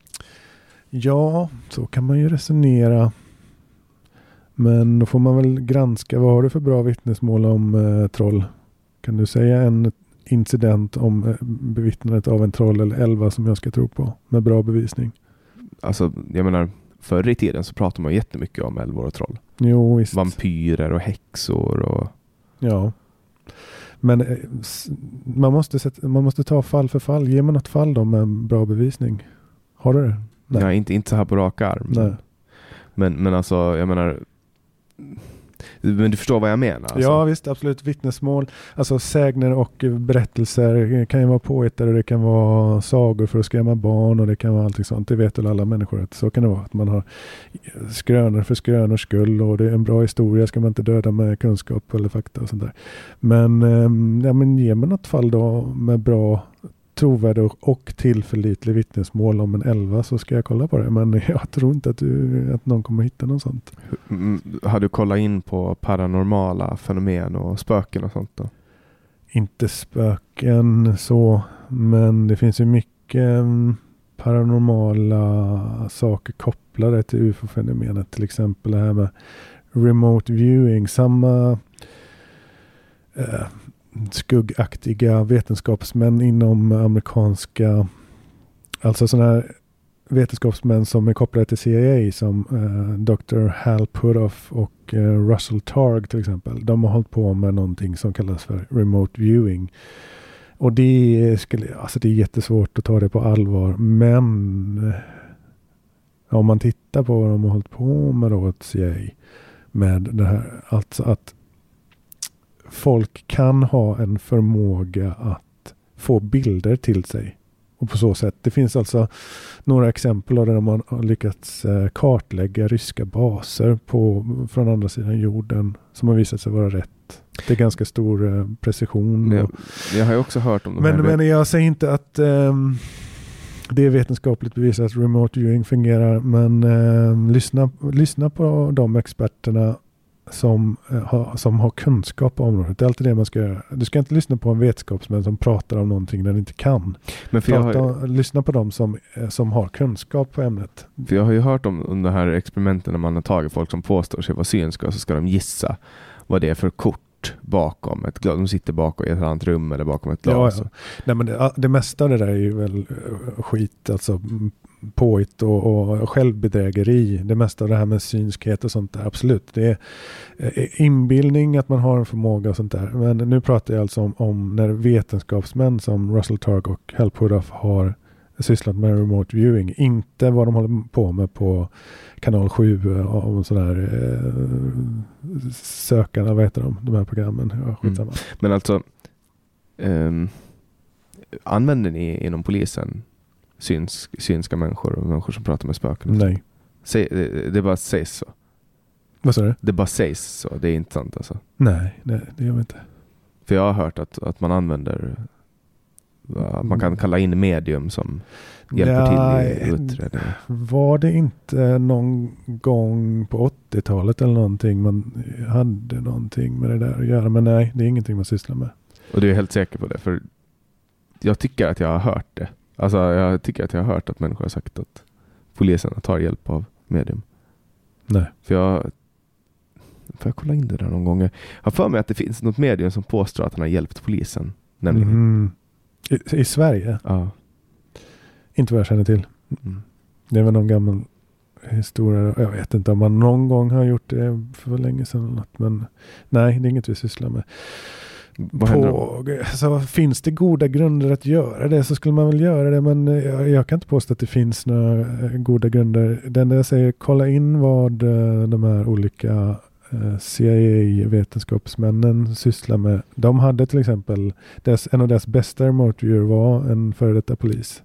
Ja, så kan man ju resonera. Men då får man väl granska. Vad har du för bra vittnesmål om eh, troll? Kan du säga en incident om eh, bevittnandet av en troll eller elva som jag ska tro på med bra bevisning? Alltså, jag menar, förr i tiden så pratade man jättemycket om älvor och troll. Jo, visst. Vampyrer och häxor och... Ja. Men eh, man, måste sätta, man måste ta fall för fall. Ge mig något fall då med bra bevisning. Har du det? Nej, ja, inte, inte så här på rak arm. Nej. Men, men alltså, jag menar... Men du förstår vad jag menar? Alltså. Ja, visst, absolut. Vittnesmål. Alltså sägner och berättelser kan ju vara påhittade och det kan vara sagor för att skrämma barn och det kan vara allting sånt. Det vet väl alla människor att så kan det vara. Att man har skrönor för skrönors skull och det är en bra historia ska man inte döda med kunskap eller fakta och sånt där. Men, ja, men ge mig något fall då med bra trovärdig och tillförlitlig vittnesmål om en elva så ska jag kolla på det. Men jag tror inte att, du, att någon kommer hitta något sånt. Mm, har du kollat in på paranormala fenomen och spöken och sånt då? Inte spöken så, men det finns ju mycket paranormala saker kopplade till U F O-fenomenet. Till exempel det här med remote viewing. Samma... Eh, skuggaktiga vetenskapsmän inom amerikanska, alltså sådana här vetenskapsmän som är kopplade till C I A som eh, doktor Hal Puthoff och eh, Russell Targ till exempel. De har hållit på med någonting som kallas för remote viewing. Och det skulle, alltså det är jättesvårt att ta det på allvar, men ja, om man tittar på vad de har hållit på med då åt C I A med det här, alltså att folk kan ha en förmåga att få bilder till sig. Och på så sätt, det finns alltså några exempel där man har lyckats kartlägga ryska baser på, från andra sidan jorden som har visat sig vara rätt. Det är ganska stor precision. Jag, jag har ju också hört om de men, här... Men jag säger inte att um, det är vetenskapligt bevisat att remote viewing fungerar, men um, lyssna, lyssna på de experterna som, uh, ha, som har kunskap på området. Det är alltid det man ska göra. Du ska inte lyssna på en vetenskapsmän som pratar om någonting den inte kan. Men för Prata, jag har ju... Lyssna på dem som, som har kunskap på ämnet. För jag har ju hört om, om de här experimenten när man har tagit folk som påstår sig vara synska och så ska de gissa vad det är för kort bakom ett glas. De sitter bakom i ett annat rum eller bakom ett glas. Ja, ja. Nej, men det, det mesta av det där är ju väl skit, alltså påhitt och, och självbedrägeri. Det mesta av det här med synskhet och sånt där, absolut. Det är inbildning att man har en förmåga och sånt där. Men nu pratar jag alltså om, om när vetenskapsmän som Russell Targ och Hal Puthoff har sysslat med remote viewing. Inte vad de håller på med på kanal sju och sådär eh, sökarna, vad heter de, de här programmen. Ja, mm. Men alltså um, använder ni inom polisen syns, synska människor och människor som pratar med spöken? Nej. Säg, det, det bara sägs så. Vad sa du? Det bara sägs så, det är inte sant alltså. Nej, nej det gör vi inte. För jag har hört att, att man använder att man kan kalla in medium som hjälper ja, till i utredningen. Var det inte någon gång på åttiotalet eller någonting man hade någonting med det där att göra? Men nej, det är ingenting man sysslar med. Och du är helt säker på det? För jag tycker att jag har hört det. Alltså jag tycker att jag har hört att människor har sagt att polisen tar hjälp av medium. Nej. För jag får jag kolla in det där någon gång. Jag har för mig att det finns något medium som påstår att han har hjälpt polisen. Nämligen. Mm. I, I Sverige? Ja. Inte vad jag känner till. Mm. Det var någon gammal historia. Jag vet inte om man någon gång har gjort det för länge sedan eller något. Men nej, det är inget vi sysslar med. På, alltså, finns det goda grunder att göra det så skulle man väl göra det. Men jag, jag kan inte påstå att det finns några goda grunder. Det enda jag säger, kolla in vad de här olika C I A-vetenskapsmännen sysslar med. De hade till exempel dess, en av deras bästa remote viewer var en före detta polis.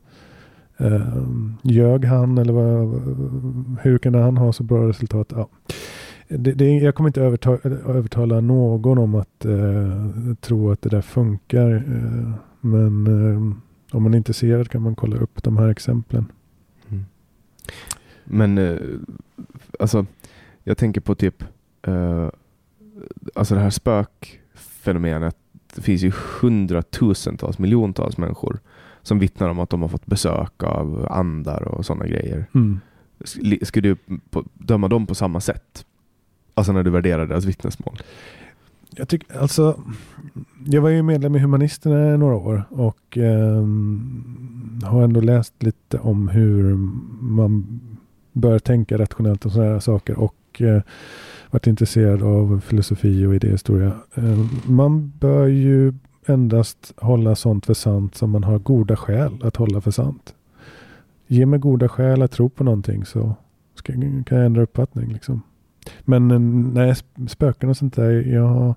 Um, ljög han eller vad, hur kan han ha så bra resultat? Ja. Det, det, jag kommer inte övertala, övertala någon om att uh, tro att det där funkar. Uh, men uh, om man är intresserad kan man kolla upp de här exemplen. Mm. Men uh, alltså jag tänker på typ Uh, alltså det här spökfenomenet, det finns ju hundratusentals, miljontals människor som vittnar om att de har fått besök av andar och sådana grejer. Mm. Skulle du på, döma dem på samma sätt? Alltså när du värderar deras vittnesmål? Jag tycker, alltså jag var ju medlem i Humanisterna några år och eh, har ändå läst lite om hur man bör tänka rationellt och sådana här saker och eh, varit intresserad av filosofi och idéhistoria. Man bör ju endast hålla sånt för sant som man har goda skäl att hålla för sant. Ge mig goda skäl att tro på någonting så ska, kan jag ändra uppfattning. Liksom. Men nej, spöken och sånt där, jag,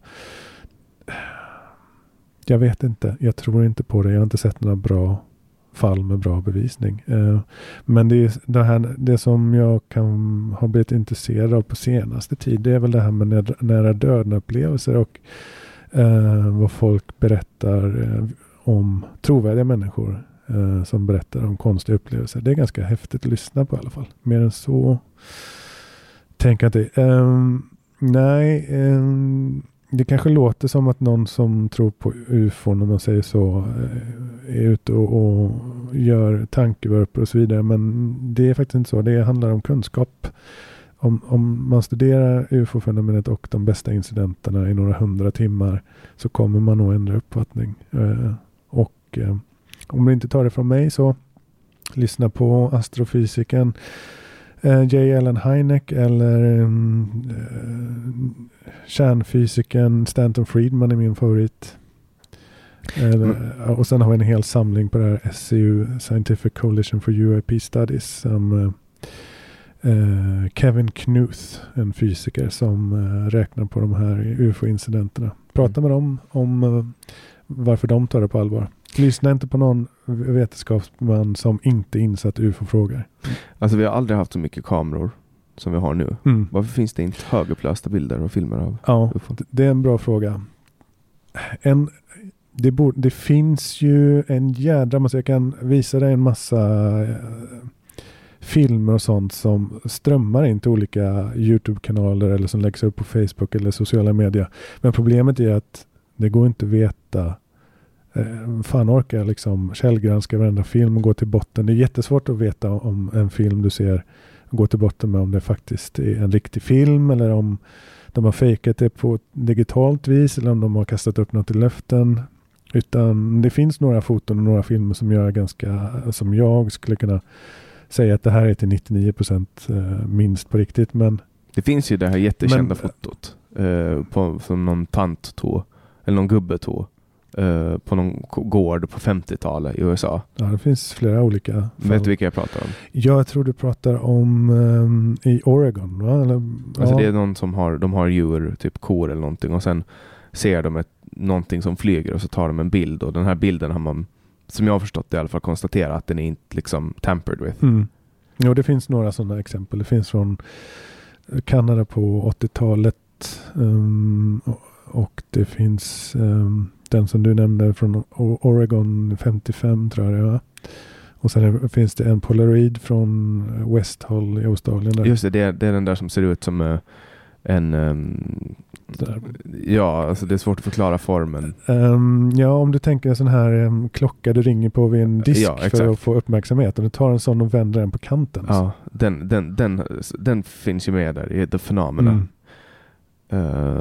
jag vet inte. Jag tror inte på det. Jag har inte sett några bra fall med bra bevisning. Uh, men det, är det, här, det som jag kan ha blivit intresserad av på senaste tid, det är väl det här med nära, nära döden-upplevelser och uh, vad folk berättar uh, om trovärdiga människor uh, som berättar om konstiga upplevelser. Det är ganska häftigt att lyssna på i alla fall. Mer än så tänker jag inte. Um, nej, um, det kanske låter som att någon som tror på U F O, om man säger så, är ute och, och gör tankevurper och så vidare. Men det är faktiskt inte så. Det handlar om kunskap. Om, om man studerar U F O-fenomenet och de bästa incidenterna i några hundra timmar så kommer man nog ändra uppfattning. Eh, och eh, om du inte tar det från mig så lyssna på astrofysiken Uh, J. Allen Hynek eller um, uh, kärnfysiken Stanton Friedman är min favorit. Uh, mm. Och sen har vi en hel samling på det här S C U, Scientific Coalition for U A P Studies, som uh, eh, Kevin Knuth, en fysiker som eh, räknar på de här U F O-incidenterna. Prata med dem om eh, varför de tar det på allvar. Lyssna inte på någon vetenskapsman som inte insatt U F O-frågor. Alltså vi har aldrig haft så mycket kameror som vi har nu. Mm. Varför finns det inte högupplösta bilder och filmer av ja, U F O? Det är en bra fråga. En, det, borde, det finns ju en jädra massa, jag kan visa dig en massa eh, filmer och sånt som strömmar in till olika YouTube-kanaler eller som läggs upp på Facebook eller sociala medier. Men problemet är att det går inte att veta. Eh, fan orkar liksom källgranska varenda film och gå till botten. Det är jättesvårt att veta om en film du ser, gå till botten med om det faktiskt är en riktig film eller om de har fejkat det på digitalt vis eller om de har kastat upp något i luften. Utan det finns några foton och några filmer som gör ganska, som jag skulle kunna säga att det här är till nittionio procent eh, minst på riktigt. Men det finns ju det här jättekända men, fotot eh, på, som någon tant tog, eller någon gubbe tog eh, på någon gård på femtiotalet i U S A. Ja, det finns flera olika fall. Vet du vilka jag pratar om? Jag tror du pratar om um, i Oregon, va? Eller, alltså ja. Det är någon som har, de har djur, typ kor eller någonting, och sen ser de ett, någonting som flyger och så tar de en bild, och den här bilden har man, som jag har förstått det i alla fall, konstaterat att den är inte liksom tampered with. Mm. Jo, det finns några sådana exempel. Det finns från Kanada på åttiotalet um, och, och det finns um, den som du nämnde från Oregon femtiofem tror jag, va? Och sen finns det en Polaroid från West Hall i Australien. Där. Just det, det är, det är den där som ser ut som uh, en... Um, ja, alltså det är svårt att förklara formen. Um, ja, om du tänker en sån här um, klocka du ringer på vid en disk ja, för att få uppmärksamhet. Och du tar en sån och vänder den på kanten. Ja, den, den, den, den finns ju med där i The Phenomena. Mm. Uh,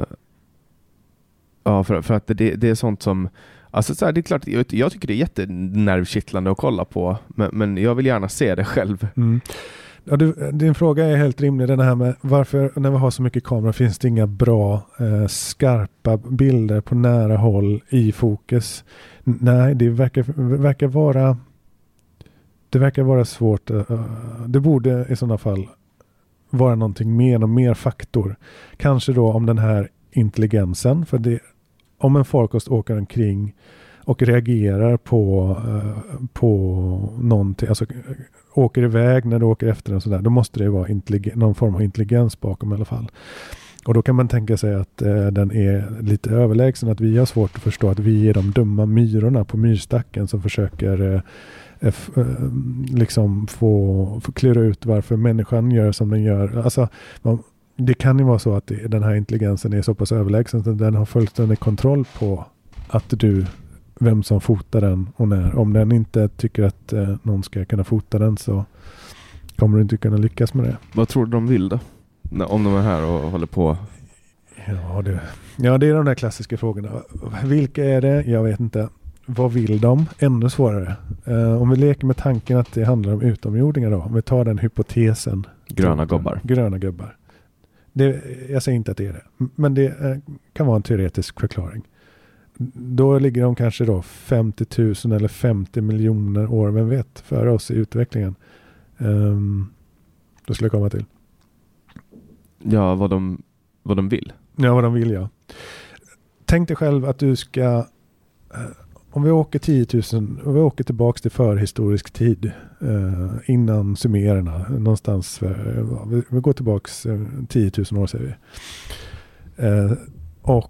ja, för, för att det, det är sånt som... Alltså så här, det är klart, jag, jag tycker det är jättenervkittlande att kolla på. Men, men jag vill gärna se det själv. Mm. Ja, du, din fråga är helt rimlig. Den här med varför när vi har så mycket kameror finns det inga bra eh, skarpa bilder på nära håll i fokus. N- nej, det verkar, verkar vara det verkar vara svårt. Uh, det borde i sådana fall vara någonting mer och mer faktor. Kanske då om den här intelligensen. För det, om en farkost åker omkring och reagerar på, uh, på någonting, alltså åker iväg när du åker efter den sådär, då måste det vara intelligen, någon form av intelligens bakom i alla fall. Och då kan man tänka sig att eh, den är lite överlägsen, att vi har svårt att förstå att vi är de dumma myrorna på myrstacken som försöker eh, f, eh, liksom få, få klura ut varför människan gör som den gör. Alltså, man, det kan ju vara så att det, den här intelligensen är så pass överlägsen att den har fullständig kontroll på att du vem som fotar den och när. Om den inte tycker att eh, någon ska kunna fota den så kommer du inte kunna lyckas med det. Vad tror du de vill då? Om de är här och håller på? Ja, det, ja, det är de där klassiska frågorna. Vilka är det? Jag vet inte. Vad vill de? Ännu svårare. Uh, om vi leker med tanken att det handlar om utomjordingar då. Om vi tar den hypotesen. Gröna gubbar. Gröna gubbar. Det, jag säger inte att det är det. Men det uh, kan vara en teoretisk förklaring. Då ligger de kanske då femtio tusen eller femtio miljoner år, vem vet, före oss i utvecklingen. Um, då skulle jag komma till. Ja, vad de, vad de vill. Ja, vad de vill, ja. Tänk dig själv att du ska, eh, om vi åker tio tusen, om vi åker tillbaka till förhistorisk tid, eh, innan sumererna, någonstans, för, vi, vi går tillbaka eh, tio tusen år säger vi. Eh, och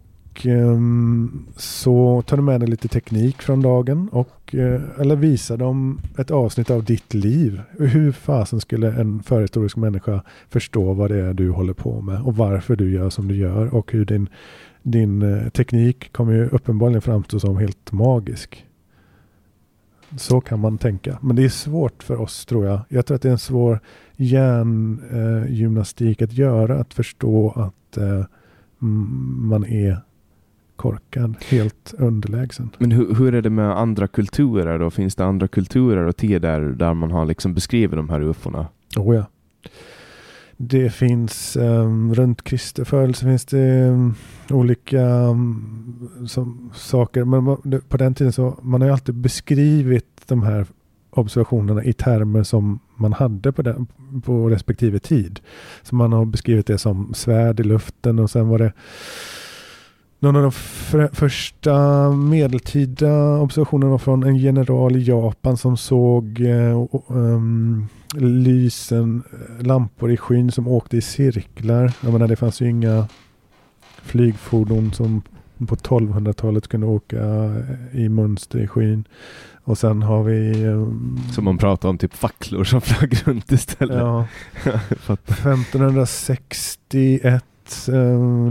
så tar du med dig lite teknik från dagen och eller visar dem ett avsnitt av ditt liv. Hur fasen skulle en förhistorisk människa förstå vad det är du håller på med och varför du gör som du gör och hur din, din teknik kommer ju uppenbarligen framstå som helt magisk. Så kan man tänka. Men det är svårt för oss, tror jag. Jag tror att det är en svår hjärngymnastik att göra, att förstå att eh, man är korkad, helt underlägsen. Men hur, hur är det med andra kulturer då? Finns det andra kulturer och tider där man har liksom beskrivit de här U F O-na? Oh ja. Det finns um, runt Kristi födelse finns det um, olika um, som, saker. Men man, det, på den tiden så man har ju alltid beskrivit de här observationerna i termer som man hade på, den, på respektive tid. Så man har beskrivit det som svärd i luften, och sen var det någon av de för, första medeltida observationerna var från en general i Japan som såg eh, um, lysen, lampor i skyn som åkte i cirklar. Jag menar, det fanns ju inga flygfordon som på tolvhundratalet kunde åka i mönster i skyn. Och sen har vi... Um, som man pratar om, typ facklor som flög runt istället. Ja. femtonhundrasextioett uh,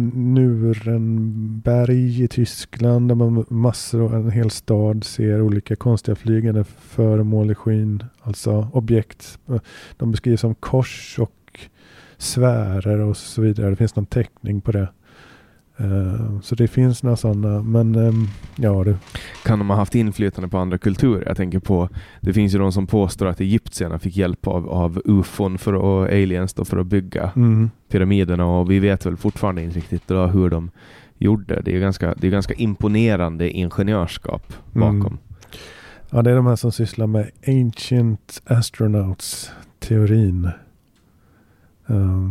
Nuremberg i Tyskland, där man massor av en hel stad ser olika konstiga flygande föremål i skyn. Alltså objekt. De beskrivs som kors och sfärer och så vidare. Det finns någon teckning på det. Uh, så det finns några sådana, men um, ja det. Kan de ha haft inflytande på andra kulturer? Jag tänker på, det finns ju de som påstår att egyptierna fick hjälp av, av U F O för att, aliens då, för att bygga mm. pyramiderna, och vi vet väl fortfarande inte riktigt då hur de gjorde. Det är ganska, det är ganska imponerande ingenjörskap bakom. Mm. Ja, det är de här som sysslar med Ancient Astronauts-teorin. Uh,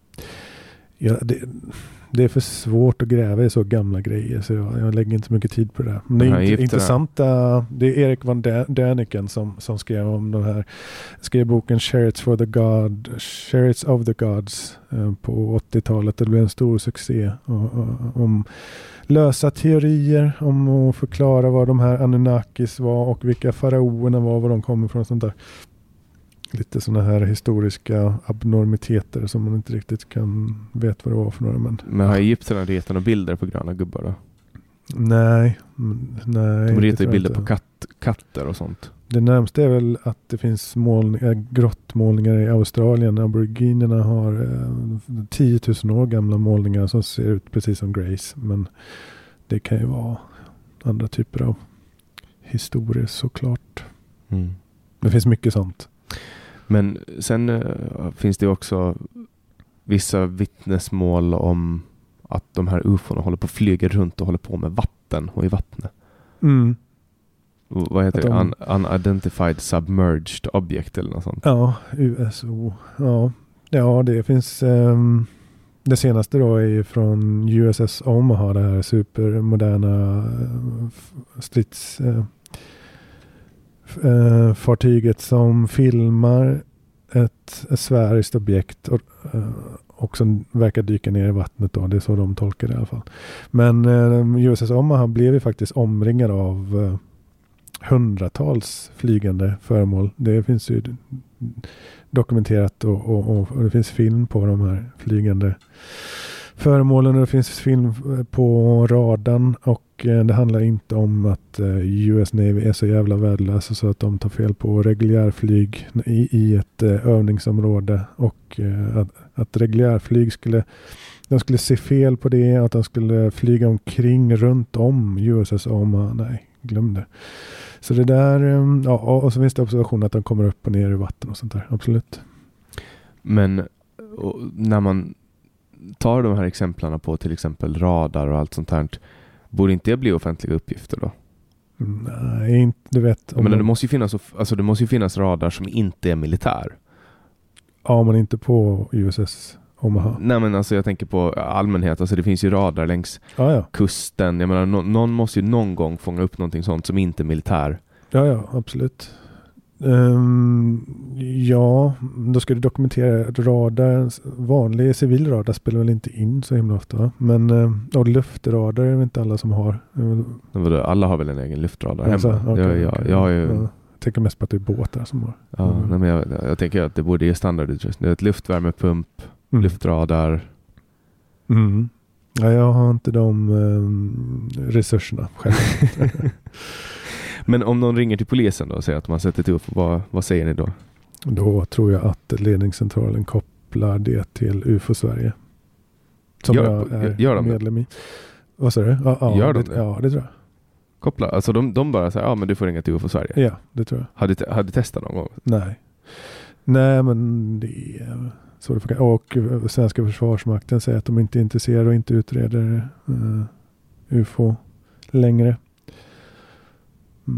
ja, det Det är för svårt att gräva i så gamla grejer, så jag, jag lägger inte så mycket tid på det. Men det är inte, intressanta. Det är Erik van Däniken som, som skrev om de här. Skrev boken Chariots for the God, Chariots of the Gods eh, på åttiotalet. Det blev en stor succé. Och, och, om lösa teorier, om att förklara vad de här Anunnakis var och vilka faraoerna var, var de kommer ifrån och sånt där. Lite sådana här historiska abnormiteter som man inte riktigt kan veta vad det var för några. Men, men har egyptierna ritat några bilder på gröna gubbar då? Nej. nej De ritar ju bilder på katt, katter och sånt. Det närmaste är väl att det finns målningar, grottmålningar i Australien. Aboriginerna har eh, tio tusen år gamla målningar som ser ut precis som Grace. Men det kan ju vara andra typer av historier såklart. Mm. Det finns mycket sånt. Men sen uh, finns det också vissa vittnesmål om att de här U F O-erna håller på att flyga runt och håller på med vatten och i vattnet. Mm. Vad heter det? De... Un- Unidentified Submerged Object eller något sånt. Ja, U S O. Ja, ja det finns... Um, det senaste då är från U S S Omaha, det här supermoderna uh, strids... Uh, Uh, fartyget som filmar ett, ett sfäriskt objekt och, uh, och som verkar dyka ner i vattnet då. Det är så de tolkar det i alla fall. Men uh, U S S Omaha blev ju faktiskt omringad av uh, hundratals flygande föremål. Det finns ju dokumenterat och, och, och, och det finns film på de här flygande föremålen, och det finns film på radarn, och eh, det handlar inte om att eh, U S Navy är så jävla värdelösa så att de tar fel på reguljärflyg i, i ett eh, övningsområde, och eh, att, att reguljärflyg skulle de skulle se fel på det, att de skulle flyga omkring runt om U S S Omaha. Nej, glöm det. Så det där, eh, ja, och så finns det observation att de kommer upp och ner i vatten och sånt där, absolut. Men och, när man tar de här exemplarna på till exempel radar och allt sånt här, borde inte det bli offentliga uppgifter då? Nej, inte, du vet. Men det måste ju finnas, alltså det måste ju finnas radar som inte är militär. Ja, men inte på U S S Omaha. Nej, men alltså jag tänker på allmänhet, alltså det finns ju radar längs ja, ja. kusten. Jag menar, no, någon måste ju någon gång fånga upp någonting sånt som inte är militär. Ja, ja, absolut. Um, ja, då ska du dokumentera radar. Vanlig civil radar spelar väl inte in så himla ofta, va? Men um, och luftradar är det inte alla som har. Alla har väl en egen luftradar alltså, hemma. Okay, jag, jag, okay. jag har ju... ja. Jag tänker mest på att det är båtar som har. Ja, mm. nej, men jag, jag tänker att det borde ge standardutrustning. Det är ett luftvärmepump, mm. luftradar. Mm. Ja, jag har inte de um, resurserna själv. Men om någon ringer till polisen då och säger att man sätter upp, vad, vad säger ni då? Då tror jag att ledningscentralen kopplar det till U F O Sverige. Som gör, jag är gör de medlem det? i. Vad sa du? Ja, ja, gör de det, det? Ja, det tror jag. Koppla, alltså de, de bara säger, ja men du får ringa till U F O Sverige. Ja, det tror jag. Hade du hade testat någon gång? Nej. Nej, men det är så det funkar. Och svenska försvarsmakten säger att de inte är intresserade och inte utreder uh, U F O längre. Mm.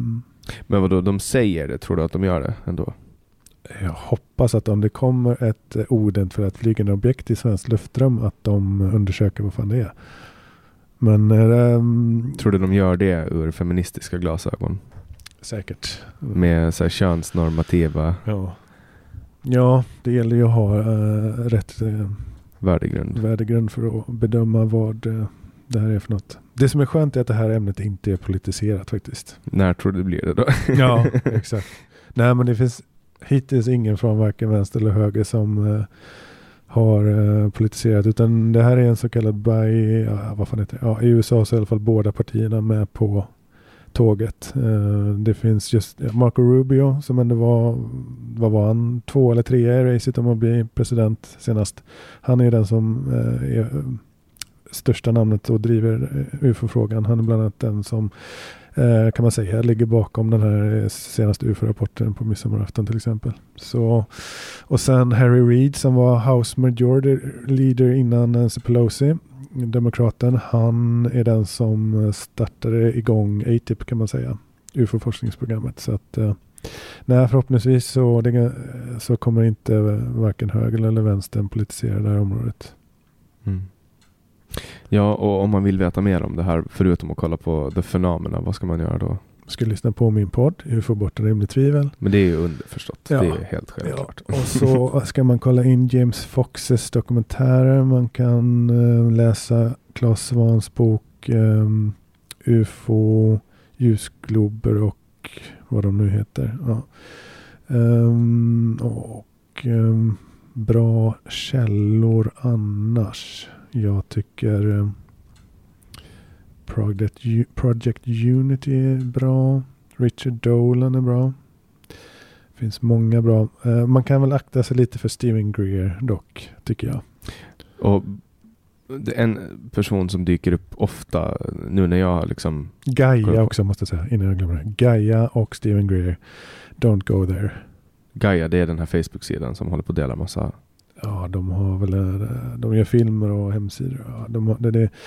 Men vadå, de säger det? Tror du att de gör det ändå? Jag hoppas att om det kommer ett orden för att flygande objekt i svensk luftrum att de undersöker vad fan det är. Men ähm, tror du de gör det ur feministiska glasögon? Säkert. Med så här könsnormativa... Ja. Ja, det gäller ju att ha äh, rätt äh, värdegrund. värdegrund för att bedöma vad äh, det här är för något. Det som är skönt är att det här ämnet inte är politiserat faktiskt. När tror du blir det då? Ja, exakt. Nej, men det finns hittills ingen från varken vänster eller höger som äh, har äh, politiserat, utan det här är en så kallad by, ja, vad fan heter det? Ja, i U S A så är i alla fall båda partierna med på tåget. Uh, det finns just ja, Marco Rubio som ändå var, vad var han, två eller tre i racet om att bli president senast. Han är den som uh, är uh, största namnet och driver uh, U F O-frågan. Han är bland annat den som uh, kan man säga ligger bakom den här senaste U F O-rapporten på midsommarafton till exempel. Så, och sen Harry Reid som var House Majority Leader innan Nancy Pelosi, demokraten, han är den som startade igång A T I P kan man säga, U F O-forskningsprogrammet. Så att eh, nej, förhoppningsvis så, det, så kommer inte varken höger eller vänster politisera det här området. Mm. Ja, och om man vill veta mer om det här, förutom att kolla på The Phenomena, vad ska man göra då? Ska lyssna på min podd, U F O bort en rimlig tvivel. Men det är ju underförstått, ja. Det är helt självklart. Ja. Och så ska man kolla in James Foxes dokumentärer, man kan uh, läsa Claes Svans bok um, U F O, ljusglober och vad de nu heter. Ja. Um, och um, bra källor annars. Jag tycker um, Project, U- Project Unity är bra. Richard Dolan är bra. Det finns många bra. Uh, man kan väl akta sig lite för Steven Greer dock, tycker jag. Och en person som dyker upp ofta nu när jag liksom... Gaia också måste jag säga, innan jag glömmer det. Gaia och Steven Greer. Don't go there. Gaia, det är den här Facebook-sidan som håller på att dela massa... Ja, de har väl... De gör filmer och hemsidor. Ja, de har, det, det,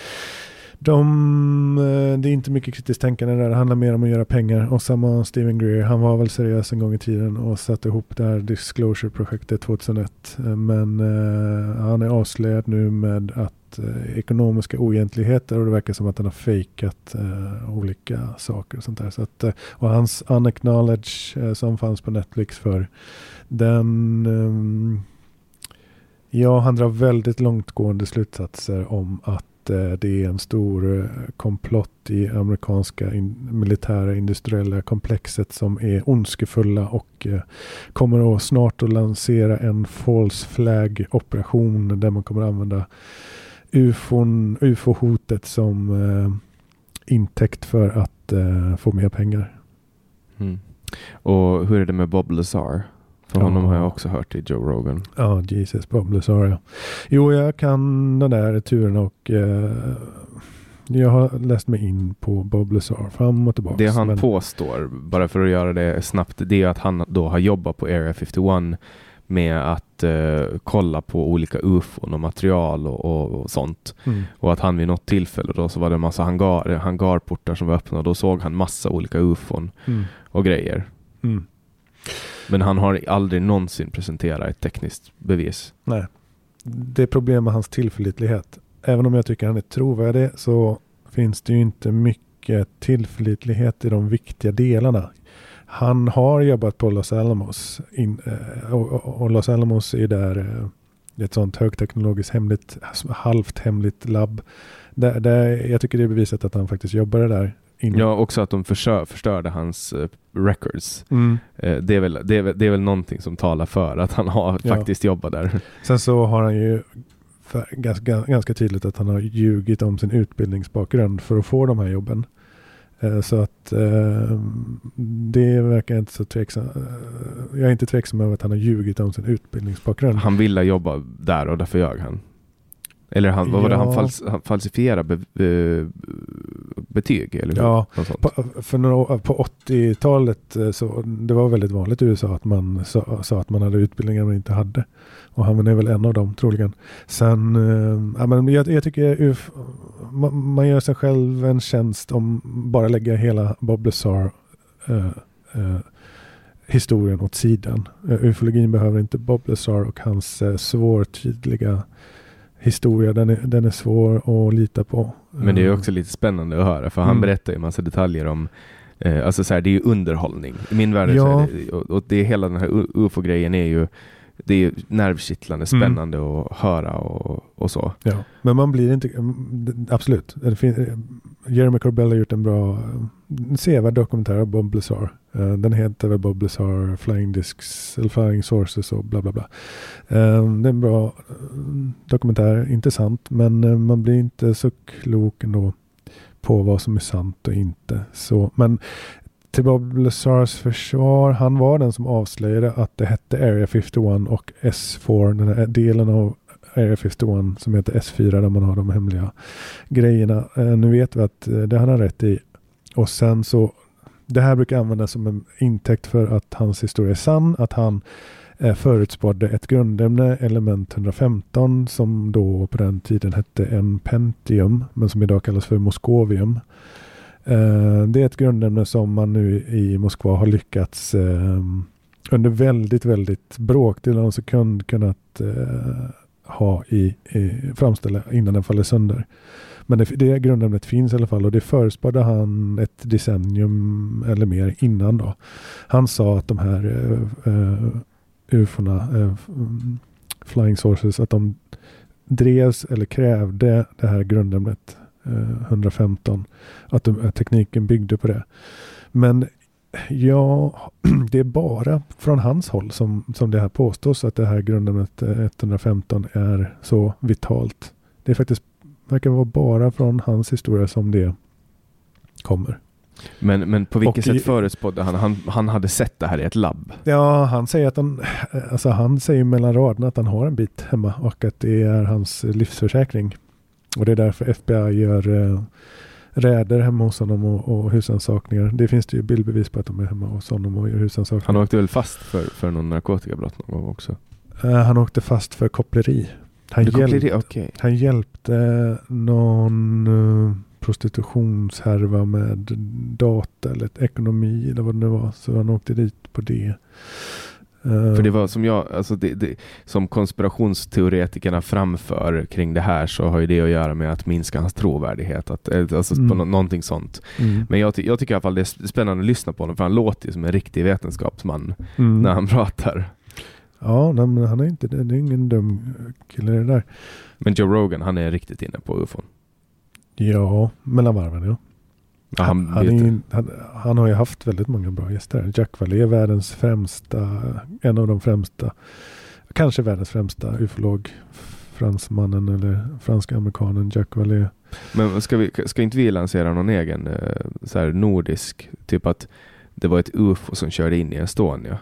de, det är inte mycket kritiskt tänkande där. Det handlar mer om att göra pengar. Och samma Steven Greer, han var väl seriös en gång i tiden och satte ihop det här Disclosure-projektet tjugohundraett. Men uh, han är avslöjad nu med att uh, ekonomiska oegentligheter, och det verkar som att han har fejkat uh, olika saker och sånt där. Så att, uh, och hans Unacknowledged uh, som fanns på Netflix för den... Um, ja, han drar väldigt långtgående slutsatser om att det är en stor uh, komplott i amerikanska in, militära industriella komplexet som är ondskefulla och uh, kommer att snart att lansera en false flag operation där man kommer att använda U F O, U F O-hotet som uh, intäkt för att uh, få mer pengar. Mm. Och hur är det med Bob Lazar? För ja. honom har jag också hört i Joe Rogan. Ja, Jesus, Bob Lazar, ja. Jo, jag kan den där turen och uh, jag har läst mig in på Bob Lazar fram och tillbaka. Det han men... påstår, bara för att göra det snabbt, det är att han då har jobbat på Area femtioett med att uh, kolla på olika U F O och material och, och, och sånt. Mm. Och att han vid något tillfälle då så var det en massa hangar, hangarportar som var öppna och då såg han massa olika U F O mm. och grejer. Mm. Men han har aldrig någonsin presenterat ett tekniskt bevis. Nej. Det är problem med hans tillförlitlighet. Även om jag tycker han är trovärdig så finns det ju inte mycket tillförlitlighet i de viktiga delarna. Han har jobbat på Los Alamos in, och, och, och Los Alamos är där ett sånt högteknologiskt hemligt, halvt hemligt labb. Där, där jag tycker det är bevisat att han faktiskt jobbade där. In. Ja, också att de förstör, förstörde hans uh, records. Mm. Uh, det, är väl, det, är väl, det är väl någonting som talar för att han har ja. faktiskt jobbat där. Sen så har han ju för, ganska, ganska tydligt att han har ljugit om sin utbildningsbakgrund för att få de här jobben. Uh, så att uh, det verkar inte så tveksam. Uh, jag är inte tveksam över att han har ljugit om sin utbildningsbakgrund. Han ville jobba där och därför ljög han. Eller han, vad var ja. det? Han, fals, han falsifierade be, be, betyg? Eller ja, på, för några, på åttiotalet så det var väldigt vanligt i U S A att man sa, sa att man hade utbildningar man inte hade. Och han är väl en av dem troligen. Sen, äh, men jag, jag tycker Uf, man, man gör sig själv en tjänst om bara lägga hela Bob Lazar äh, uh, historien åt sidan. Uh, ufologin behöver inte Bob Lazar och hans uh, svårtydliga historia. Den är, den är svår att lita på. Men det är också lite spännande att höra, för han mm. berättar ju en massa detaljer om eh, alltså så här, det är ju underhållning. I min värld ja. så är det, och, och det är hela den här U F O-grejen är ju det är ju nervkittlande, spännande mm. att höra och, och så. Ja, men man blir inte, absolut. Jeremy Corbell har gjort en bra sevärd dokumentär av Bob Lazar. Den heter väl Bob Lazar Flying Discs eller Flying Sources och bla bla bla. Det är en bra dokumentär, intressant, men man blir inte så klok ändå på vad som är sant och inte. Så, men till Bob Lazars försvar, han var den som avslöjade att det hette Area femtioett och S fyra, den här delen av Area femtioett som heter S fyra där man har de hemliga grejerna. Eh, nu vet vi att eh, det har han rätt i. Och sen så, det här brukar användas som en intäkt för att hans historia är sann, att han eh, förutspådde ett grundämne, element hundrafemton, som då på den tiden hette en pentium, men som idag kallas för moskovium. Uh, det är ett grundämne som man nu i Moskva har lyckats uh, under väldigt, väldigt bråkdel av en sekund kunnat uh, ha i, i framställa innan den faller sönder. Men det, det grundämnet finns i alla fall, och det förespådde han ett decennium eller mer innan då. Han sa att de här uh, uh, U F O-na, uh, Flying Sources, att de drevs eller krävde det här grundämnet hundrafemton, att, de, att tekniken byggde på det. Men ja, det är bara från hans håll som, som det här påstås att det här grundämnet etthundrafemton är så vitalt. Det är faktiskt, verkar vara bara från hans historia som det kommer. Men, men på vilket och sätt i, förutspådde han? han? Han hade sett det här i ett labb. Ja, han säger att han, alltså han säger mellan raderna att han har en bit hemma och att det är hans livsförsäkring. Och det är därför F B I gör uh, räder hemma hos honom och, och husansakningar. Det finns det ju bildbevis på att de är hemma hos honom och gör husansakningar. Han åkte väl fast för, för någon narkotikabrott någon gång också? Uh, han åkte fast för koppleri. Han, koppleri? Hjälp, okay. han hjälpte någon uh, prostitutionshärva med data eller ekonomi eller vad det nu var. Så han åkte dit på det. Uh, För det var som jag, alltså det, det, som konspirationsteoretikerna framför kring det här, så har ju det att göra med att minska hans trovärdighet, att, alltså mm. på no- någonting sånt. Mm. Men jag, ty- jag tycker i alla fall det är spännande att lyssna på honom, för han låter ju som en riktig vetenskapsman mm. när han pratar. Ja, nej, men han är inte, det är ingen dum kille det där. Men Joe Rogan, han är riktigt inne på U F O. Ja, mellan varven, ja. Ja, han, han, är, han, han har ju haft väldigt många bra gäster. Jack Vallée är världens främsta, en av de främsta, kanske världens främsta ufolog, fransmannen eller franska-amerikanen Jack Vallée. Men ska, vi, ska inte vi lansera någon egen så här nordisk, typ att det var ett U F O som körde in i Estonia?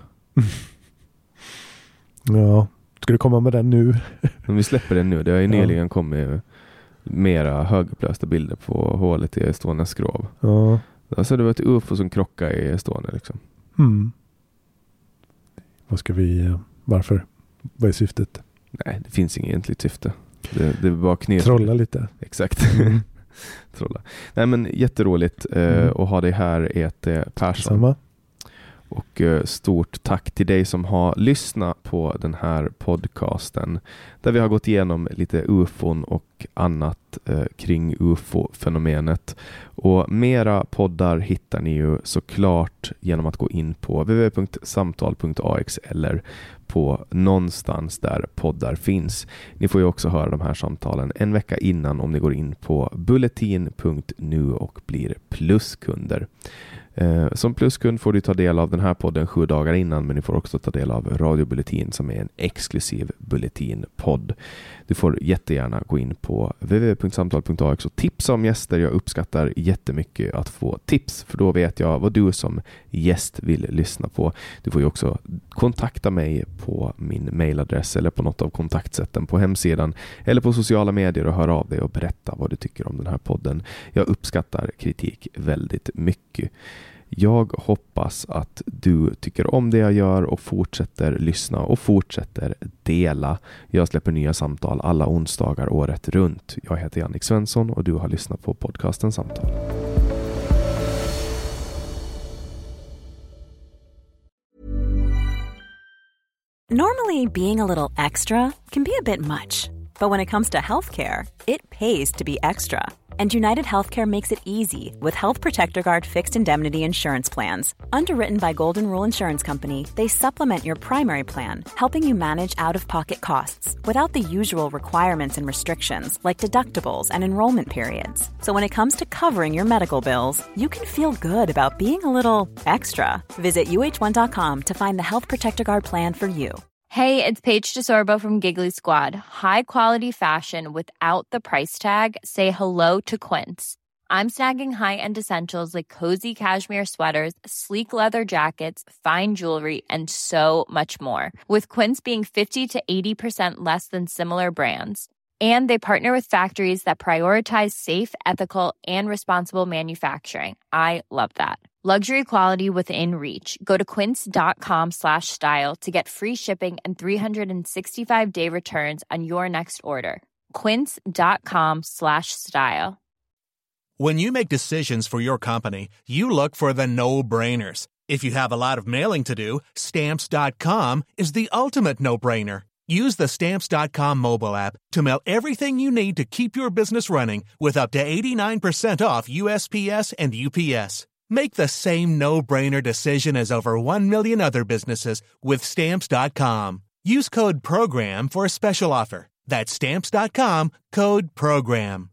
Ja, ska du komma med den nu? Men vi släpper den nu. Det har ju nyligen ja. kommit mera högupplösta bilder på hålet i Estonias skrov. Ja. Alltså det var ett U F O som krockade i Estonia liksom. Mm. Vad ska vi, varför? Vad är syftet? Nej, det finns inget egentligt syfte. Det, det var knyta. Trolla lite. Exakt. Mm. Trolla. Nej, men jätteroligt mm. uh, att ha dig här, E T Persson. Samma. Och uh, stort tack till dig som har lyssnat på den här podcasten, där vi har gått igenom lite U F O och annat uh, kring U F O-fenomenet. Och mera poddar hittar ni ju såklart genom att gå in på w w w punkt samtal punkt a x eller på någonstans där poddar finns. Ni får ju också höra de här samtalen en vecka innan om ni går in på bulletin punkt nu och blir pluskunder. Eh, som pluskund får du ta del av den här podden sju dagar innan, men ni får också ta del av Radio Bulletin som är en exklusiv Bulletin-podd. Du får jättegärna gå in på w w w punkt samtal punkt a x och tipsa om gäster. Jag uppskattar jättemycket att få tips, för då vet jag vad du som gäst vill lyssna på. Du får ju också kontakta mig på min mailadress eller på något av kontaktsätten på hemsidan eller på sociala medier och höra av dig och berätta vad du tycker om den här podden. Jag uppskattar kritik väldigt mycket. Jag hoppas att du tycker om det jag gör och fortsätter lyssna och fortsätter dela. Jag släpper nya samtal alla onsdagar året runt. Jag heter Jannik Svensson och du har lyssnat på podcasten Samtal. Normally, being a little extra can be a bit much, but when it comes to healthcare, it pays to be extra. And United Healthcare makes it easy with Health Protector Guard fixed indemnity insurance plans. Underwritten by Golden Rule Insurance Company, they supplement your primary plan, helping you manage out-of-pocket costs without the usual requirements and restrictions like deductibles and enrollment periods. So when it comes to covering your medical bills, you can feel good about being a little extra. Visit U H one dot com to find the Health Protector Guard plan for you. Hey, it's Paige DeSorbo from Giggly Squad. High quality fashion without the price tag. Say hello to Quince. I'm snagging high-end essentials like cozy cashmere sweaters, sleek leather jackets, fine jewelry, and so much more. With Quince being fifty to eighty percent less than similar brands. And they partner with factories that prioritize safe, ethical, and responsible manufacturing. I love that. Luxury quality within reach. Go to quince.com slash style to get free shipping and three sixty-five day returns on your next order. Quince.com slash style. When you make decisions for your company, you look for the no-brainers. If you have a lot of mailing to do, Stamps dot com is the ultimate no-brainer. Use the Stamps dot com mobile app to mail everything you need to keep your business running with up to eighty-nine percent off U S P S and U P S. Make the same no-brainer decision as over one million other businesses with Stamps dot com. Use code PROGRAM for a special offer. That's Stamps dot com, code PROGRAM.